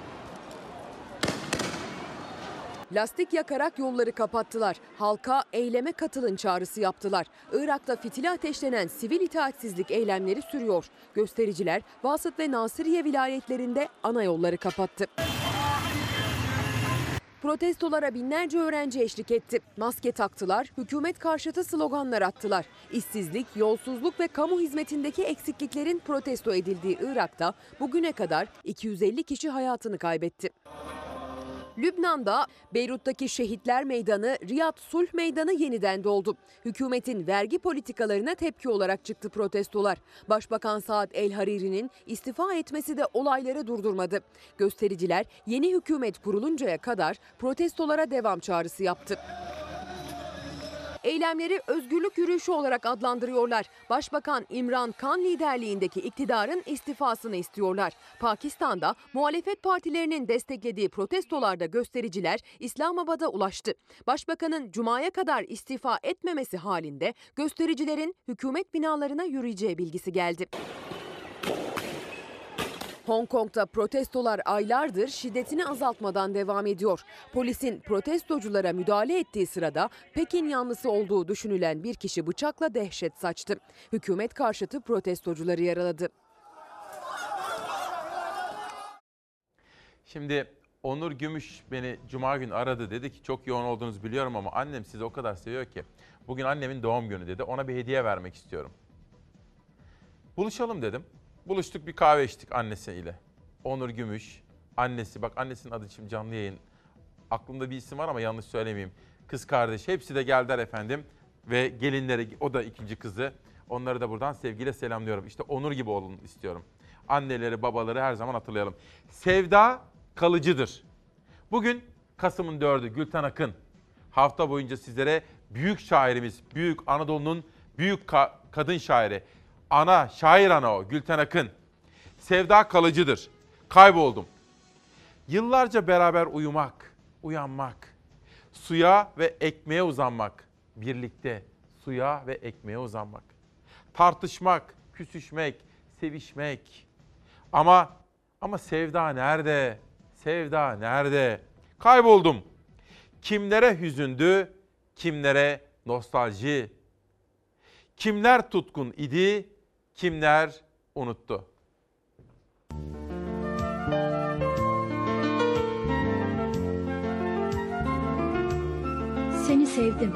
Lastik yakarak yolları kapattılar. Halka eyleme katılın çağrısı yaptılar. Irak'ta fitili ateşlenen sivil itaatsizlik eylemleri sürüyor. Göstericiler Vasıt ve Nasiriye vilayetlerinde ana yolları kapattı. Protestolara binlerce öğrenci eşlik etti. Maske taktılar, hükümet karşıtı sloganlar attılar. İşsizlik, yolsuzluk ve kamu hizmetindeki eksikliklerin protesto edildiği Irak'ta bugüne kadar iki yüz elli kişi hayatını kaybetti. Lübnan'da Beyrut'taki Şehitler Meydanı, Riyad Sulh Meydanı yeniden doldu. Hükümetin vergi politikalarına tepki olarak çıktı protestolar. Başbakan Saad El Hariri'nin istifa etmesi de olayları durdurmadı. Göstericiler yeni hükümet kuruluncaya kadar protestolara devam çağrısı yaptı. Eylemleri özgürlük yürüyüşü olarak adlandırıyorlar. Başbakan İmran Khan liderliğindeki iktidarın istifasını istiyorlar. Pakistan'da muhalefet partilerinin desteklediği protestolarda göstericiler İslamabad'a ulaştı. Başbakanın Cuma'ya kadar istifa etmemesi halinde göstericilerin hükümet binalarına yürüyeceği bilgisi geldi. Hong Kong'da protestolar aylardır şiddetini azaltmadan devam ediyor. Polisin protestoculara müdahale ettiği sırada Pekin yanlısı olduğu düşünülen bir kişi bıçakla dehşet saçtı. Hükümet karşıtı protestocuları yaraladı. Şimdi Onur Gümüş beni Cuma günü aradı, dedi ki çok yoğun olduğunuzu biliyorum ama annem sizi o kadar seviyor ki bugün annemin doğum günü dedi, ona bir hediye vermek istiyorum. Buluşalım dedim. Buluştuk, bir kahve içtik annesiyle. Onur Gümüş, annesi, bak annesinin adı şimdi canlı yayın. Aklımda bir isim var ama yanlış söylemeyeyim. Kız kardeş, hepsi de geldiler efendim. Ve gelinleri, o da ikinci kızı. Onları da buradan sevgiyle selamlıyorum. İşte Onur gibi olun istiyorum. Anneleri, babaları her zaman hatırlayalım. Sevda kalıcıdır. Bugün Kasım'ın dördü, Gülten Akın. Hafta boyunca sizlere büyük şairimiz, büyük Anadolu'nun büyük ka- kadın şairi, ana, şair ana o, Gülten Akın. Sevda kalıcıdır. Kayboldum. Yıllarca beraber uyumak, uyanmak, suya ve ekmeğe uzanmak, birlikte suya ve ekmeğe uzanmak. Tartışmak, küsüşmek, sevişmek. Ama ama sevda nerede? Sevda nerede? Kayboldum. Kimlere hüzündü, kimlere nostalji. Kimler tutkun idi, kimler unuttu. Seni sevdim.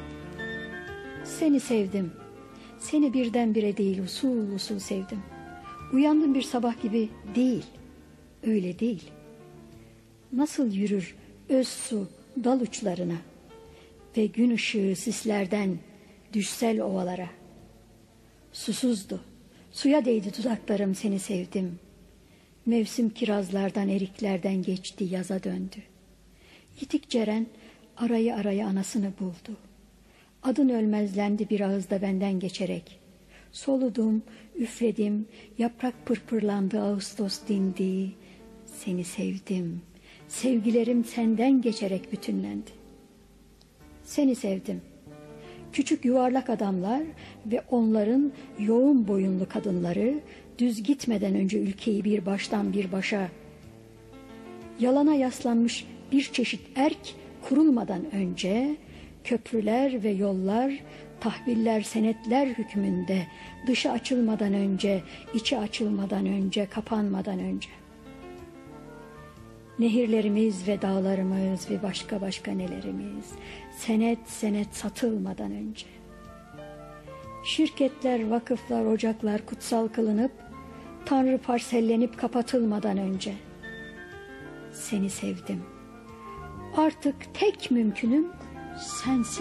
Seni sevdim. Seni birdenbire değil, usul usul sevdim. Uyandım bir sabah gibi değil. Öyle değil. Nasıl yürür öz su dal uçlarına ve gün ışığı sislerden düşsel ovalara. Susuzdu. Suya değdi dudaklarım, seni sevdim. Mevsim kirazlardan, eriklerden geçti, yaza döndü. Yitik Ceren arayı arayı anasını buldu. Adın ölmezlendi bir ağızda benden geçerek. Soludum, üfledim, yaprak pırpırlandı, Ağustos dindi. Seni sevdim. Sevgilerim senden geçerek bütünlendi. Seni sevdim. Küçük yuvarlak adamlar ve onların yoğun boyunlu kadınları düz gitmeden önce ülkeyi bir baştan bir başa, yalana yaslanmış bir çeşit erk kurulmadan önce köprüler ve yollar, tahviller, senetler hükmünde, dışı açılmadan önce, içi açılmadan önce, kapanmadan önce. Nehirlerimiz ve dağlarımız ve başka başka nelerimiz, senet senet satılmadan önce. Şirketler, vakıflar, ocaklar kutsal kılınıp, Tanrı parsellenip kapatılmadan önce. Seni sevdim. Artık tek mümkünüm sensin.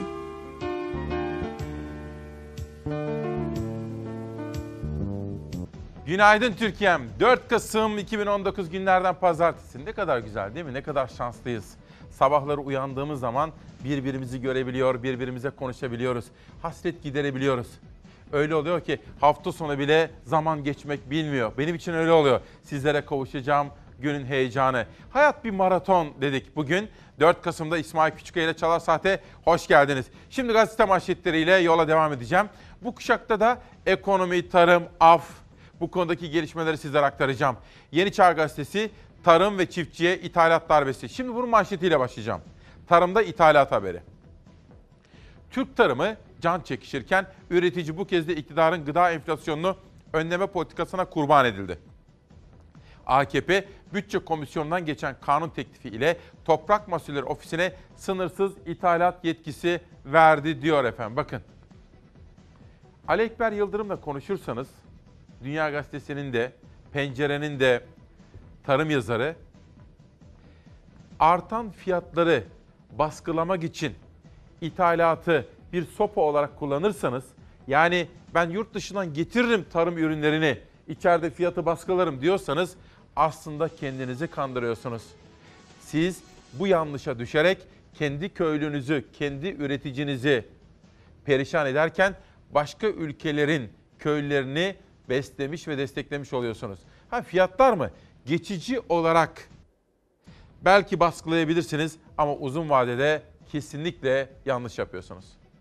Günaydın Türkiye'm. dört Kasım iki bin on dokuz günlerden pazartesi. Ne kadar güzel değil mi? Ne kadar şanslıyız. Sabahları uyandığımız zaman birbirimizi görebiliyor, birbirimize konuşabiliyoruz. Hasret giderebiliyoruz. Öyle oluyor ki hafta sonu bile zaman geçmek bilmiyor. Benim için öyle oluyor. Sizlere kavuşacağım günün heyecanı. Hayat bir maraton dedik bugün. dört Kasım'da İsmail Küçüköy ile Çalar Saat'e hoş geldiniz. Şimdi gazete manşetleriyle yola devam edeceğim. Bu kuşakta da ekonomi, tarım, af, bu konudaki gelişmeleri sizlere aktaracağım. Yeni Çağ Gazetesi, tarım ve çiftçiye ithalat darbesi. Şimdi bunun manşetiyle başlayacağım. Tarımda ithalat haberi. Türk tarımı can çekişirken üretici bu kez de iktidarın gıda enflasyonunu önleme politikasına kurban edildi. A K P, Bütçe Komisyonu'ndan geçen kanun teklifi ile Toprak Mahsulleri Ofisi'ne sınırsız ithalat yetkisi verdi diyor efendim. Bakın, Ali Ekber Yıldırım'la konuşursanız, Dünya Gazetesi'nin de, Pencere'nin de tarım yazarı, artan fiyatları baskılamak için ithalatı bir sopa olarak kullanırsanız, yani ben yurt dışından getiririm tarım ürünlerini, içeride fiyatı baskılarım diyorsanız aslında kendinizi kandırıyorsunuz. Siz bu yanlışa düşerek kendi köylünüzü, kendi üreticinizi perişan ederken başka ülkelerin köylülerini beslemiş ve desteklemiş oluyorsunuz. Ha, fiyatlar mı? Geçici olarak belki baskılayabilirsiniz ama uzun vadede kesinlikle yanlış yapıyorsunuz.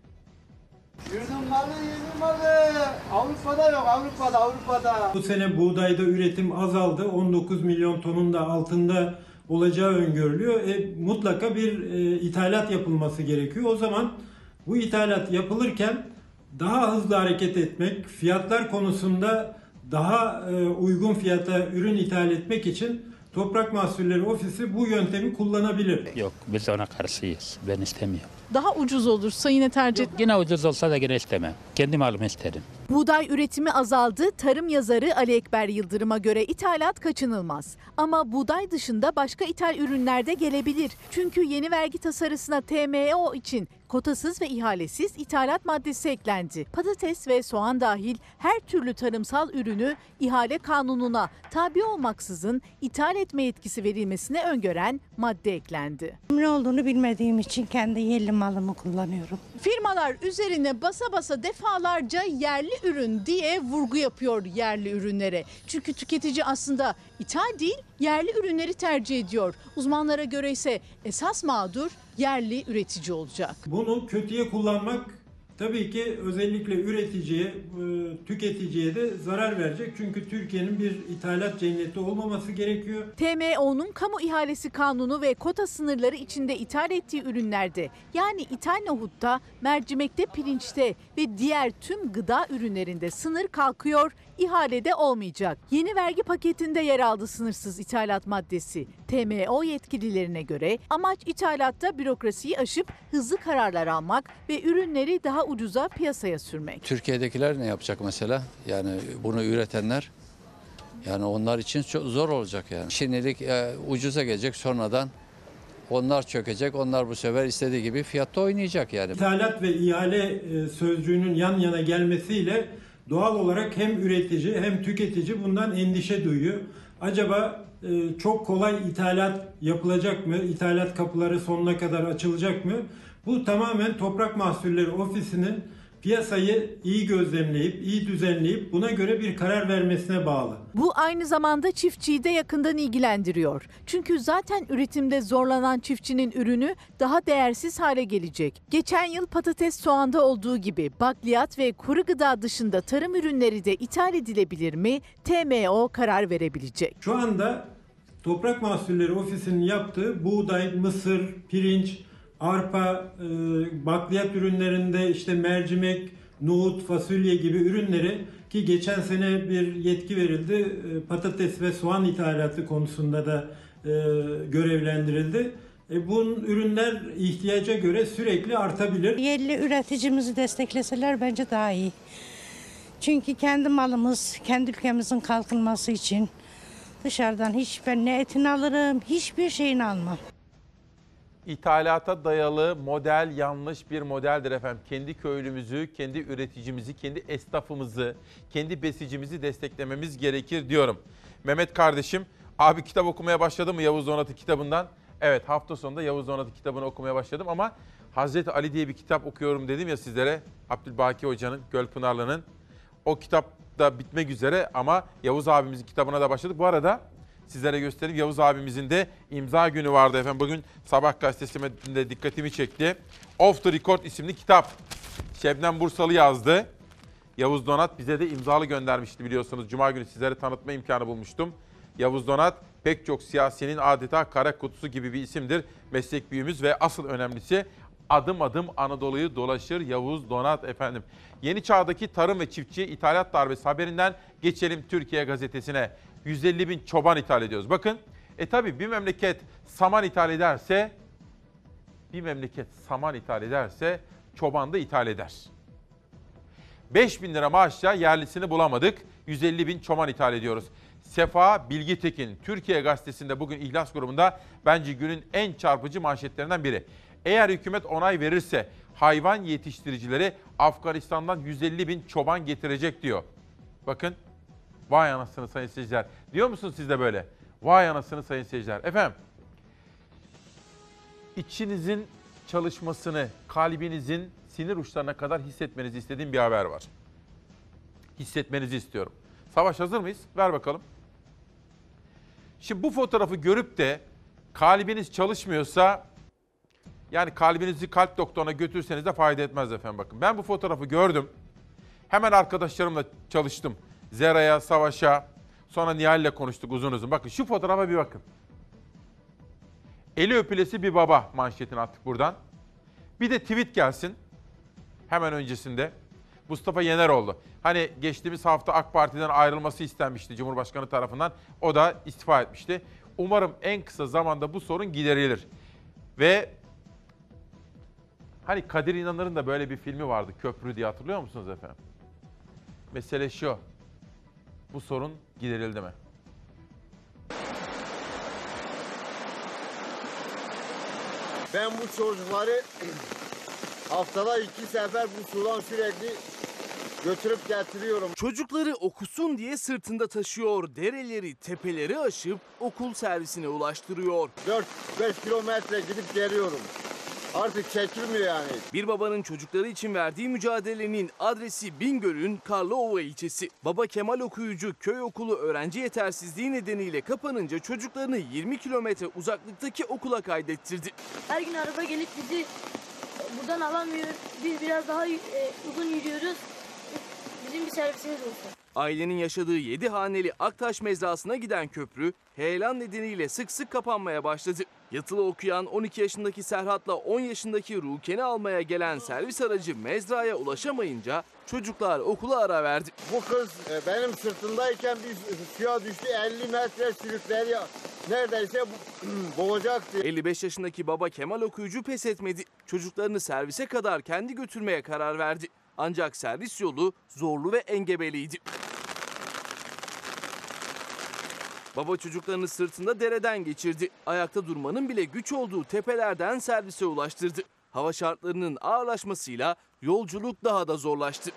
Yurdun malı, yurdun malı. Avrupa'da yok, Avrupa'da, Avrupa'da. Bu sene buğdayda üretim azaldı. on dokuz milyon tonun da altında olacağı öngörülüyor. E, mutlaka bir e, ithalat yapılması gerekiyor. O zaman bu ithalat yapılırken daha hızlı hareket etmek, fiyatlar konusunda daha e, uygun fiyata ürün ithal etmek için Toprak Mahsulleri Ofisi bu yöntemi kullanabilir. Yok, biz ona karşıyız. Ben istemiyorum. Daha ucuz olursa yine tercih et. Yine ucuz olsa da yine istemem. Kendi malımı isterim. Buğday üretimi azaldı. Tarım yazarı Ali Ekber Yıldırım'a göre ithalat kaçınılmaz. Ama buğday dışında başka ithal ürünler de gelebilir. Çünkü yeni vergi tasarısına T M O için kotasız ve ihalesiz ithalat maddesi eklendi. Patates ve soğan dahil her türlü tarımsal ürünü ihale kanununa tabi olmaksızın ithal etme yetkisi verilmesine öngören madde eklendi. Ne olduğunu bilmediğim için kendi yerli malımı kullanıyorum. Firmalar üzerine basa basa defalarca yerli ürün diye vurgu yapıyor yerli ürünlere. Çünkü tüketici aslında ithal değil, yerli ürünleri tercih ediyor. Uzmanlara göre ise esas mağdur yerli üretici olacak. Bunu kötüye kullanmak tabii ki özellikle üreticiye, tüketiciye de zarar verecek. Çünkü Türkiye'nin bir ithalat cenneti olmaması gerekiyor. T M O'nun kamu ihalesi kanunu ve kota sınırları içinde ithal ettiği ürünlerde, yani ithal nohutta, mercimekte, pirinçte ve diğer tüm gıda ürünlerinde sınır kalkıyor, ihalede olmayacak. Yeni vergi paketinde yer aldı sınırsız ithalat maddesi. T M O yetkililerine göre amaç ithalatta bürokrasiyi aşıp hızlı kararlar almak ve ürünleri daha ucuza piyasaya sürmek. Türkiye'dekiler ne yapacak mesela? Yani bunu üretenler, yani onlar için çok zor olacak yani. Şimdilik e, ucuza gelecek, sonradan onlar çökecek. Onlar bu sefer istediği gibi fiyatta oynayacak yani. İthalat ve ihale e, sözcüğünün yan yana gelmesiyle doğal olarak hem üretici hem tüketici bundan endişe duyuyor. Acaba e, çok kolay ithalat yapılacak mı? İthalat kapıları sonuna kadar açılacak mı? Bu tamamen Toprak Mahsulleri Ofisi'nin piyasayı iyi gözlemleyip, iyi düzenleyip buna göre bir karar vermesine bağlı. Bu aynı zamanda çiftçiyi de yakından ilgilendiriyor. Çünkü zaten üretimde zorlanan çiftçinin ürünü daha değersiz hale gelecek. Geçen yıl patates, soğanda olduğu gibi bakliyat ve kuru gıda dışında tarım ürünleri de ithal edilebilir mi? T M O karar verebilecek. Şu anda Toprak Mahsulleri Ofisi'nin yaptığı buğday, mısır, pirinç, arpa, e, bakliyat ürünlerinde işte mercimek, nohut, fasulye gibi ürünleri, ki geçen sene bir yetki verildi, e, patates ve soğan ithalatı konusunda da e, görevlendirildi. E, bu ürünler ihtiyaca göre sürekli artabilir. Yerli üreticimizi destekleseler bence daha iyi. Çünkü kendi malımız, kendi ülkemizin kalkınması için dışarıdan hiç ben ne etini alırım, hiçbir şeyini almam. İthalata dayalı model yanlış bir modeldir efendim. Kendi köylümüzü, kendi üreticimizi, kendi esnafımızı, kendi besicimizi desteklememiz gerekir diyorum. Mehmet kardeşim, abi kitap okumaya başladı mı Yavuz Donat'ı kitabından? Evet, hafta sonunda Yavuz Donat'ı kitabını okumaya başladım ama Hazreti Ali diye bir kitap okuyorum dedim ya sizlere. Abdülbaki Hoca'nın, Gölpınarlı'nın. O kitap da bitmek üzere ama Yavuz abimizin kitabına da başladık. Bu arada sizlere göstereyim. Yavuz abimizin de imza günü vardı efendim. Bugün Sabah gazetesinde dikkatimi çekti. Off the Record isimli kitap. Şebnem Bursalı yazdı. Yavuz Donat bize de imzalı göndermişti biliyorsunuz. Cuma günü sizlere tanıtma imkanı bulmuştum. Yavuz Donat pek çok siyasinin adeta kara kutusu gibi bir isimdir. Meslek büyüğümüz ve asıl önemlisi adım adım Anadolu'yu dolaşır Yavuz Donat efendim. Yeni çağdaki tarım ve çiftçi ithalat darbesi haberinden geçelim Türkiye Gazetesi'ne. yüz elli bin çoban ithal ediyoruz. Bakın, e tabi bir memleket saman ithal ederse, bir memleket saman ithal ederse çoban da ithal eder. beş bin lira maaşla yerlisini bulamadık. yüz elli bin çoban ithal ediyoruz. Sefa Bilgitekin, Türkiye Gazetesi'nde bugün İhlas grubunda bence günün en çarpıcı manşetlerinden biri. Eğer hükümet onay verirse hayvan yetiştiricileri Afganistan'dan yüz elli bin çoban getirecek diyor. Bakın, vay anasını sayın seyirciler. Diyor musunuz siz de böyle? Vay anasını sayın seyirciler. Efendim, içinizin çalışmasını, kalbinizin sinir uçlarına kadar hissetmenizi istediğim bir haber var. Hissetmenizi istiyorum. Savaş, hazır mıyız? Ver bakalım. Şimdi bu fotoğrafı görüp de kalbiniz çalışmıyorsa, yani kalbinizi kalp doktoruna götürseniz de fayda etmez efendim, bakın. Ben bu fotoğrafı gördüm. Hemen arkadaşlarımla çalıştım. Zera'ya, Savaş'a, sonra Nihal'le konuştuk uzun uzun. Bakın şu fotoğrafa bir bakın. Eli öpülesi bir baba manşetini attık buradan. Bir de tweet gelsin. Hemen öncesinde Mustafa Yeneroğlu. Hani geçtiğimiz hafta AK Parti'den ayrılması istenmişti Cumhurbaşkanı tarafından. O da istifa etmişti. Umarım en kısa zamanda bu sorun giderilir. Ve hani Kadir İnanır'ın da böyle bir filmi vardı, Köprü diye, hatırlıyor musunuz efendim? Mesele şu, bu sorun giderildi mi? Ben bu çocukları haftada iki sefer bu sudan sürekli götürüp getiriyorum. Çocukları okusun diye sırtında taşıyor. Dereleri, tepeleri aşıp okul servisine ulaştırıyor. dört beş kilometre gidip geliyorum. Artık çekilmiyor yani. Bir babanın çocukları için verdiği mücadelenin adresi Bingöl'ün Karlıova ilçesi. Baba Kemal Okuyucu köy okulu öğrenci yetersizliği nedeniyle kapanınca çocuklarını yirmi kilometre uzaklıktaki okula kaydettirdi. Her gün araba gelip bizi buradan alamıyor. Biz biraz daha e, uzun yürüyoruz. Bizim bir servisimiz olsun. Ailenin yaşadığı yedi haneli Aktaş mezrasına giden köprü heyelan nedeniyle sık sık kapanmaya başladı. Yatılı okuyan on iki yaşındaki Serhat'la on yaşındaki Ruken'i almaya gelen servis aracı mezraya ulaşamayınca çocuklar okula ara verdi. Bu kız benim sırtımdayken bir suya düştü, elli metre sürükler ya. Neredeyse boğacaktı. elli beş yaşındaki baba Kemal Okuyucu pes etmedi. Çocuklarını servise kadar kendi götürmeye karar verdi. Ancak servis yolu zorlu ve engebeliydi. Baba çocuklarını sırtında dereden geçirdi. Ayakta durmanın bile güç olduğu tepelerden servise ulaştırdı. Hava şartlarının ağırlaşmasıyla yolculuk daha da zorlaştı.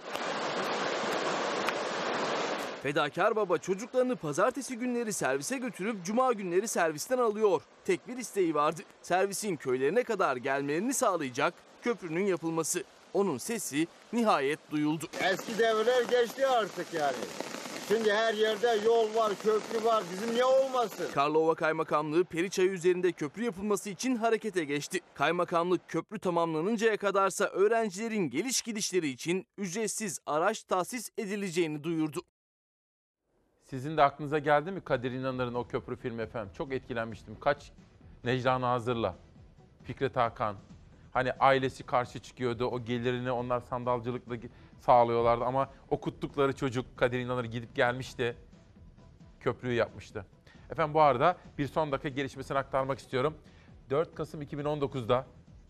Fedakar baba çocuklarını pazartesi günleri servise götürüp cuma günleri servisten alıyor. Tek bir isteği vardı. Servisin köylerine kadar gelmelerini sağlayacak köprünün yapılması. Onun sesi nihayet duyuldu. Eski devirler geçti artık yani. Şimdi her yerde yol var, köprü var. Bizim niye olmasın? Karlova Kaymakamlığı Periçayı üzerinde köprü yapılması için harekete geçti. Kaymakamlık köprü tamamlanıncaya kadarsa öğrencilerin geliş gidişleri için ücretsiz araç tahsis edileceğini duyurdu. Sizin de aklınıza geldi mi Kadir İnanır'ın o köprü filmi efendim? Çok etkilenmiştim. Kaç Necla Nazır'la, Fikret Hakan. Hani ailesi karşı çıkıyordu, o gelirini onlar sandalcılıkla sağlıyorlardı ama okuttukları çocuk Kadir İnanır gidip gelmişti, köprüyü yapmıştı. Efendim bu arada bir son dakika gelişmesini aktarmak istiyorum. dört Kasım iki bin on dokuz'da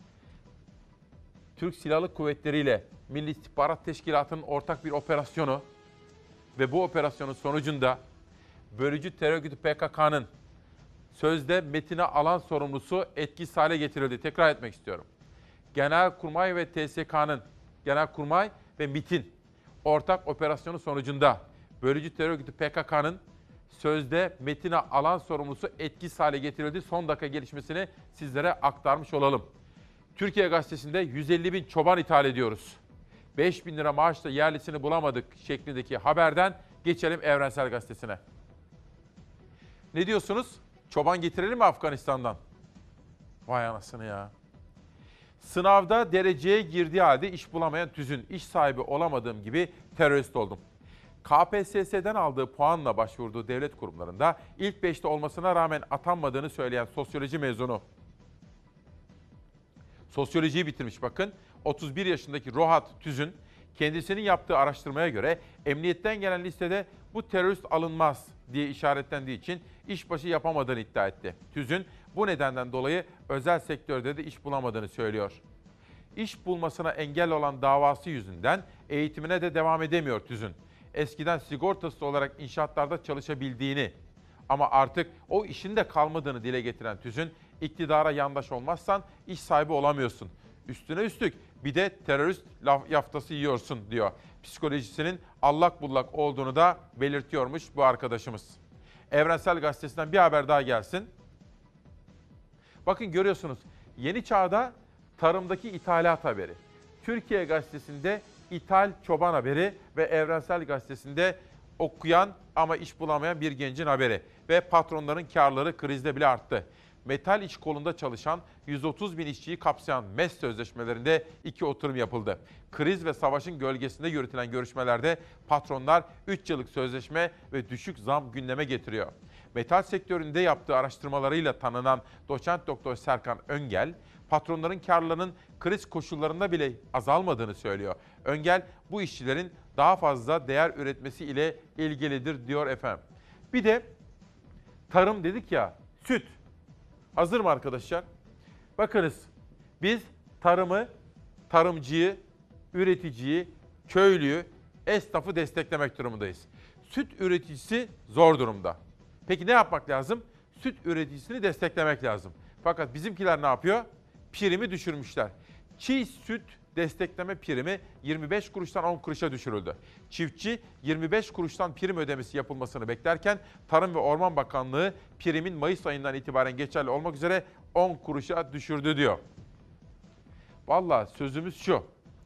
Türk Silahlı Kuvvetleri ile Milli İstihbarat Teşkilatı'nın ortak bir operasyonu ve bu operasyonun sonucunda bölücü terör örgütü P K K'nın sözde Metin'i alan sorumlusu etkisiz hale getirildi. Tekrar etmek istiyorum. Genelkurmay ve T S K'nın, Genelkurmay ve MİT'in ortak operasyonu sonucunda bölücü terör örgütü P K K'nın sözde Metin'i alan sorumlusu etkisiz hale getirildi. Son dakika gelişmesini sizlere aktarmış olalım. Türkiye Gazetesi'nde yüz elli bin çoban ithal ediyoruz. beş bin lira maaşla yerlisini bulamadık şeklindeki haberden geçelim Evrensel Gazetesi'ne. Ne diyorsunuz? Çoban getirelim mi Afganistan'dan? Vay anasını ya. Sınavda dereceye girdiği halde iş bulamayan TÜZ'ün iş sahibi olamadığım gibi terörist oldum. K P S S'den aldığı puanla başvurduğu devlet kurumlarında ilk beşte olmasına rağmen atanmadığını söyleyen sosyoloji mezunu. Sosyolojiyi bitirmiş bakın. otuz bir yaşındaki Rohat Tüz'ün kendisinin yaptığı araştırmaya göre emniyetten gelen listede bu terörist alınmaz diye işaretlendiği için işbaşı yapamadığını iddia etti. TÜZ'ün bu nedenden dolayı özel sektörde de iş bulamadığını söylüyor. İş bulmasına engel olan davası yüzünden eğitimine de devam edemiyor TÜZ'ün. Eskiden sigortasız olarak inşaatlarda çalışabildiğini ama artık o işin de kalmadığını dile getiren TÜZ'ün iktidara yandaş olmazsan iş sahibi olamıyorsun. Üstüne üstlük bir de terörist laf yaftası yiyorsun diyor. Psikolojisinin allak bullak olduğunu da belirtiyormuş bu arkadaşımız. Evrensel Gazetesi'nden bir haber daha gelsin. Bakın görüyorsunuz Yeni Çağ'da tarımdaki ithalat haberi. Türkiye Gazetesi'nde ithal çoban haberi ve Evrensel Gazetesi'nde okuyan ama iş bulamayan bir gencin haberi. Ve patronların karları krizde bile arttı. Metal iş kolunda çalışan yüz otuz bin işçiyi kapsayan M E S sözleşmelerinde iki oturum yapıldı. Kriz ve savaşın gölgesinde yürütülen görüşmelerde patronlar üç yıllık sözleşme ve düşük zam gündeme getiriyor. Metal sektöründe yaptığı araştırmalarıyla tanınan doçent doktor Serkan Öngel, patronların karlarının kriz koşullarında bile azalmadığını söylüyor. Öngel, bu işçilerin daha fazla değer üretmesi ile ilgilidir diyor efendim. Bir de tarım dedik ya, süt. Hazır mı arkadaşlar? Bakınız, biz tarımı, tarımcıyı, üreticiyi, köylüyü, esnafı desteklemek durumundayız. Süt üreticisi zor durumda. Peki ne yapmak lazım? Süt üreticisini desteklemek lazım. Fakat bizimkiler ne yapıyor? Primi düşürmüşler. Çiğ süt destekleme primi yirmi beş kuruştan on kuruşa düşürüldü. Çiftçi yirmi beş kuruştan prim ödemesi yapılmasını beklerken Tarım ve Orman Bakanlığı primin Mayıs ayından itibaren geçerli olmak üzere on kuruşa düşürdü diyor. Vallahi sözümüz şu.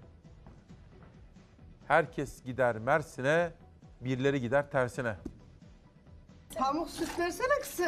Herkes gider Mersin'e, birileri gider tersine. Pamuk süt versene kızım.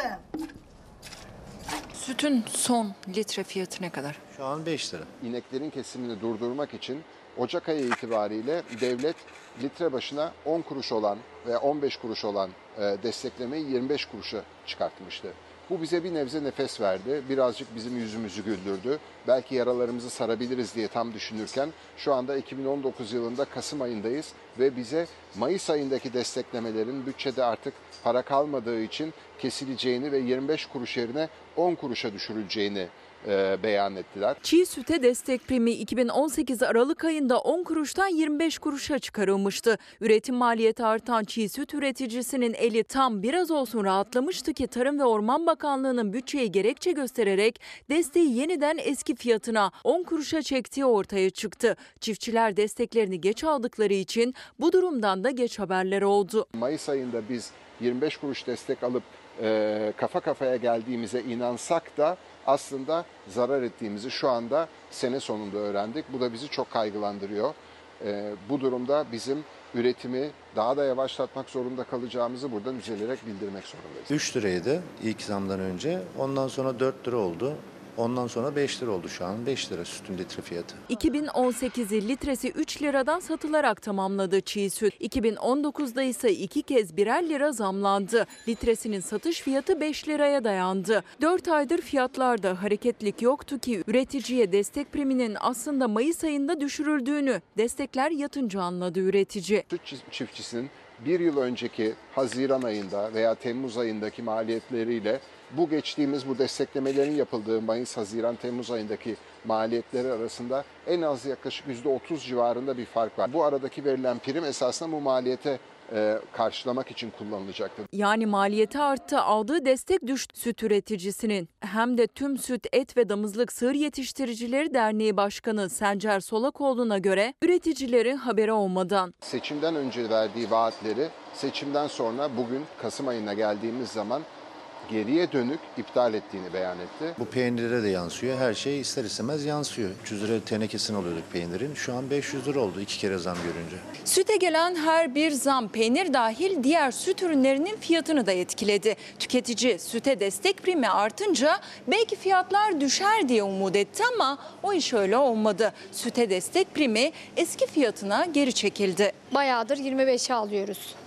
Sütün son litre fiyatı ne kadar? Şu an beş lira. İneklerin kesimini durdurmak için Ocak ayı itibariyle devlet litre başına on kuruş olan ve on beş kuruş olan desteklemeyi yirmi beş kuruşa çıkartmıştı. Bu bize bir nebze nefes verdi. Birazcık bizim yüzümüzü güldürdü. Belki yaralarımızı sarabiliriz diye tam düşünürken şu anda iki bin on dokuz yılında Kasım ayındayız ve bize Mayıs ayındaki desteklemelerin bütçede artık para kalmadığı için kesileceğini ve yirmi beş kuruş yerine on kuruşa düşürüleceğini e, beyan ettiler. Çiğ süte destek primi iki bin on sekiz Aralık ayında on kuruştan yirmi beş kuruşa çıkarılmıştı. Üretim maliyeti artan çiğ süt üreticisinin eli tam biraz olsun rahatlamıştı ki Tarım ve Orman Bakanlığı'nın bütçeyi gerekçe göstererek desteği yeniden eski fiyatına on kuruşa çektiği ortaya çıktı. Çiftçiler desteklerini geç aldıkları için bu durumdan da geç haberler oldu. Mayıs ayında biz yirmi beş kuruş destek alıp e, kafa kafaya geldiğimize inansak da aslında zarar ettiğimizi şu anda sene sonunda öğrendik. Bu da bizi çok kaygılandırıyor. E, bu durumda bizim üretimi daha da yavaşlatmak zorunda kalacağımızı buradan üzülerek bildirmek zorundayız. üç liraydı ilk zamdan önce. Ondan sonra dört lira oldu. Ondan sonra beş lira oldu, şu an beş lira sütün litre fiyatı. iki bin on sekizi litresi üç liradan satılarak tamamladı çiğ süt. iki bin on dokuzda ise iki kez birer lira zamlandı. Litresinin satış fiyatı beş liraya dayandı. dört aydır fiyatlarda hareketlik yoktu ki üreticiye destek priminin aslında Mayıs ayında düşürüldüğünü destekler yatınca anladı üretici. Süt çiftçisinin bir yıl önceki Haziran ayında veya Temmuz ayındaki maliyetleriyle bu geçtiğimiz bu desteklemelerin yapıldığı Mayıs, Haziran, Temmuz ayındaki maliyetleri arasında en az yaklaşık yüzde otuz civarında bir fark var. Bu aradaki verilen prim esasında bu maliyete e, karşılamak için kullanılacaktır. Yani maliyeti arttı, aldığı destek düştü süt üreticisinin. Hem de Tüm Süt, Et ve Damızlık Sığır Yetiştiricileri Derneği Başkanı Sencer Solakoğlu'na göre üreticilerin haberi olmadan. Seçimden önce verdiği vaatleri seçimden sonra bugün Kasım ayına geldiğimiz zaman geriye dönük iptal ettiğini beyan etti. Bu peynire de yansıyor. Her şey ister istemez yansıyor. üç yüz lira tenekesini alıyorduk peynirin. Şu an beş yüz lira oldu iki kere zam görünce. Süte gelen her bir zam peynir dahil diğer süt ürünlerinin fiyatını da etkiledi. Tüketici süte destek primi artınca belki fiyatlar düşer diye umut etti ama o iş öyle olmadı. Süte destek primi eski fiyatına geri çekildi. Bayağıdır yirmi beşe alıyoruz.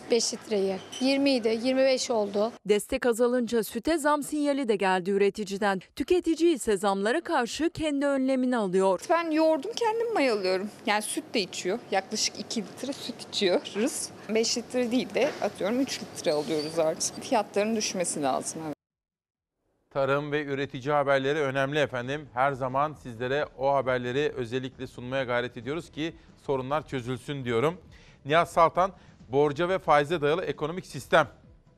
beş litreyi. yirmi idi, yirmi beş oldu. Destek azalınca süte zam sinyali de geldi üreticiden. Tüketici ise zamlara karşı kendi önlemini alıyor. Ben yoğurdum kendim mayalıyorum. Yani süt de içiyor. Yaklaşık iki litre süt içiyoruz. beş litre değil de atıyorum üç litre alıyoruz artık. Fiyatların düşmesi lazım. Evet. Tarım ve üretici haberleri önemli efendim. Her zaman sizlere o haberleri özellikle sunmaya gayret ediyoruz ki sorunlar çözülsün diyorum. Nihat Saltan, borca ve faize dayalı ekonomik sistem.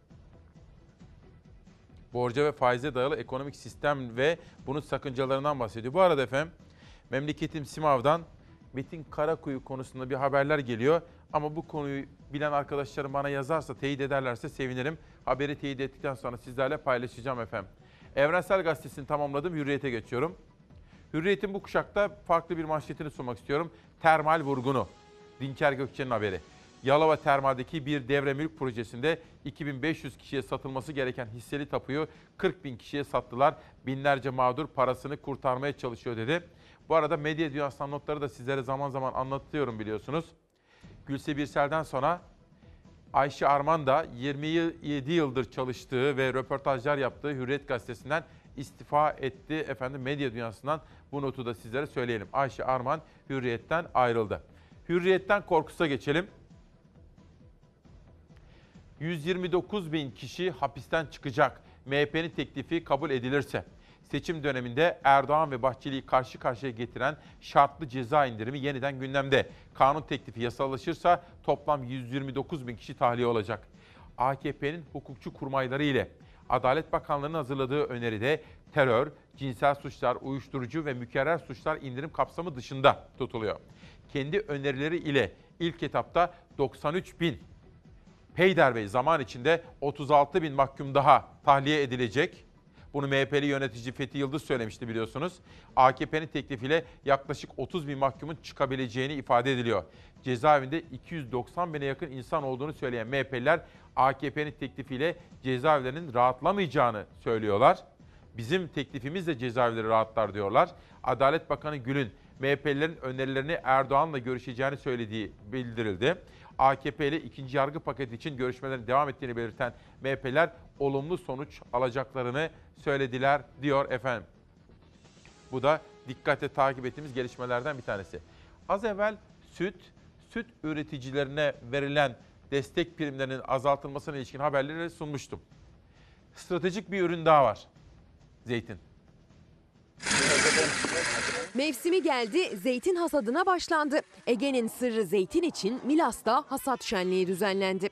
Borca ve faize dayalı ekonomik sistem ve bunun sakıncalarından bahsediyor. Bu arada efendim, memleketim Simav'dan Metin Karakuyu konusunda bir haberler geliyor. Ama bu konuyu bilen arkadaşlarım bana yazarsa, teyit ederlerse sevinirim. Haberi teyit ettikten sonra sizlerle paylaşacağım efendim. Evrensel Gazetesi'ni tamamladım, Hürriyet'e geçiyorum. Hürriyet'in bu kuşakta farklı bir manşetini sunmak istiyorum. Termal vurgunu. Dinçer Gökçe'nin haberi. Yalova Termal'deki bir devre mülk projesinde iki bin beş yüz kişiye satılması gereken hisseli tapuyu kırk bin kişiye sattılar. Binlerce mağdur parasını kurtarmaya çalışıyor dedi. Bu arada medya dünyasından notları da sizlere zaman zaman anlatıyorum biliyorsunuz. Gülse Birsel'den sonra Ayşe Arman da yirmi yedi yıldır çalıştığı ve röportajlar yaptığı Hürriyet Gazetesi'nden istifa etti. Efendim medya dünyasından bu notu da sizlere söyleyelim. Ayşe Arman Hürriyet'ten ayrıldı. Hürriyet'ten Korkus'a geçelim. yüz yirmi dokuz bin kişi hapisten çıkacak. M H P'nin teklifi kabul edilirse. Seçim döneminde Erdoğan ve Bahçeli'yi karşı karşıya getiren şartlı ceza indirimi yeniden gündemde. Kanun teklifi yasallaşırsa toplam yüz yirmi dokuz bin kişi tahliye olacak. A K P'nin hukukçu kurmayları ile Adalet Bakanlığı'nın hazırladığı öneride terör, cinsel suçlar, uyuşturucu ve mükerrer suçlar indirim kapsamı dışında tutuluyor. Kendi önerileri ile ilk etapta doksan üç bin Peyder zaman içinde otuz altı bin mahkum daha tahliye edilecek. Bunu M H P'li yönetici Fethi Yıldız söylemişti biliyorsunuz. A K P'nin teklifiyle yaklaşık otuz bin mahkumun çıkabileceğini ifade ediliyor. Cezaevinde iki yüz doksan bine yakın insan olduğunu söyleyen M H P'liler A K P'nin teklifiyle cezaevlerinin rahatlamayacağını söylüyorlar. Bizim teklifimizle cezaevleri rahatlar diyorlar. Adalet Bakanı Gül'ün M H P'lilerin önerilerini Erdoğan'la görüşeceğini söylediği bildirildi. A K P ile ikinci yargı paketi için görüşmelerin devam ettiğini belirten M H P'liler olumlu sonuç alacaklarını söylediler diyor efendim. Bu da dikkatle takip ettiğimiz gelişmelerden bir tanesi. Az evvel süt, süt üreticilerine verilen destek primlerinin azaltılmasına ilişkin haberleri sunmuştum. Stratejik bir ürün daha var. Zeytin. Mevsimi geldi, zeytin hasadına başlandı. Ege'nin sırrı zeytin için Milas'ta hasat şenliği düzenlendi.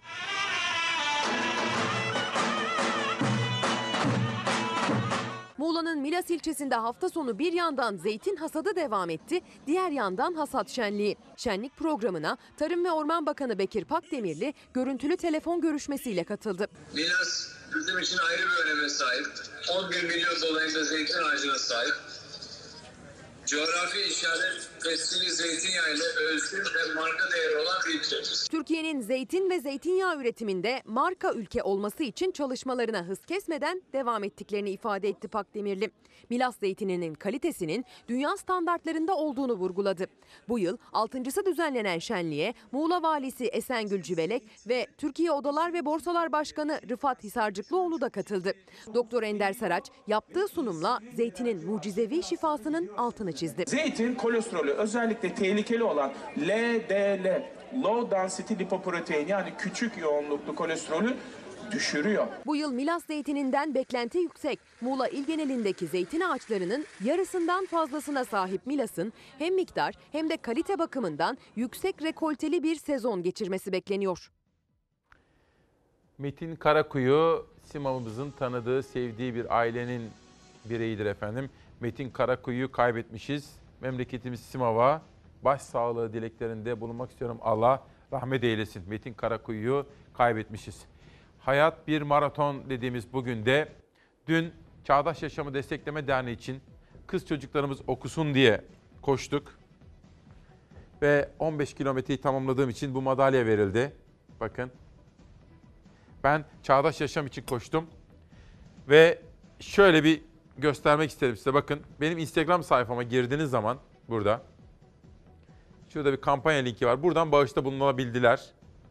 Muğla'nın Milas ilçesinde hafta sonu bir yandan zeytin hasadı devam etti, diğer yandan hasat şenliği. Şenlik programına Tarım ve Orman Bakanı Bekir Pakdemirli görüntülü telefon görüşmesiyle katıldı. Milas bizim için ayrı bir öneme sahip. on bir milyon dolayında zeytin ağacına sahip. Coğrafi işaret tescilli zeytinyağıyla ölçüm ve marka değeri olan bir ülkemiz. Türkiye'nin zeytin ve zeytinyağı üretiminde marka ülke olması için çalışmalarına hız kesmeden devam ettiklerini ifade etti Pakdemirli. Milas zeytininin kalitesinin dünya standartlarında olduğunu vurguladı. Bu yıl altıncısı düzenlenen şenliğe Muğla Valisi Esengül Civelek ve Türkiye Odalar ve Borsalar Başkanı Rıfat Hisarcıklıoğlu da katıldı. Doktor Ender Saraç yaptığı sunumla zeytinin mucizevi şifasının altını çizdi. Zeytin kolesterolü özellikle tehlikeli olan L D L, low density lipoprotein yani küçük yoğunluklu kolesterolü düşürüyor. Bu yıl Milas zeytininden beklenti yüksek. Muğla il genelindeki zeytin ağaçlarının yarısından fazlasına sahip Milas'ın hem miktar hem de kalite bakımından yüksek rekolteli bir sezon geçirmesi bekleniyor. Metin Karakuyu, Simav'ımızın tanıdığı, sevdiği bir ailenin bireyidir efendim. Metin Karakuyu'yu kaybetmişiz. Memleketimiz Simav'a başsağlığı dileklerinde bulunmak istiyorum. Allah rahmet eylesin. Metin Karakuyu'yu kaybetmişiz. Hayat bir maraton dediğimiz bugün de dün Çağdaş Yaşamı Destekleme Derneği için kız çocuklarımız okusun diye koştuk. Ve on beş kilometreyi tamamladığım için bu madalya verildi. Bakın. Ben Çağdaş Yaşam için koştum. Ve şöyle bir göstermek isterim size. Bakın benim Instagram sayfama girdiğiniz zaman burada. Şurada bir kampanya linki var. Buradan bağışta bulunabildiler.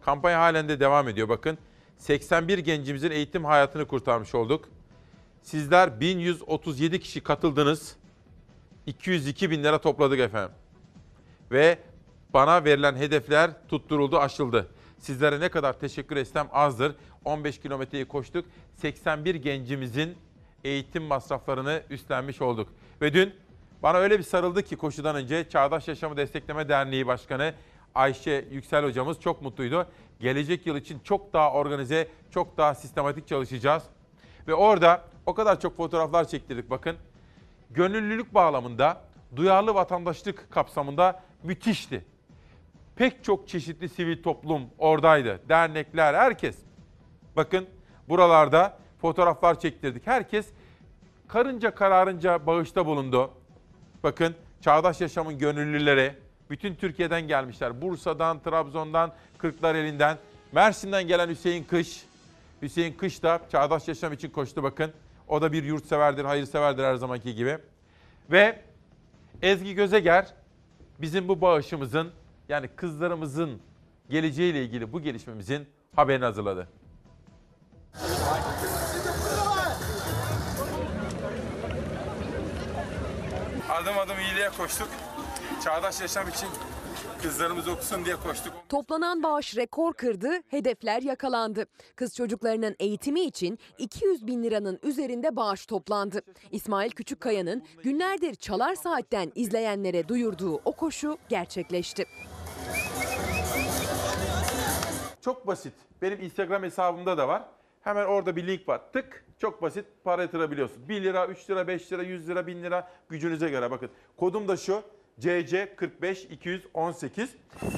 Kampanya halen de devam ediyor bakın. seksen bir gencimizin eğitim hayatını kurtarmış olduk. Sizler bin yüz otuz yedi kişi katıldınız. iki yüz iki bin lira topladık efendim. Ve bana verilen hedefler tutturuldu, aşıldı. Sizlere ne kadar teşekkür etsem azdır. on beş kilometreyi koştuk. seksen bir gencimizin eğitim masraflarını üstlenmiş olduk. Ve dün bana öyle bir sarıldı ki koşudan önce Çağdaş Yaşamı Destekleme Derneği Başkanı Ayşe Yüksel hocamız çok mutluydu. Gelecek yıl için çok daha organize, çok daha sistematik çalışacağız. Ve orada o kadar çok fotoğraflar çektirdik bakın. Gönüllülük bağlamında, duyarlı vatandaşlık kapsamında müthişti. Pek çok çeşitli sivil toplum oradaydı. Dernekler, herkes. Bakın buralarda fotoğraflar çektirdik. Herkes karınca kararınca bağışta bulundu. Bakın Çağdaş Yaşam'ın gönüllüleri bütün Türkiye'den gelmişler. Bursa'dan, Trabzon'dan, Kırklareli'nden, Mersin'den gelen Hüseyin Kış. Hüseyin Kış da Çağdaş Yaşam için koştu bakın. O da bir yurtseverdir, hayırseverdir her zamanki gibi. Ve Ezgi Gözeger bizim bu bağışımızın, yani kızlarımızın geleceğiyle ilgili bu gelişmemizin haberini hazırladı. Adım adım iyiliğe koştuk. Çağdaş Yaşam için kızlarımız okusun diye koştuk. Toplanan bağış rekor kırdı, hedefler yakalandı. Kız çocuklarının eğitimi için iki yüz bin liranın üzerinde bağış toplandı. İsmail Küçükkaya'nın günlerdir Çalar Saat'ten izleyenlere duyurduğu o koşu gerçekleşti. Çok basit. Benim Instagram hesabımda da var. Hemen orada bir link var. Tık, çok basit para yatırabiliyorsun. bir lira, üç lira, beş lira, yüz lira, bin lira gücünüze göre bakın. Kodum da şu. C C kırk beş iki yüz on sekiz.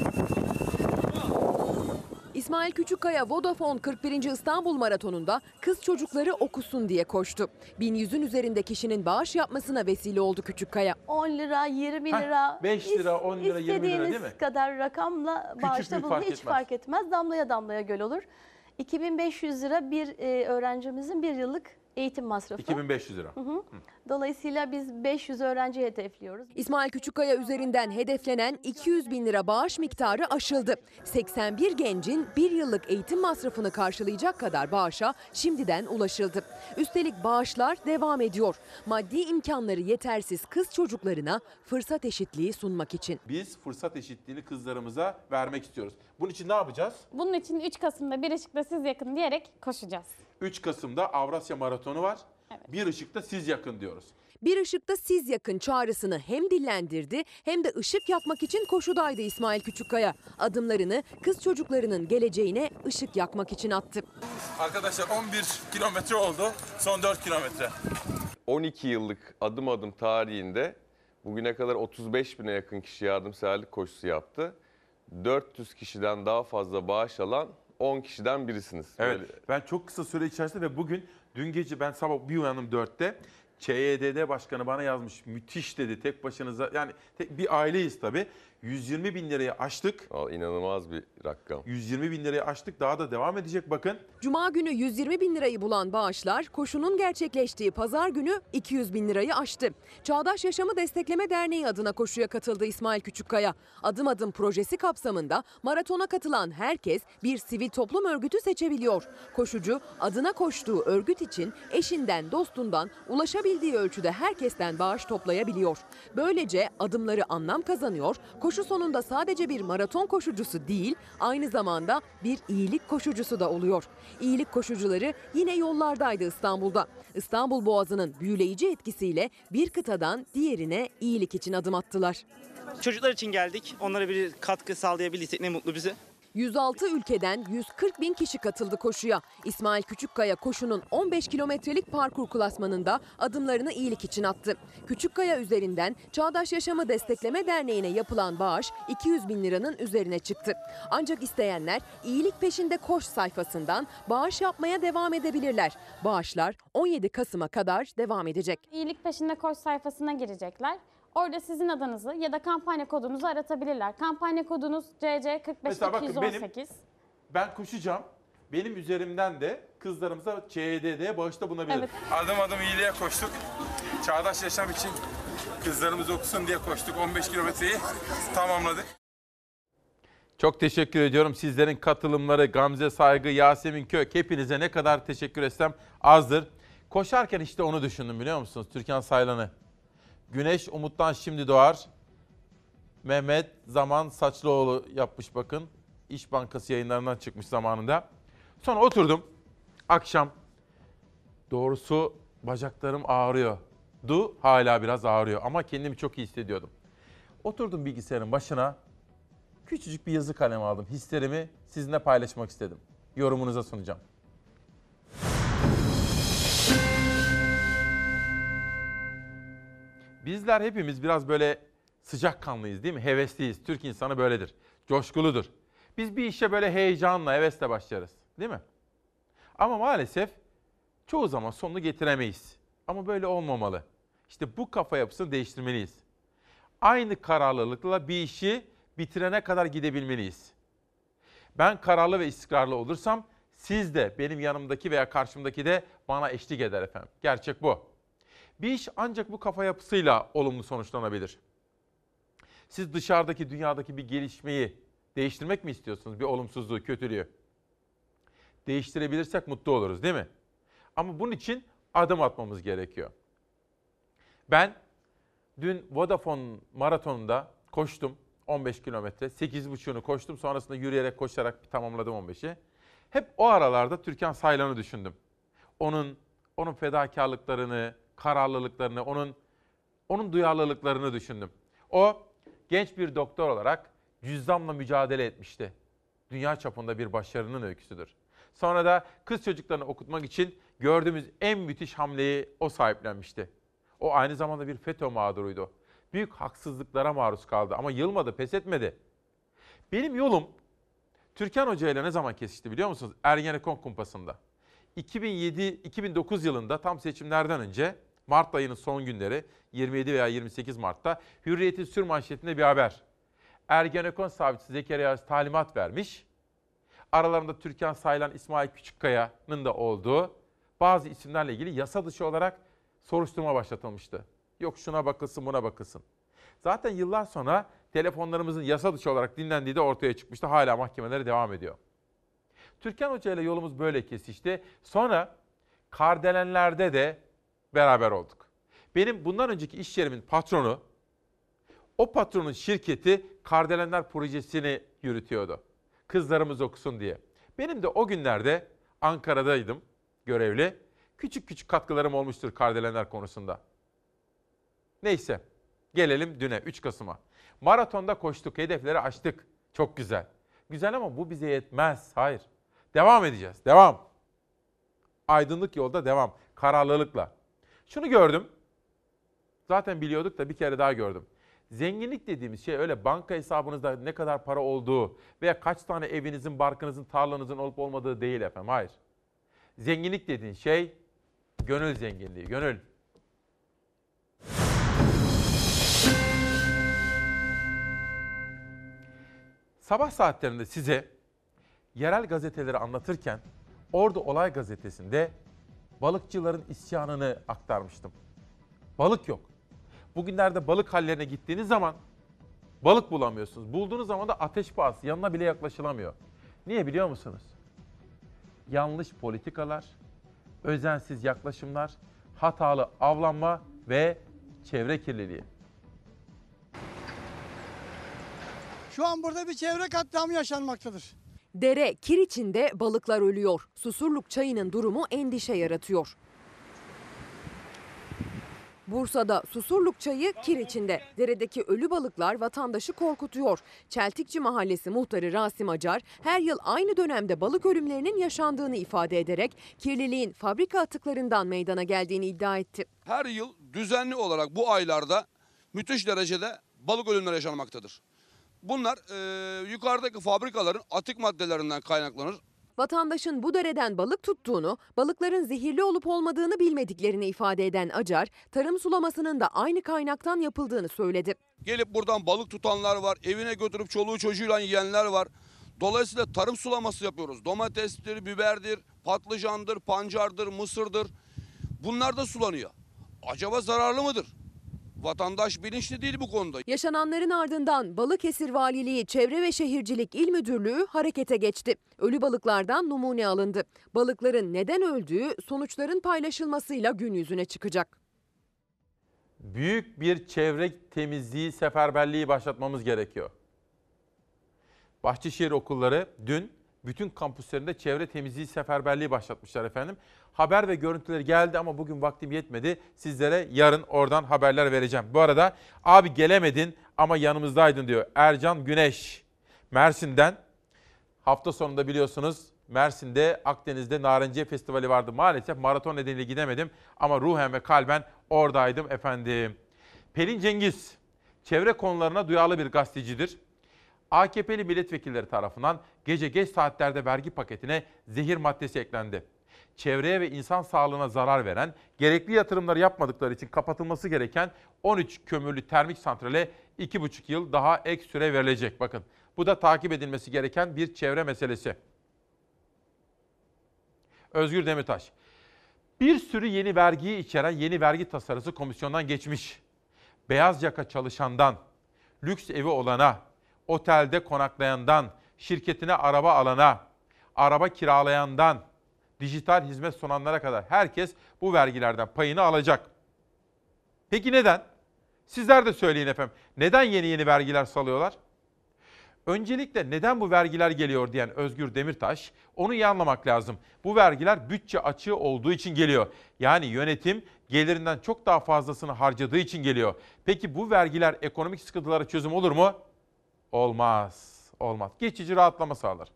İsmail Küçükkaya Vodafone kırk birinci İstanbul Maratonu'nda kız çocukları okusun diye koştu. bin yüzün üzerinde kişinin bağış yapmasına vesile oldu Küçükkaya. on lira, yirmi lira, Heh, beş lira, on lira, yirmi lira değil mi? İstediğiniz kadar rakamla bağışta bulun, hiç fark etmez. Damlaya damlaya göl olur. iki bin beş yüz lira bir e, öğrencimizin bir yıllık eğitim masrafı. iki bin beş yüz lira. Hı hı. Dolayısıyla biz beş yüz öğrenci hedefliyoruz. İsmail Küçükkaya üzerinden hedeflenen iki yüz bin lira bağış miktarı aşıldı. seksen bir gencin bir yıllık eğitim masrafını karşılayacak kadar bağışa şimdiden ulaşıldı. Üstelik bağışlar devam ediyor. Maddi imkanları yetersiz kız çocuklarına fırsat eşitliği sunmak için. Biz fırsat eşitliğini kızlarımıza vermek istiyoruz. Bunun için ne yapacağız? Bunun için üç Kasım'da Bir Işık'ta Siz Yakın diyerek koşacağız. üç Kasım'da Avrasya Maratonu var. Evet. Bir Işık'ta Siz Yakın diyoruz. Bir Işık'ta Siz Yakın çağrısını hem dillendirdi hem de ışık yakmak için koşudaydı İsmail Küçükkaya. Adımlarını kız çocuklarının geleceğine ışık yakmak için attı. Arkadaşlar on bir kilometre oldu. Son dört kilometre. on iki yıllık adım adım tarihinde bugüne kadar otuz beş bine yakın kişi yardımseverlik koşusu yaptı. dört yüz kişiden daha fazla bağış alan on kişiden birisiniz. Evet, Böyle. ben çok kısa süre içerisinde ve bugün dün gece ben sabah bir uyandım dörtte. Ç Y D D Başkanı bana yazmış, müthiş dedi, tek başınıza, yani tek, bir aileyiz tabii. yüz yirmi bin lirayı aştık. Aa, inanılmaz bir rakam. yüz yirmi bin lirayı aştık, daha da devam edecek bakın. Cuma günü yüz yirmi bin lirayı bulan bağışlar koşunun gerçekleştiği pazar günü iki yüz bin lirayı aştı. Çağdaş Yaşamı Destekleme Derneği adına koşuya katıldı İsmail Küçükkaya. Adım Adım projesi kapsamında maratona katılan herkes bir sivil toplum örgütü seçebiliyor. Koşucu adına koştuğu örgüt için eşinden, dostundan ulaşabildiği ölçüde herkesten bağış toplayabiliyor. Böylece adımları anlam kazanıyor. Koşu sonunda sadece bir maraton koşucusu değil, aynı zamanda bir iyilik koşucusu da oluyor. İyilik koşucuları yine yollardaydı İstanbul'da. İstanbul Boğazı'nın büyüleyici etkisiyle bir kıtadan diğerine iyilik için adım attılar. Çocuklar için geldik. Onlara bir katkı sağlayabildiysek ne mutlu bize. yüz altı ülkeden yüz kırk bin kişi katıldı koşuya. İsmail Küçükkaya koşunun on beş kilometrelik parkur klasmanında adımlarını iyilik için attı. Küçükkaya üzerinden Çağdaş Yaşamı Destekleme Derneği'ne yapılan bağış iki yüz bin liranın üzerine çıktı. Ancak isteyenler iyilik peşinde koş sayfasından bağış yapmaya devam edebilirler. Bağışlar on yedi Kasım'a kadar devam edecek. İyilik peşinde koş sayfasına girecekler. Orada sizin adınızı ya da kampanya kodunuzu aratabilirler. Kampanya kodunuz C C kırk beş iki yüz on sekiz. Benim, ben koşacağım. Benim üzerimden de kızlarımıza Ç Y D D'ye bağışta bulunabilir. Evet. Adım adım iyiliğe koştuk. Çağdaş Yaşam için kızlarımız okusun diye koştuk. on beş kilometreyi tamamladık. Çok teşekkür ediyorum. Sizlerin katılımları, Gamze Saygı, Yasemin Kök, hepinize ne kadar teşekkür etsem azdır. Koşarken işte onu düşündüm biliyor musunuz? Türkan Saylan'ı. Güneş umuttan şimdi doğar. Mehmet Zaman Saçlıoğlu yapmış bakın. İş Bankası yayınlarından çıkmış zamanında. Sonra oturdum. Akşam. Doğrusu bacaklarım ağrıyordu. Hala biraz ağrıyor ama kendimi çok iyi hissediyordum. Oturdum bilgisayarın başına. Küçücük bir yazı kalemi aldım. Hislerimi sizinle paylaşmak istedim. Yorumunuza sunacağım. Bizler hepimiz biraz böyle sıcakkanlıyız değil mi? Hevesliyiz. Türk insanı böyledir. Coşkuludur. Biz bir işe böyle heyecanla, hevesle başlarız. Değil mi? Ama maalesef çoğu zaman sonunu getiremeyiz. Ama böyle olmamalı. İşte bu kafa yapısını değiştirmeliyiz. Aynı kararlılıkla bir işi bitirene kadar gidebilmeliyiz. Ben kararlı ve istikrarlı olursam siz de benim yanımdaki veya karşımdaki de bana eşlik eder efendim. Gerçek bu. Bir iş ancak bu kafa yapısıyla olumlu sonuçlanabilir. Siz dışarıdaki dünyadaki bir gelişmeyi değiştirmek mi istiyorsunuz? Bir olumsuzluğu, kötülüğü. Değiştirebilirsek mutlu oluruz değil mi? Ama bunun için adım atmamız gerekiyor. Ben dün Vodafone maratonunda koştum. on beş kilometre, sekiz buçuğunu koştum. Sonrasında yürüyerek, koşarak tamamladım on beşi. Hep o aralarda Türkan Saylan'ı düşündüm. Onun onun fedakarlıklarını, kararlılıklarını, onun onun duyarlılıklarını düşündüm. O genç bir doktor olarak cüzzamla mücadele etmişti. Dünya çapında bir başarının öyküsüdür. Sonra da kız çocuklarını okutmak için gördüğümüz en müthiş hamleyi o sahiplenmişti. O aynı zamanda bir FETÖ mağduruydu. Büyük haksızlıklara maruz kaldı ama yılmadı, pes etmedi. Benim yolum Türkan Hoca ile ne zaman kesişti biliyor musunuz? Ergenekon kumpasında. iki bin yedi iki bin dokuz yılında tam seçimlerden önce Mart ayının son günleri yirmi yedi veya yirmi sekiz Mart'ta Hürriyet'in sürmanşetinde bir haber. Ergenekon savcısı Zekeriya Öz talimat vermiş. Aralarında Türkan Saylan, İsmail Küçükkaya'nın da olduğu bazı isimlerle ilgili yasa dışı olarak soruşturma başlatılmıştı. Yok şuna bakılsın, buna bakılsın. Zaten yıllar sonra telefonlarımızın yasa dışı olarak dinlendiği de ortaya çıkmıştı. Hala mahkemeleri devam ediyor. Türkan Hoca ile yolumuz böyle kesişti. Sonra Kardelenler'de de beraber olduk. Benim bundan önceki iş yerimin patronu, o patronun şirketi Kardelenler projesini yürütüyordu. Kızlarımız okusun diye. Benim de o günlerde Ankara'daydım görevli. Küçük küçük katkılarım olmuştur Kardelenler konusunda. Neyse, gelelim düne üç Kasım'a. Maratonda koştuk, hedefleri aştık. Çok güzel. Güzel ama bu bize yetmez. Hayır. Devam edeceğiz. Devam. Aydınlık yolda devam. Kararlılıkla. Şunu gördüm. Zaten biliyorduk da bir kere daha gördüm. Zenginlik dediğimiz şey öyle banka hesabınızda ne kadar para olduğu veya kaç tane evinizin, barkınızın, tarlanızın olup olmadığı değil efendim. Hayır. Zenginlik dediğin şey gönül zenginliği. Gönül. Sabah saatlerinde size yerel gazeteleri anlatırken Ordu Olay Gazetesi'nde balıkçıların isyanını aktarmıştım. Balık yok. Bugünlerde balık hallerine gittiğiniz zaman balık bulamıyorsunuz. Bulduğunuz zaman da ateş pahası, yanına bile yaklaşılamıyor. Niye biliyor musunuz? Yanlış politikalar, özensiz yaklaşımlar, hatalı avlanma ve çevre kirliliği. Şu an burada bir çevre katliamı yaşanmaktadır. Dere, kir içinde balıklar ölüyor. Susurluk çayının durumu endişe yaratıyor. Bursa'da Susurluk çayı kir içinde. Deredeki ölü balıklar vatandaşı korkutuyor. Çeltikçi Mahallesi muhtarı Rasim Acar her yıl aynı dönemde balık ölümlerinin yaşandığını ifade ederek kirliliğin fabrika atıklarından meydana geldiğini iddia etti. Her yıl düzenli olarak bu aylarda müthiş derecede balık ölümleri yaşanmaktadır. Bunlar e, yukarıdaki fabrikaların atık maddelerinden kaynaklanır. Vatandaşın bu dereden balık tuttuğunu, balıkların zehirli olup olmadığını bilmediklerini ifade eden Acar, tarım sulamasının da aynı kaynaktan yapıldığını söyledi. Gelip buradan balık tutanlar var, evine götürüp çoluğu çocuğuyla yiyenler var. Dolayısıyla tarım sulaması yapıyoruz. Domatestir, biberdir, patlıcandır, pancardır, mısırdır. Bunlar da sulanıyor. Acaba zararlı mıdır? Vatandaş bilinçli değil bu konuda. Yaşananların ardından Balıkesir Valiliği Çevre ve Şehircilik İl Müdürlüğü harekete geçti. Ölü balıklardan numune alındı. Balıkların neden öldüğü sonuçların paylaşılmasıyla gün yüzüne çıkacak. Büyük bir çevre temizliği seferberliği başlatmamız gerekiyor. Bahçeşehir okulları dün bütün kampüslerinde çevre temizliği seferberliği başlatmışlar efendim. Haber ve görüntüleri geldi ama bugün vaktim yetmedi. Sizlere yarın oradan haberler vereceğim. Bu arada abi gelemedin ama yanımızdaydın diyor Ercan Güneş. Mersin'den hafta sonunda biliyorsunuz Mersin'de Akdeniz'de Narenciye Festivali vardı. Maalesef maraton nedeniyle gidemedim ama ruhen ve kalben oradaydım efendim. Pelin Cengiz çevre konularına duyarlı bir gazetecidir. A K P'li milletvekilleri tarafından gece geç saatlerde vergi paketine zehir maddesi eklendi. Çevreye ve insan sağlığına zarar veren, gerekli yatırımları yapmadıkları için kapatılması gereken on üç kömürlü termik santrale iki buçuk yıl daha ek süre verilecek. Bakın bu da takip edilmesi gereken bir çevre meselesi. Özgür Demirtaş, bir sürü yeni vergiyi içeren yeni vergi tasarısı komisyondan geçmiş. Beyaz yaka çalışandan, lüks evi olana, otelde konaklayandan, şirketine araba alana, araba kiralayandan, dijital hizmet sunanlara kadar herkes bu vergilerden payını alacak. Peki neden? Sizler de söyleyin efendim. Neden yeni yeni vergiler salıyorlar? Öncelikle neden bu vergiler geliyor diyen Özgür Demirtaş, onu iyi anlamak lazım. Bu vergiler bütçe açığı olduğu için geliyor. Yani yönetim gelirinden çok daha fazlasını harcadığı için geliyor. Peki bu vergiler ekonomik sıkıntılara çözüm olur mu? Olmaz. Olmaz. Geçici rahatlama sağlar.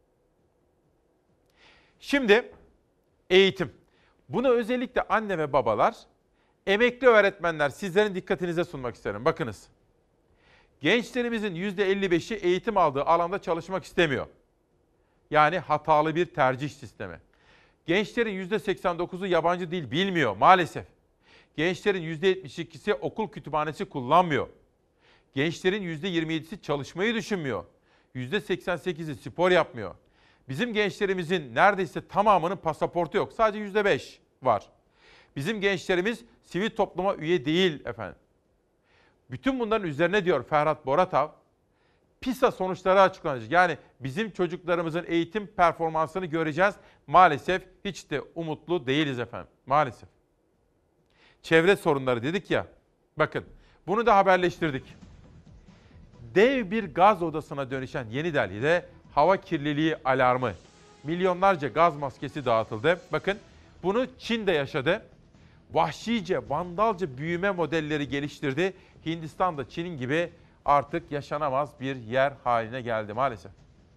Şimdi eğitim. Bunu özellikle anne ve babalar, emekli öğretmenler sizlerin dikkatinize sunmak isterim. Bakınız. Gençlerimizin yüzde elli beşi eğitim aldığı alanda çalışmak istemiyor. Yani hatalı bir tercih sistemi. Gençlerin yüzde seksen dokuzu yabancı dil bilmiyor maalesef. Gençlerin yüzde yetmiş ikisi okul kütüphanesi kullanmıyor. Gençlerin yüzde yirmi yedisi çalışmayı düşünmüyor. yüzde seksen sekizi spor yapmıyor. Bizim gençlerimizin neredeyse tamamının pasaportu yok. Sadece yüzde beş var. Bizim gençlerimiz sivil topluma üye değil efendim. Bütün bunların üzerine diyor Ferhat Boratav, PISA sonuçları açıklanacak. Yani bizim çocuklarımızın eğitim performansını göreceğiz. Maalesef hiç de umutlu değiliz efendim. Maalesef. Çevre sorunları dedik ya. Bakın bunu da haberleştirdik. Dev bir gaz odasına dönüşen Yeni Delhi'de hava kirliliği alarmı. Milyonlarca gaz maskesi dağıtıldı. Bakın bunu Çin de yaşadı. Vahşice, vandalca büyüme modelleri geliştirdi. Hindistan da Çin'in gibi artık yaşanamaz bir yer haline geldi maalesef.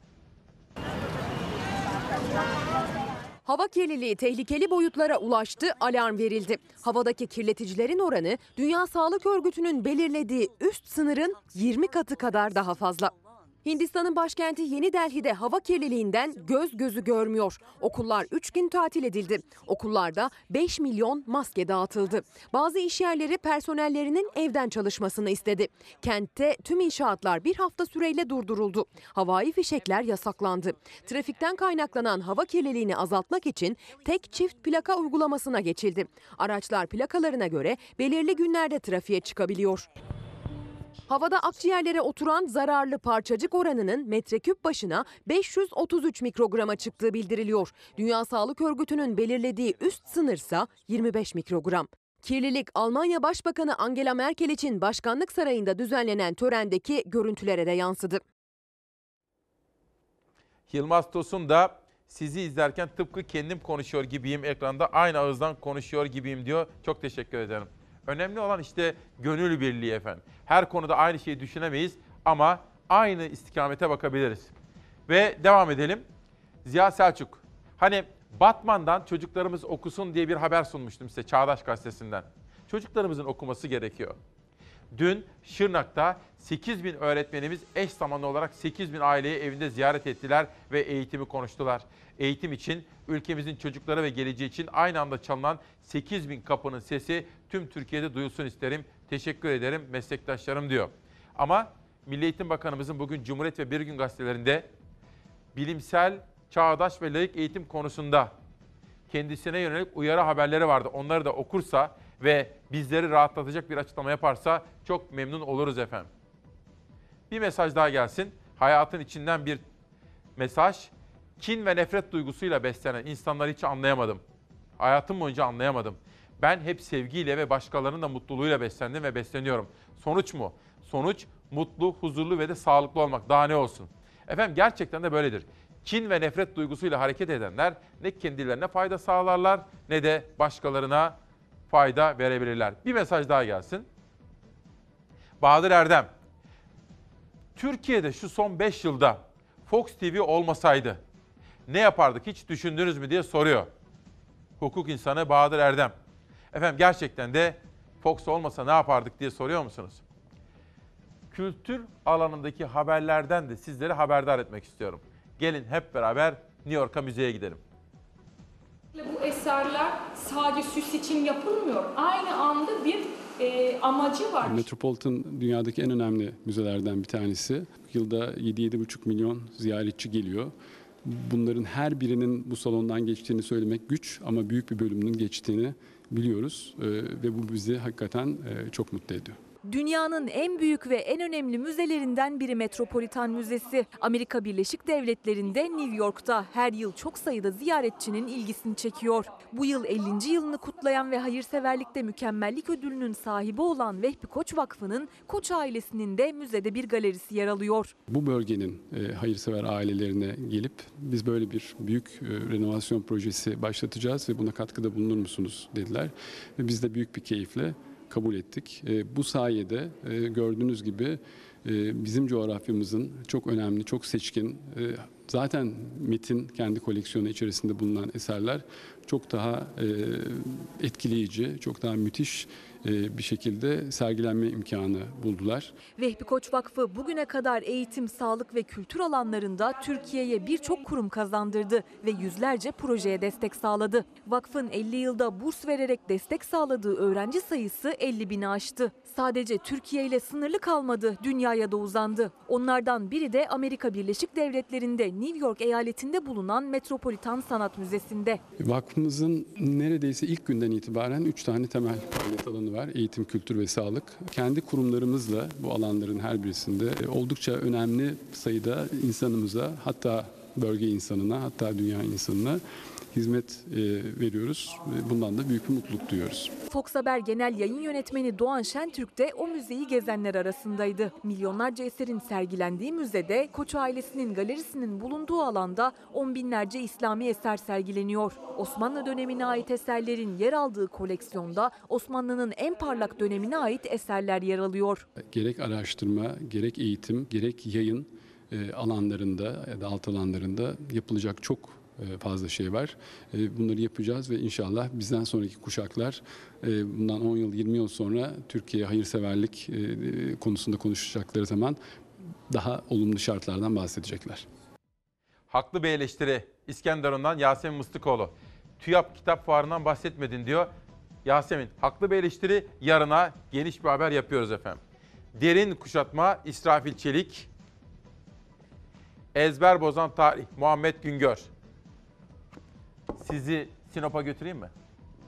Hava kirliliği tehlikeli boyutlara ulaştı, alarm verildi. Havadaki kirleticilerin oranı Dünya Sağlık Örgütü'nün belirlediği üst sınırın yirmi katı kadar daha fazla. Hindistan'ın başkenti Yeni Delhi'de hava kirliliğinden göz gözü görmüyor. Okullar üç gün tatil edildi. Okullarda beş milyon maske dağıtıldı. Bazı işyerleri personellerinin evden çalışmasını istedi. Kentte tüm inşaatlar bir hafta süreyle durduruldu. Havai fişekler yasaklandı. Trafikten kaynaklanan hava kirliliğini azaltmak için tek çift plaka uygulamasına geçildi. Araçlar plakalarına göre belirli günlerde trafiğe çıkabiliyor. Havada akciğerlere oturan zararlı parçacık oranının metreküp başına beş yüz otuz üç mikrograma çıktığı bildiriliyor. Dünya Sağlık Örgütü'nün belirlediği üst sınırsa yirmi beş mikrogram. Kirlilik Almanya Başbakanı Angela Merkel için Başkanlık Sarayı'nda düzenlenen törendeki görüntülere de yansıdı. Yılmaz Tosun da sizi izlerken tıpkı kendim konuşuyor gibiyim ekranda, aynı ağızdan konuşuyor gibiyim diyor. Çok teşekkür ederim. Önemli olan işte gönül birliği efendim. Her konuda aynı şeyi düşünemeyiz ama aynı istikamete bakabiliriz. Ve devam edelim. Ziya Selçuk. Hani Batman'dan çocuklarımız okusun diye bir haber sunmuştum size Çağdaş Gazetesi'nden. Çocuklarımızın okuması gerekiyor. Dün Şırnak'ta sekiz bin öğretmenimiz eş zamanlı olarak sekiz bin aileyi evinde ziyaret ettiler ve eğitimi konuştular. Eğitim için, ülkemizin çocukları ve geleceği için aynı anda çalınan sekiz bin kapının sesi tüm Türkiye'de duyulsun isterim. Teşekkür ederim meslektaşlarım diyor. Ama Milli Eğitim Bakanımızın bugün Cumhuriyet ve Bir Gün gazetelerinde bilimsel, çağdaş ve layık eğitim konusunda kendisine yönelik uyarı haberleri vardı. Onları da okursa ve bizleri rahatlatacak bir açıklama yaparsa çok memnun oluruz efendim. Bir mesaj daha gelsin. Hayatın içinden bir mesaj. Kin ve nefret duygusuyla beslenen insanları hiç anlayamadım. Hayatım boyunca anlayamadım. Ben hep sevgiyle ve başkalarının da mutluluğuyla beslendim ve besleniyorum. Sonuç mu? Sonuç mutlu, huzurlu ve de sağlıklı olmak. Daha ne olsun? Efendim gerçekten de böyledir. Kin ve nefret duygusuyla hareket edenler ne kendilerine fayda sağlarlar ne de başkalarına fayda verebilirler. Bir mesaj daha gelsin. Bahadır Erdem. Türkiye'de şu son beş yılda Fox T V olmasaydı ne yapardık hiç düşündünüz mü diye soruyor. Hukuk insanı Bahadır Erdem. Efendim gerçekten de Fox olmasa ne yapardık diye soruyor musunuz? Kültür alanındaki haberlerden de sizleri haberdar etmek istiyorum. Gelin hep beraber New York'a müzeye gidelim. Bu eserler sadece süs için yapılmıyor. Aynı anda bir e, amacı var. Metropolitan dünyadaki en önemli müzelerden bir tanesi. Yılda yedi yedi buçuk milyon ziyaretçi geliyor. Bunların her birinin bu salondan geçtiğini söylemek güç ama büyük bir bölümünün geçtiğini biliyoruz ee, ve bu bizi hakikaten e, çok mutlu ediyor. Dünyanın en büyük ve en önemli müzelerinden biri Metropolitan Müzesi. Amerika Birleşik Devletleri'nde New York'ta her yıl çok sayıda ziyaretçinin ilgisini çekiyor. Bu yıl ellinci yılını kutlayan ve hayırseverlikte mükemmellik ödülünün sahibi olan Vehbi Koç Vakfı'nın Koç ailesinin de müzede bir galerisi yer alıyor. Bu bölgenin e, hayırsever ailelerine gelip biz böyle bir büyük e, renovasyon projesi başlatacağız ve buna katkıda bulunur musunuz dediler. Ve biz de büyük bir keyifle kabul ettik. E, bu sayede e, gördüğünüz gibi e, bizim coğrafyamızın çok önemli, çok seçkin, e, zaten Met'in kendi koleksiyonu içerisinde bulunan eserler çok daha e, etkileyici, çok daha müthiş e, bir şekilde sergilenme imkanı buldular. Vehbi Koç Vakfı bugüne kadar eğitim, sağlık ve kültür alanlarında Türkiye'ye birçok kurum kazandırdı ve yüzlerce projeye destek sağladı. Vakfın elli yılda burs vererek destek sağladığı öğrenci sayısı elli bini aştı. Sadece Türkiye ile sınırlı kalmadı, dünyaya da uzandı. Onlardan biri de Amerika Birleşik Devletleri'nde New York eyaletinde bulunan Metropolitan Sanat Müzesi'nde. Vakfımızın neredeyse ilk günden itibaren üç tane temel faaliyet alanı var. Eğitim, kültür ve sağlık. Kendi kurumlarımızla bu alanların her birisinde oldukça önemli sayıda insanımıza, hatta bölge insanına, hatta dünya insanına hizmet e, veriyoruz. Bundan da büyük bir mutluluk duyuyoruz. Fox Haber Genel Yayın Yönetmeni Doğan Şentürk de o müzeyi gezenler arasındaydı. Milyonlarca eserin sergilendiği müzede Koç ailesinin galerisinin bulunduğu alanda on binlerce İslami eser sergileniyor. Osmanlı dönemine ait eserlerin yer aldığı koleksiyonda Osmanlı'nın en parlak dönemine ait eserler yer alıyor. Gerek araştırma, gerek eğitim, gerek yayın e, alanlarında ya da alt alanlarında yapılacak çok fazla şey var. Bunları yapacağız ve inşallah bizden sonraki kuşaklar bundan on yıl yirmi yıl sonra Türkiye hayırseverlik konusunda konuşacakları zaman daha olumlu şartlardan bahsedecekler. Haklı bir eleştiri İskenderun'dan Yasemin Mıstıkoğlu. TÜYAP kitap fuarından bahsetmedin diyor. Yasemin, haklı bir eleştiri, yarına geniş bir haber yapıyoruz efendim. Derin kuşatma İsrafil Çelik. Ezber bozan tarih Muhammed Güngör. Sizi Sinop'a götüreyim mi?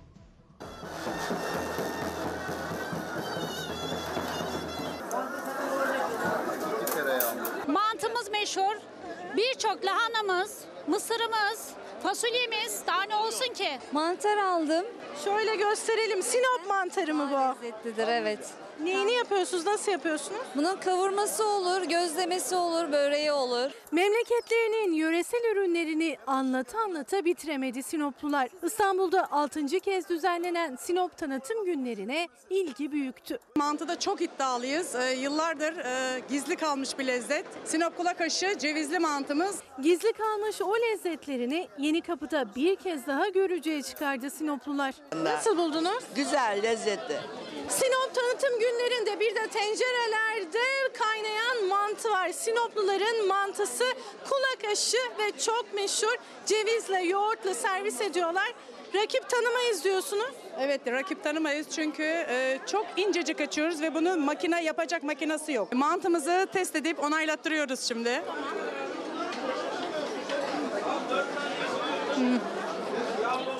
Mantımız meşhur. Birçok lahanamız, mısırımız, fasulyemiz, daha ne olsun ki? Mantar aldım. Şöyle gösterelim. Sinop mantarı mı bu? Lezzetlidir, evet. Neyini yapıyorsunuz? Nasıl yapıyorsunuz? Bunun kavurması olur, gözlemesi olur, böreği olur. Memleketlerinin yöresel ürünlerini anlata anlata bitiremedi Sinoplular. İstanbul'da altıncı kez düzenlenen Sinop Tanıtım Günlerine ilgi büyüktü. Mantıda çok iddialıyız. Ee, yıllardır e, gizli kalmış bir lezzet. Sinop kulakaşı cevizli mantımız. Gizli kalmış o lezzetlerini Yenikapı'da bir kez daha görücüye çıkardı Sinoplular. Nasıl buldunuz? Güzel, lezzetli. Sinop Tanıtım Günlerinde bir de tencerelerde kaynayan mantı var. Sinopluların mantısı kulak aşı ve çok meşhur, cevizle yoğurtla servis ediyorlar. Rakip tanımayız diyorsunuz. Evet, rakip tanımayız çünkü e, çok incecik açıyoruz ve bunu makine yapacak makinesi yok. Mantımızı test edip onaylattırıyoruz şimdi. Hmm.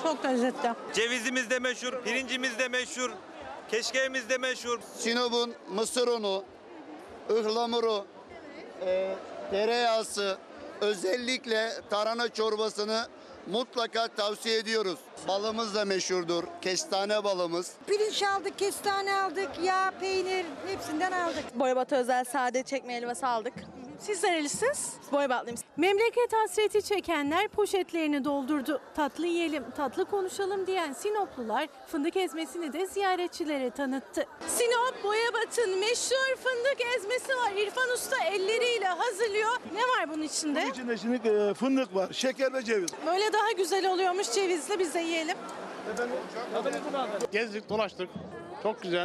Çok lezzetli. Cevizimiz de meşhur, pirincimiz de meşhur, keşkeğimiz de meşhur. Sinop'un mısır unu, ıhlamuru, e, tereyağısı, özellikle tarhana çorbasını mutlaka tavsiye ediyoruz. Balımız da meşhurdur, kestane balımız. Pirinç aldık, kestane aldık, yağ, peynir hepsinden aldık. Boyabat'a özel sade çekme helvası aldık. Siz nerelisiniz? Boyabatlıyım. Memleket hasreti çekenler poşetlerini doldurdu. Tatlı yiyelim, tatlı konuşalım diyen Sinoplular fındık ezmesini de ziyaretçilere tanıttı. Sinop Boyabat'ın meşhur fındık ezmesi var. İrfan Usta elleriyle hazırlıyor. Ne var bunun içinde? Bunun içinde şimdi e, fındık var, şeker ve ceviz. Böyle daha güzel oluyormuş cevizli, biz de yiyelim. Gezdik, dolaştık. Çok güzel.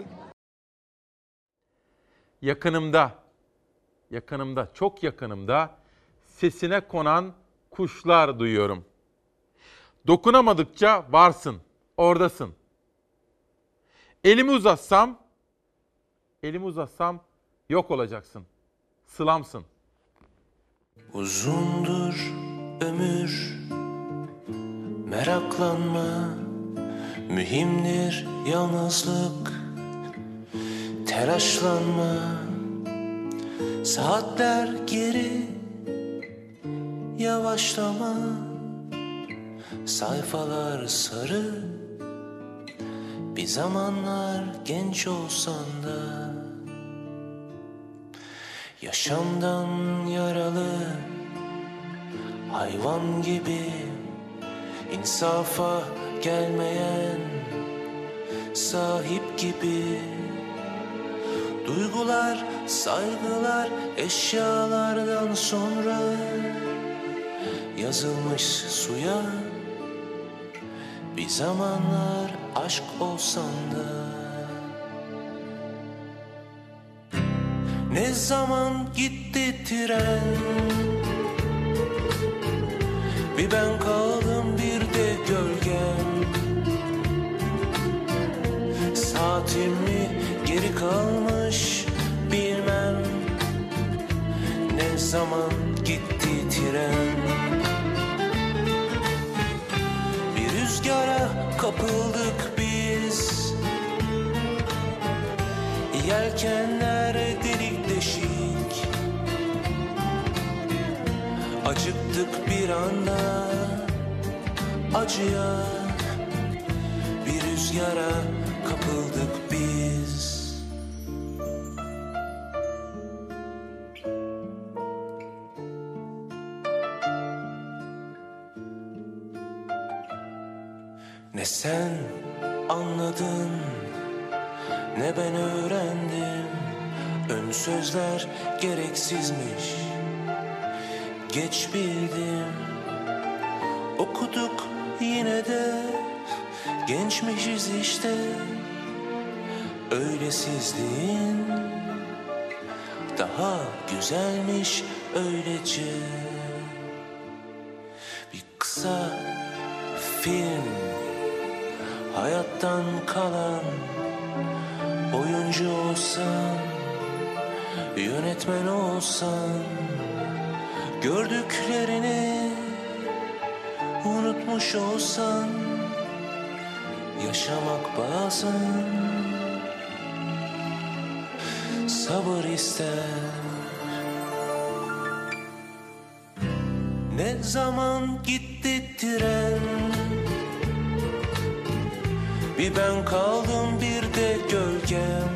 Yakınımda, yakınımda, çok yakınımda sesine konan kuşlar duyuyorum. Dokunamadıkça varsın, oradasın. Elimi uzatsam, elimi uzatsam yok olacaksın. Sılamsın. Uzundur ömür, meraklanma, mühimdir yalnızlık, telaşlanma. Saatler geri, yavaşlama, sayfalar sarı, bir zamanlar genç olsan da. Yaşamdan yaralı, hayvan gibi, insafa gelmeyen sahip gibi. Duygular, saygılar, eşyalardan sonra yazılmış suya, bir zamanlar aşk olsan da. Ne zaman gitti tren, bir ben kaldım bir de gölgem. Saatim mi geri kalmış bilmem, ne zaman gitti tren. Bir rüzgara kapıldık biz, yelkenler delik deşik. Acıktık bir anda acıya, bir rüzgara kapıldık biz. Ne sen anladın, ne ben öğrendim. Ön sözler gereksizmiş, geç bildim. Okuduk yine de, gençmişiz işte. Öylesizliğin daha güzelmiş öylece. Bir kısa film, hayattan kalan. Oyuncu olsan, yönetmen olsan, gördüklerini unutmuş olsan, yaşamak bazen sabır ister. Ne zaman gitti tren, bir ben kaldım bir de gölgem.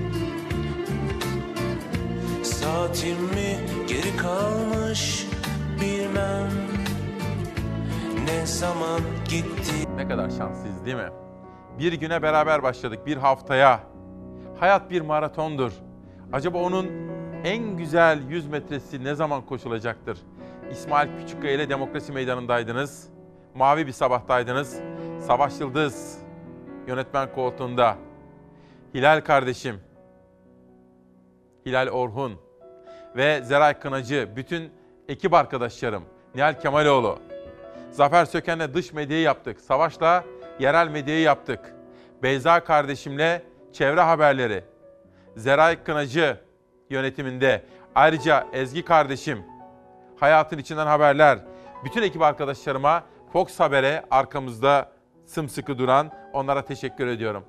Saatim mi geri kalmış bilmem, ne zaman gitti. Ne kadar şanslıyız değil mi? Bir güne beraber başladık, bir haftaya. Hayat bir maratondur. Acaba onun en güzel yüz metresi ne zaman koşulacaktır? İsmail Küçükkaya ile Demokrasi Meydanı'ndaydınız. Mavi bir sabahtaydınız. Savaş Yıldız yönetmen koltuğunda. Hilal kardeşim, Hilal Orhun ve Zeray Kınacı, bütün ekip arkadaşlarım, Nihal Kemaloğlu, Zafer Söken'le dış medyayı yaptık. Savaş'la yerel medyayı yaptık. Beyza kardeşimle çevre haberleri. Zeray Kınacı yönetiminde. Ayrıca Ezgi kardeşim, hayatın içinden haberler. Bütün ekip arkadaşlarıma, Fox Haber'e arkamızda sımsıkı duran, onlara teşekkür ediyorum.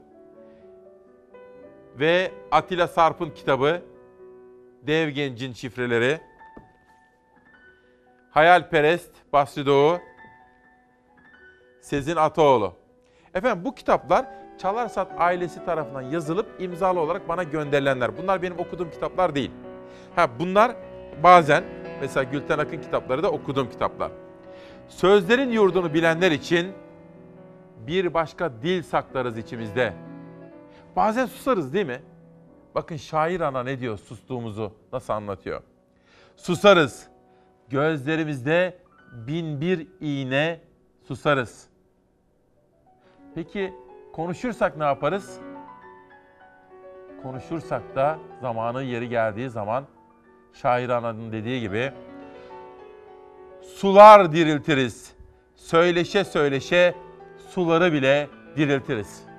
Ve Atilla Sarp'ın kitabı Dev Gencin Şifreleri, Hayalperest Basri Doğu, Sezin Ataoğlu. Efendim bu kitaplar Çalarsat ailesi tarafından yazılıp imzalı olarak bana gönderilenler. Bunlar benim okuduğum kitaplar değil. Ha bunlar bazen mesela Gülten Akın kitapları da okuduğum kitaplar. Sözlerin yurdunu bilenler için bir başka dil saklarız içimizde. Bazen susarız değil mi? Bakın şair ana ne diyor, sustuğumuzu nasıl anlatıyor. Susarız, gözlerimizde bin bir iğne susarız. Peki konuşursak ne yaparız? Konuşursak da zamanı yeri geldiği zaman şair ananın dediği gibi sular diriltiriz. Söyleşe söyleşe suları bile diriltiriz.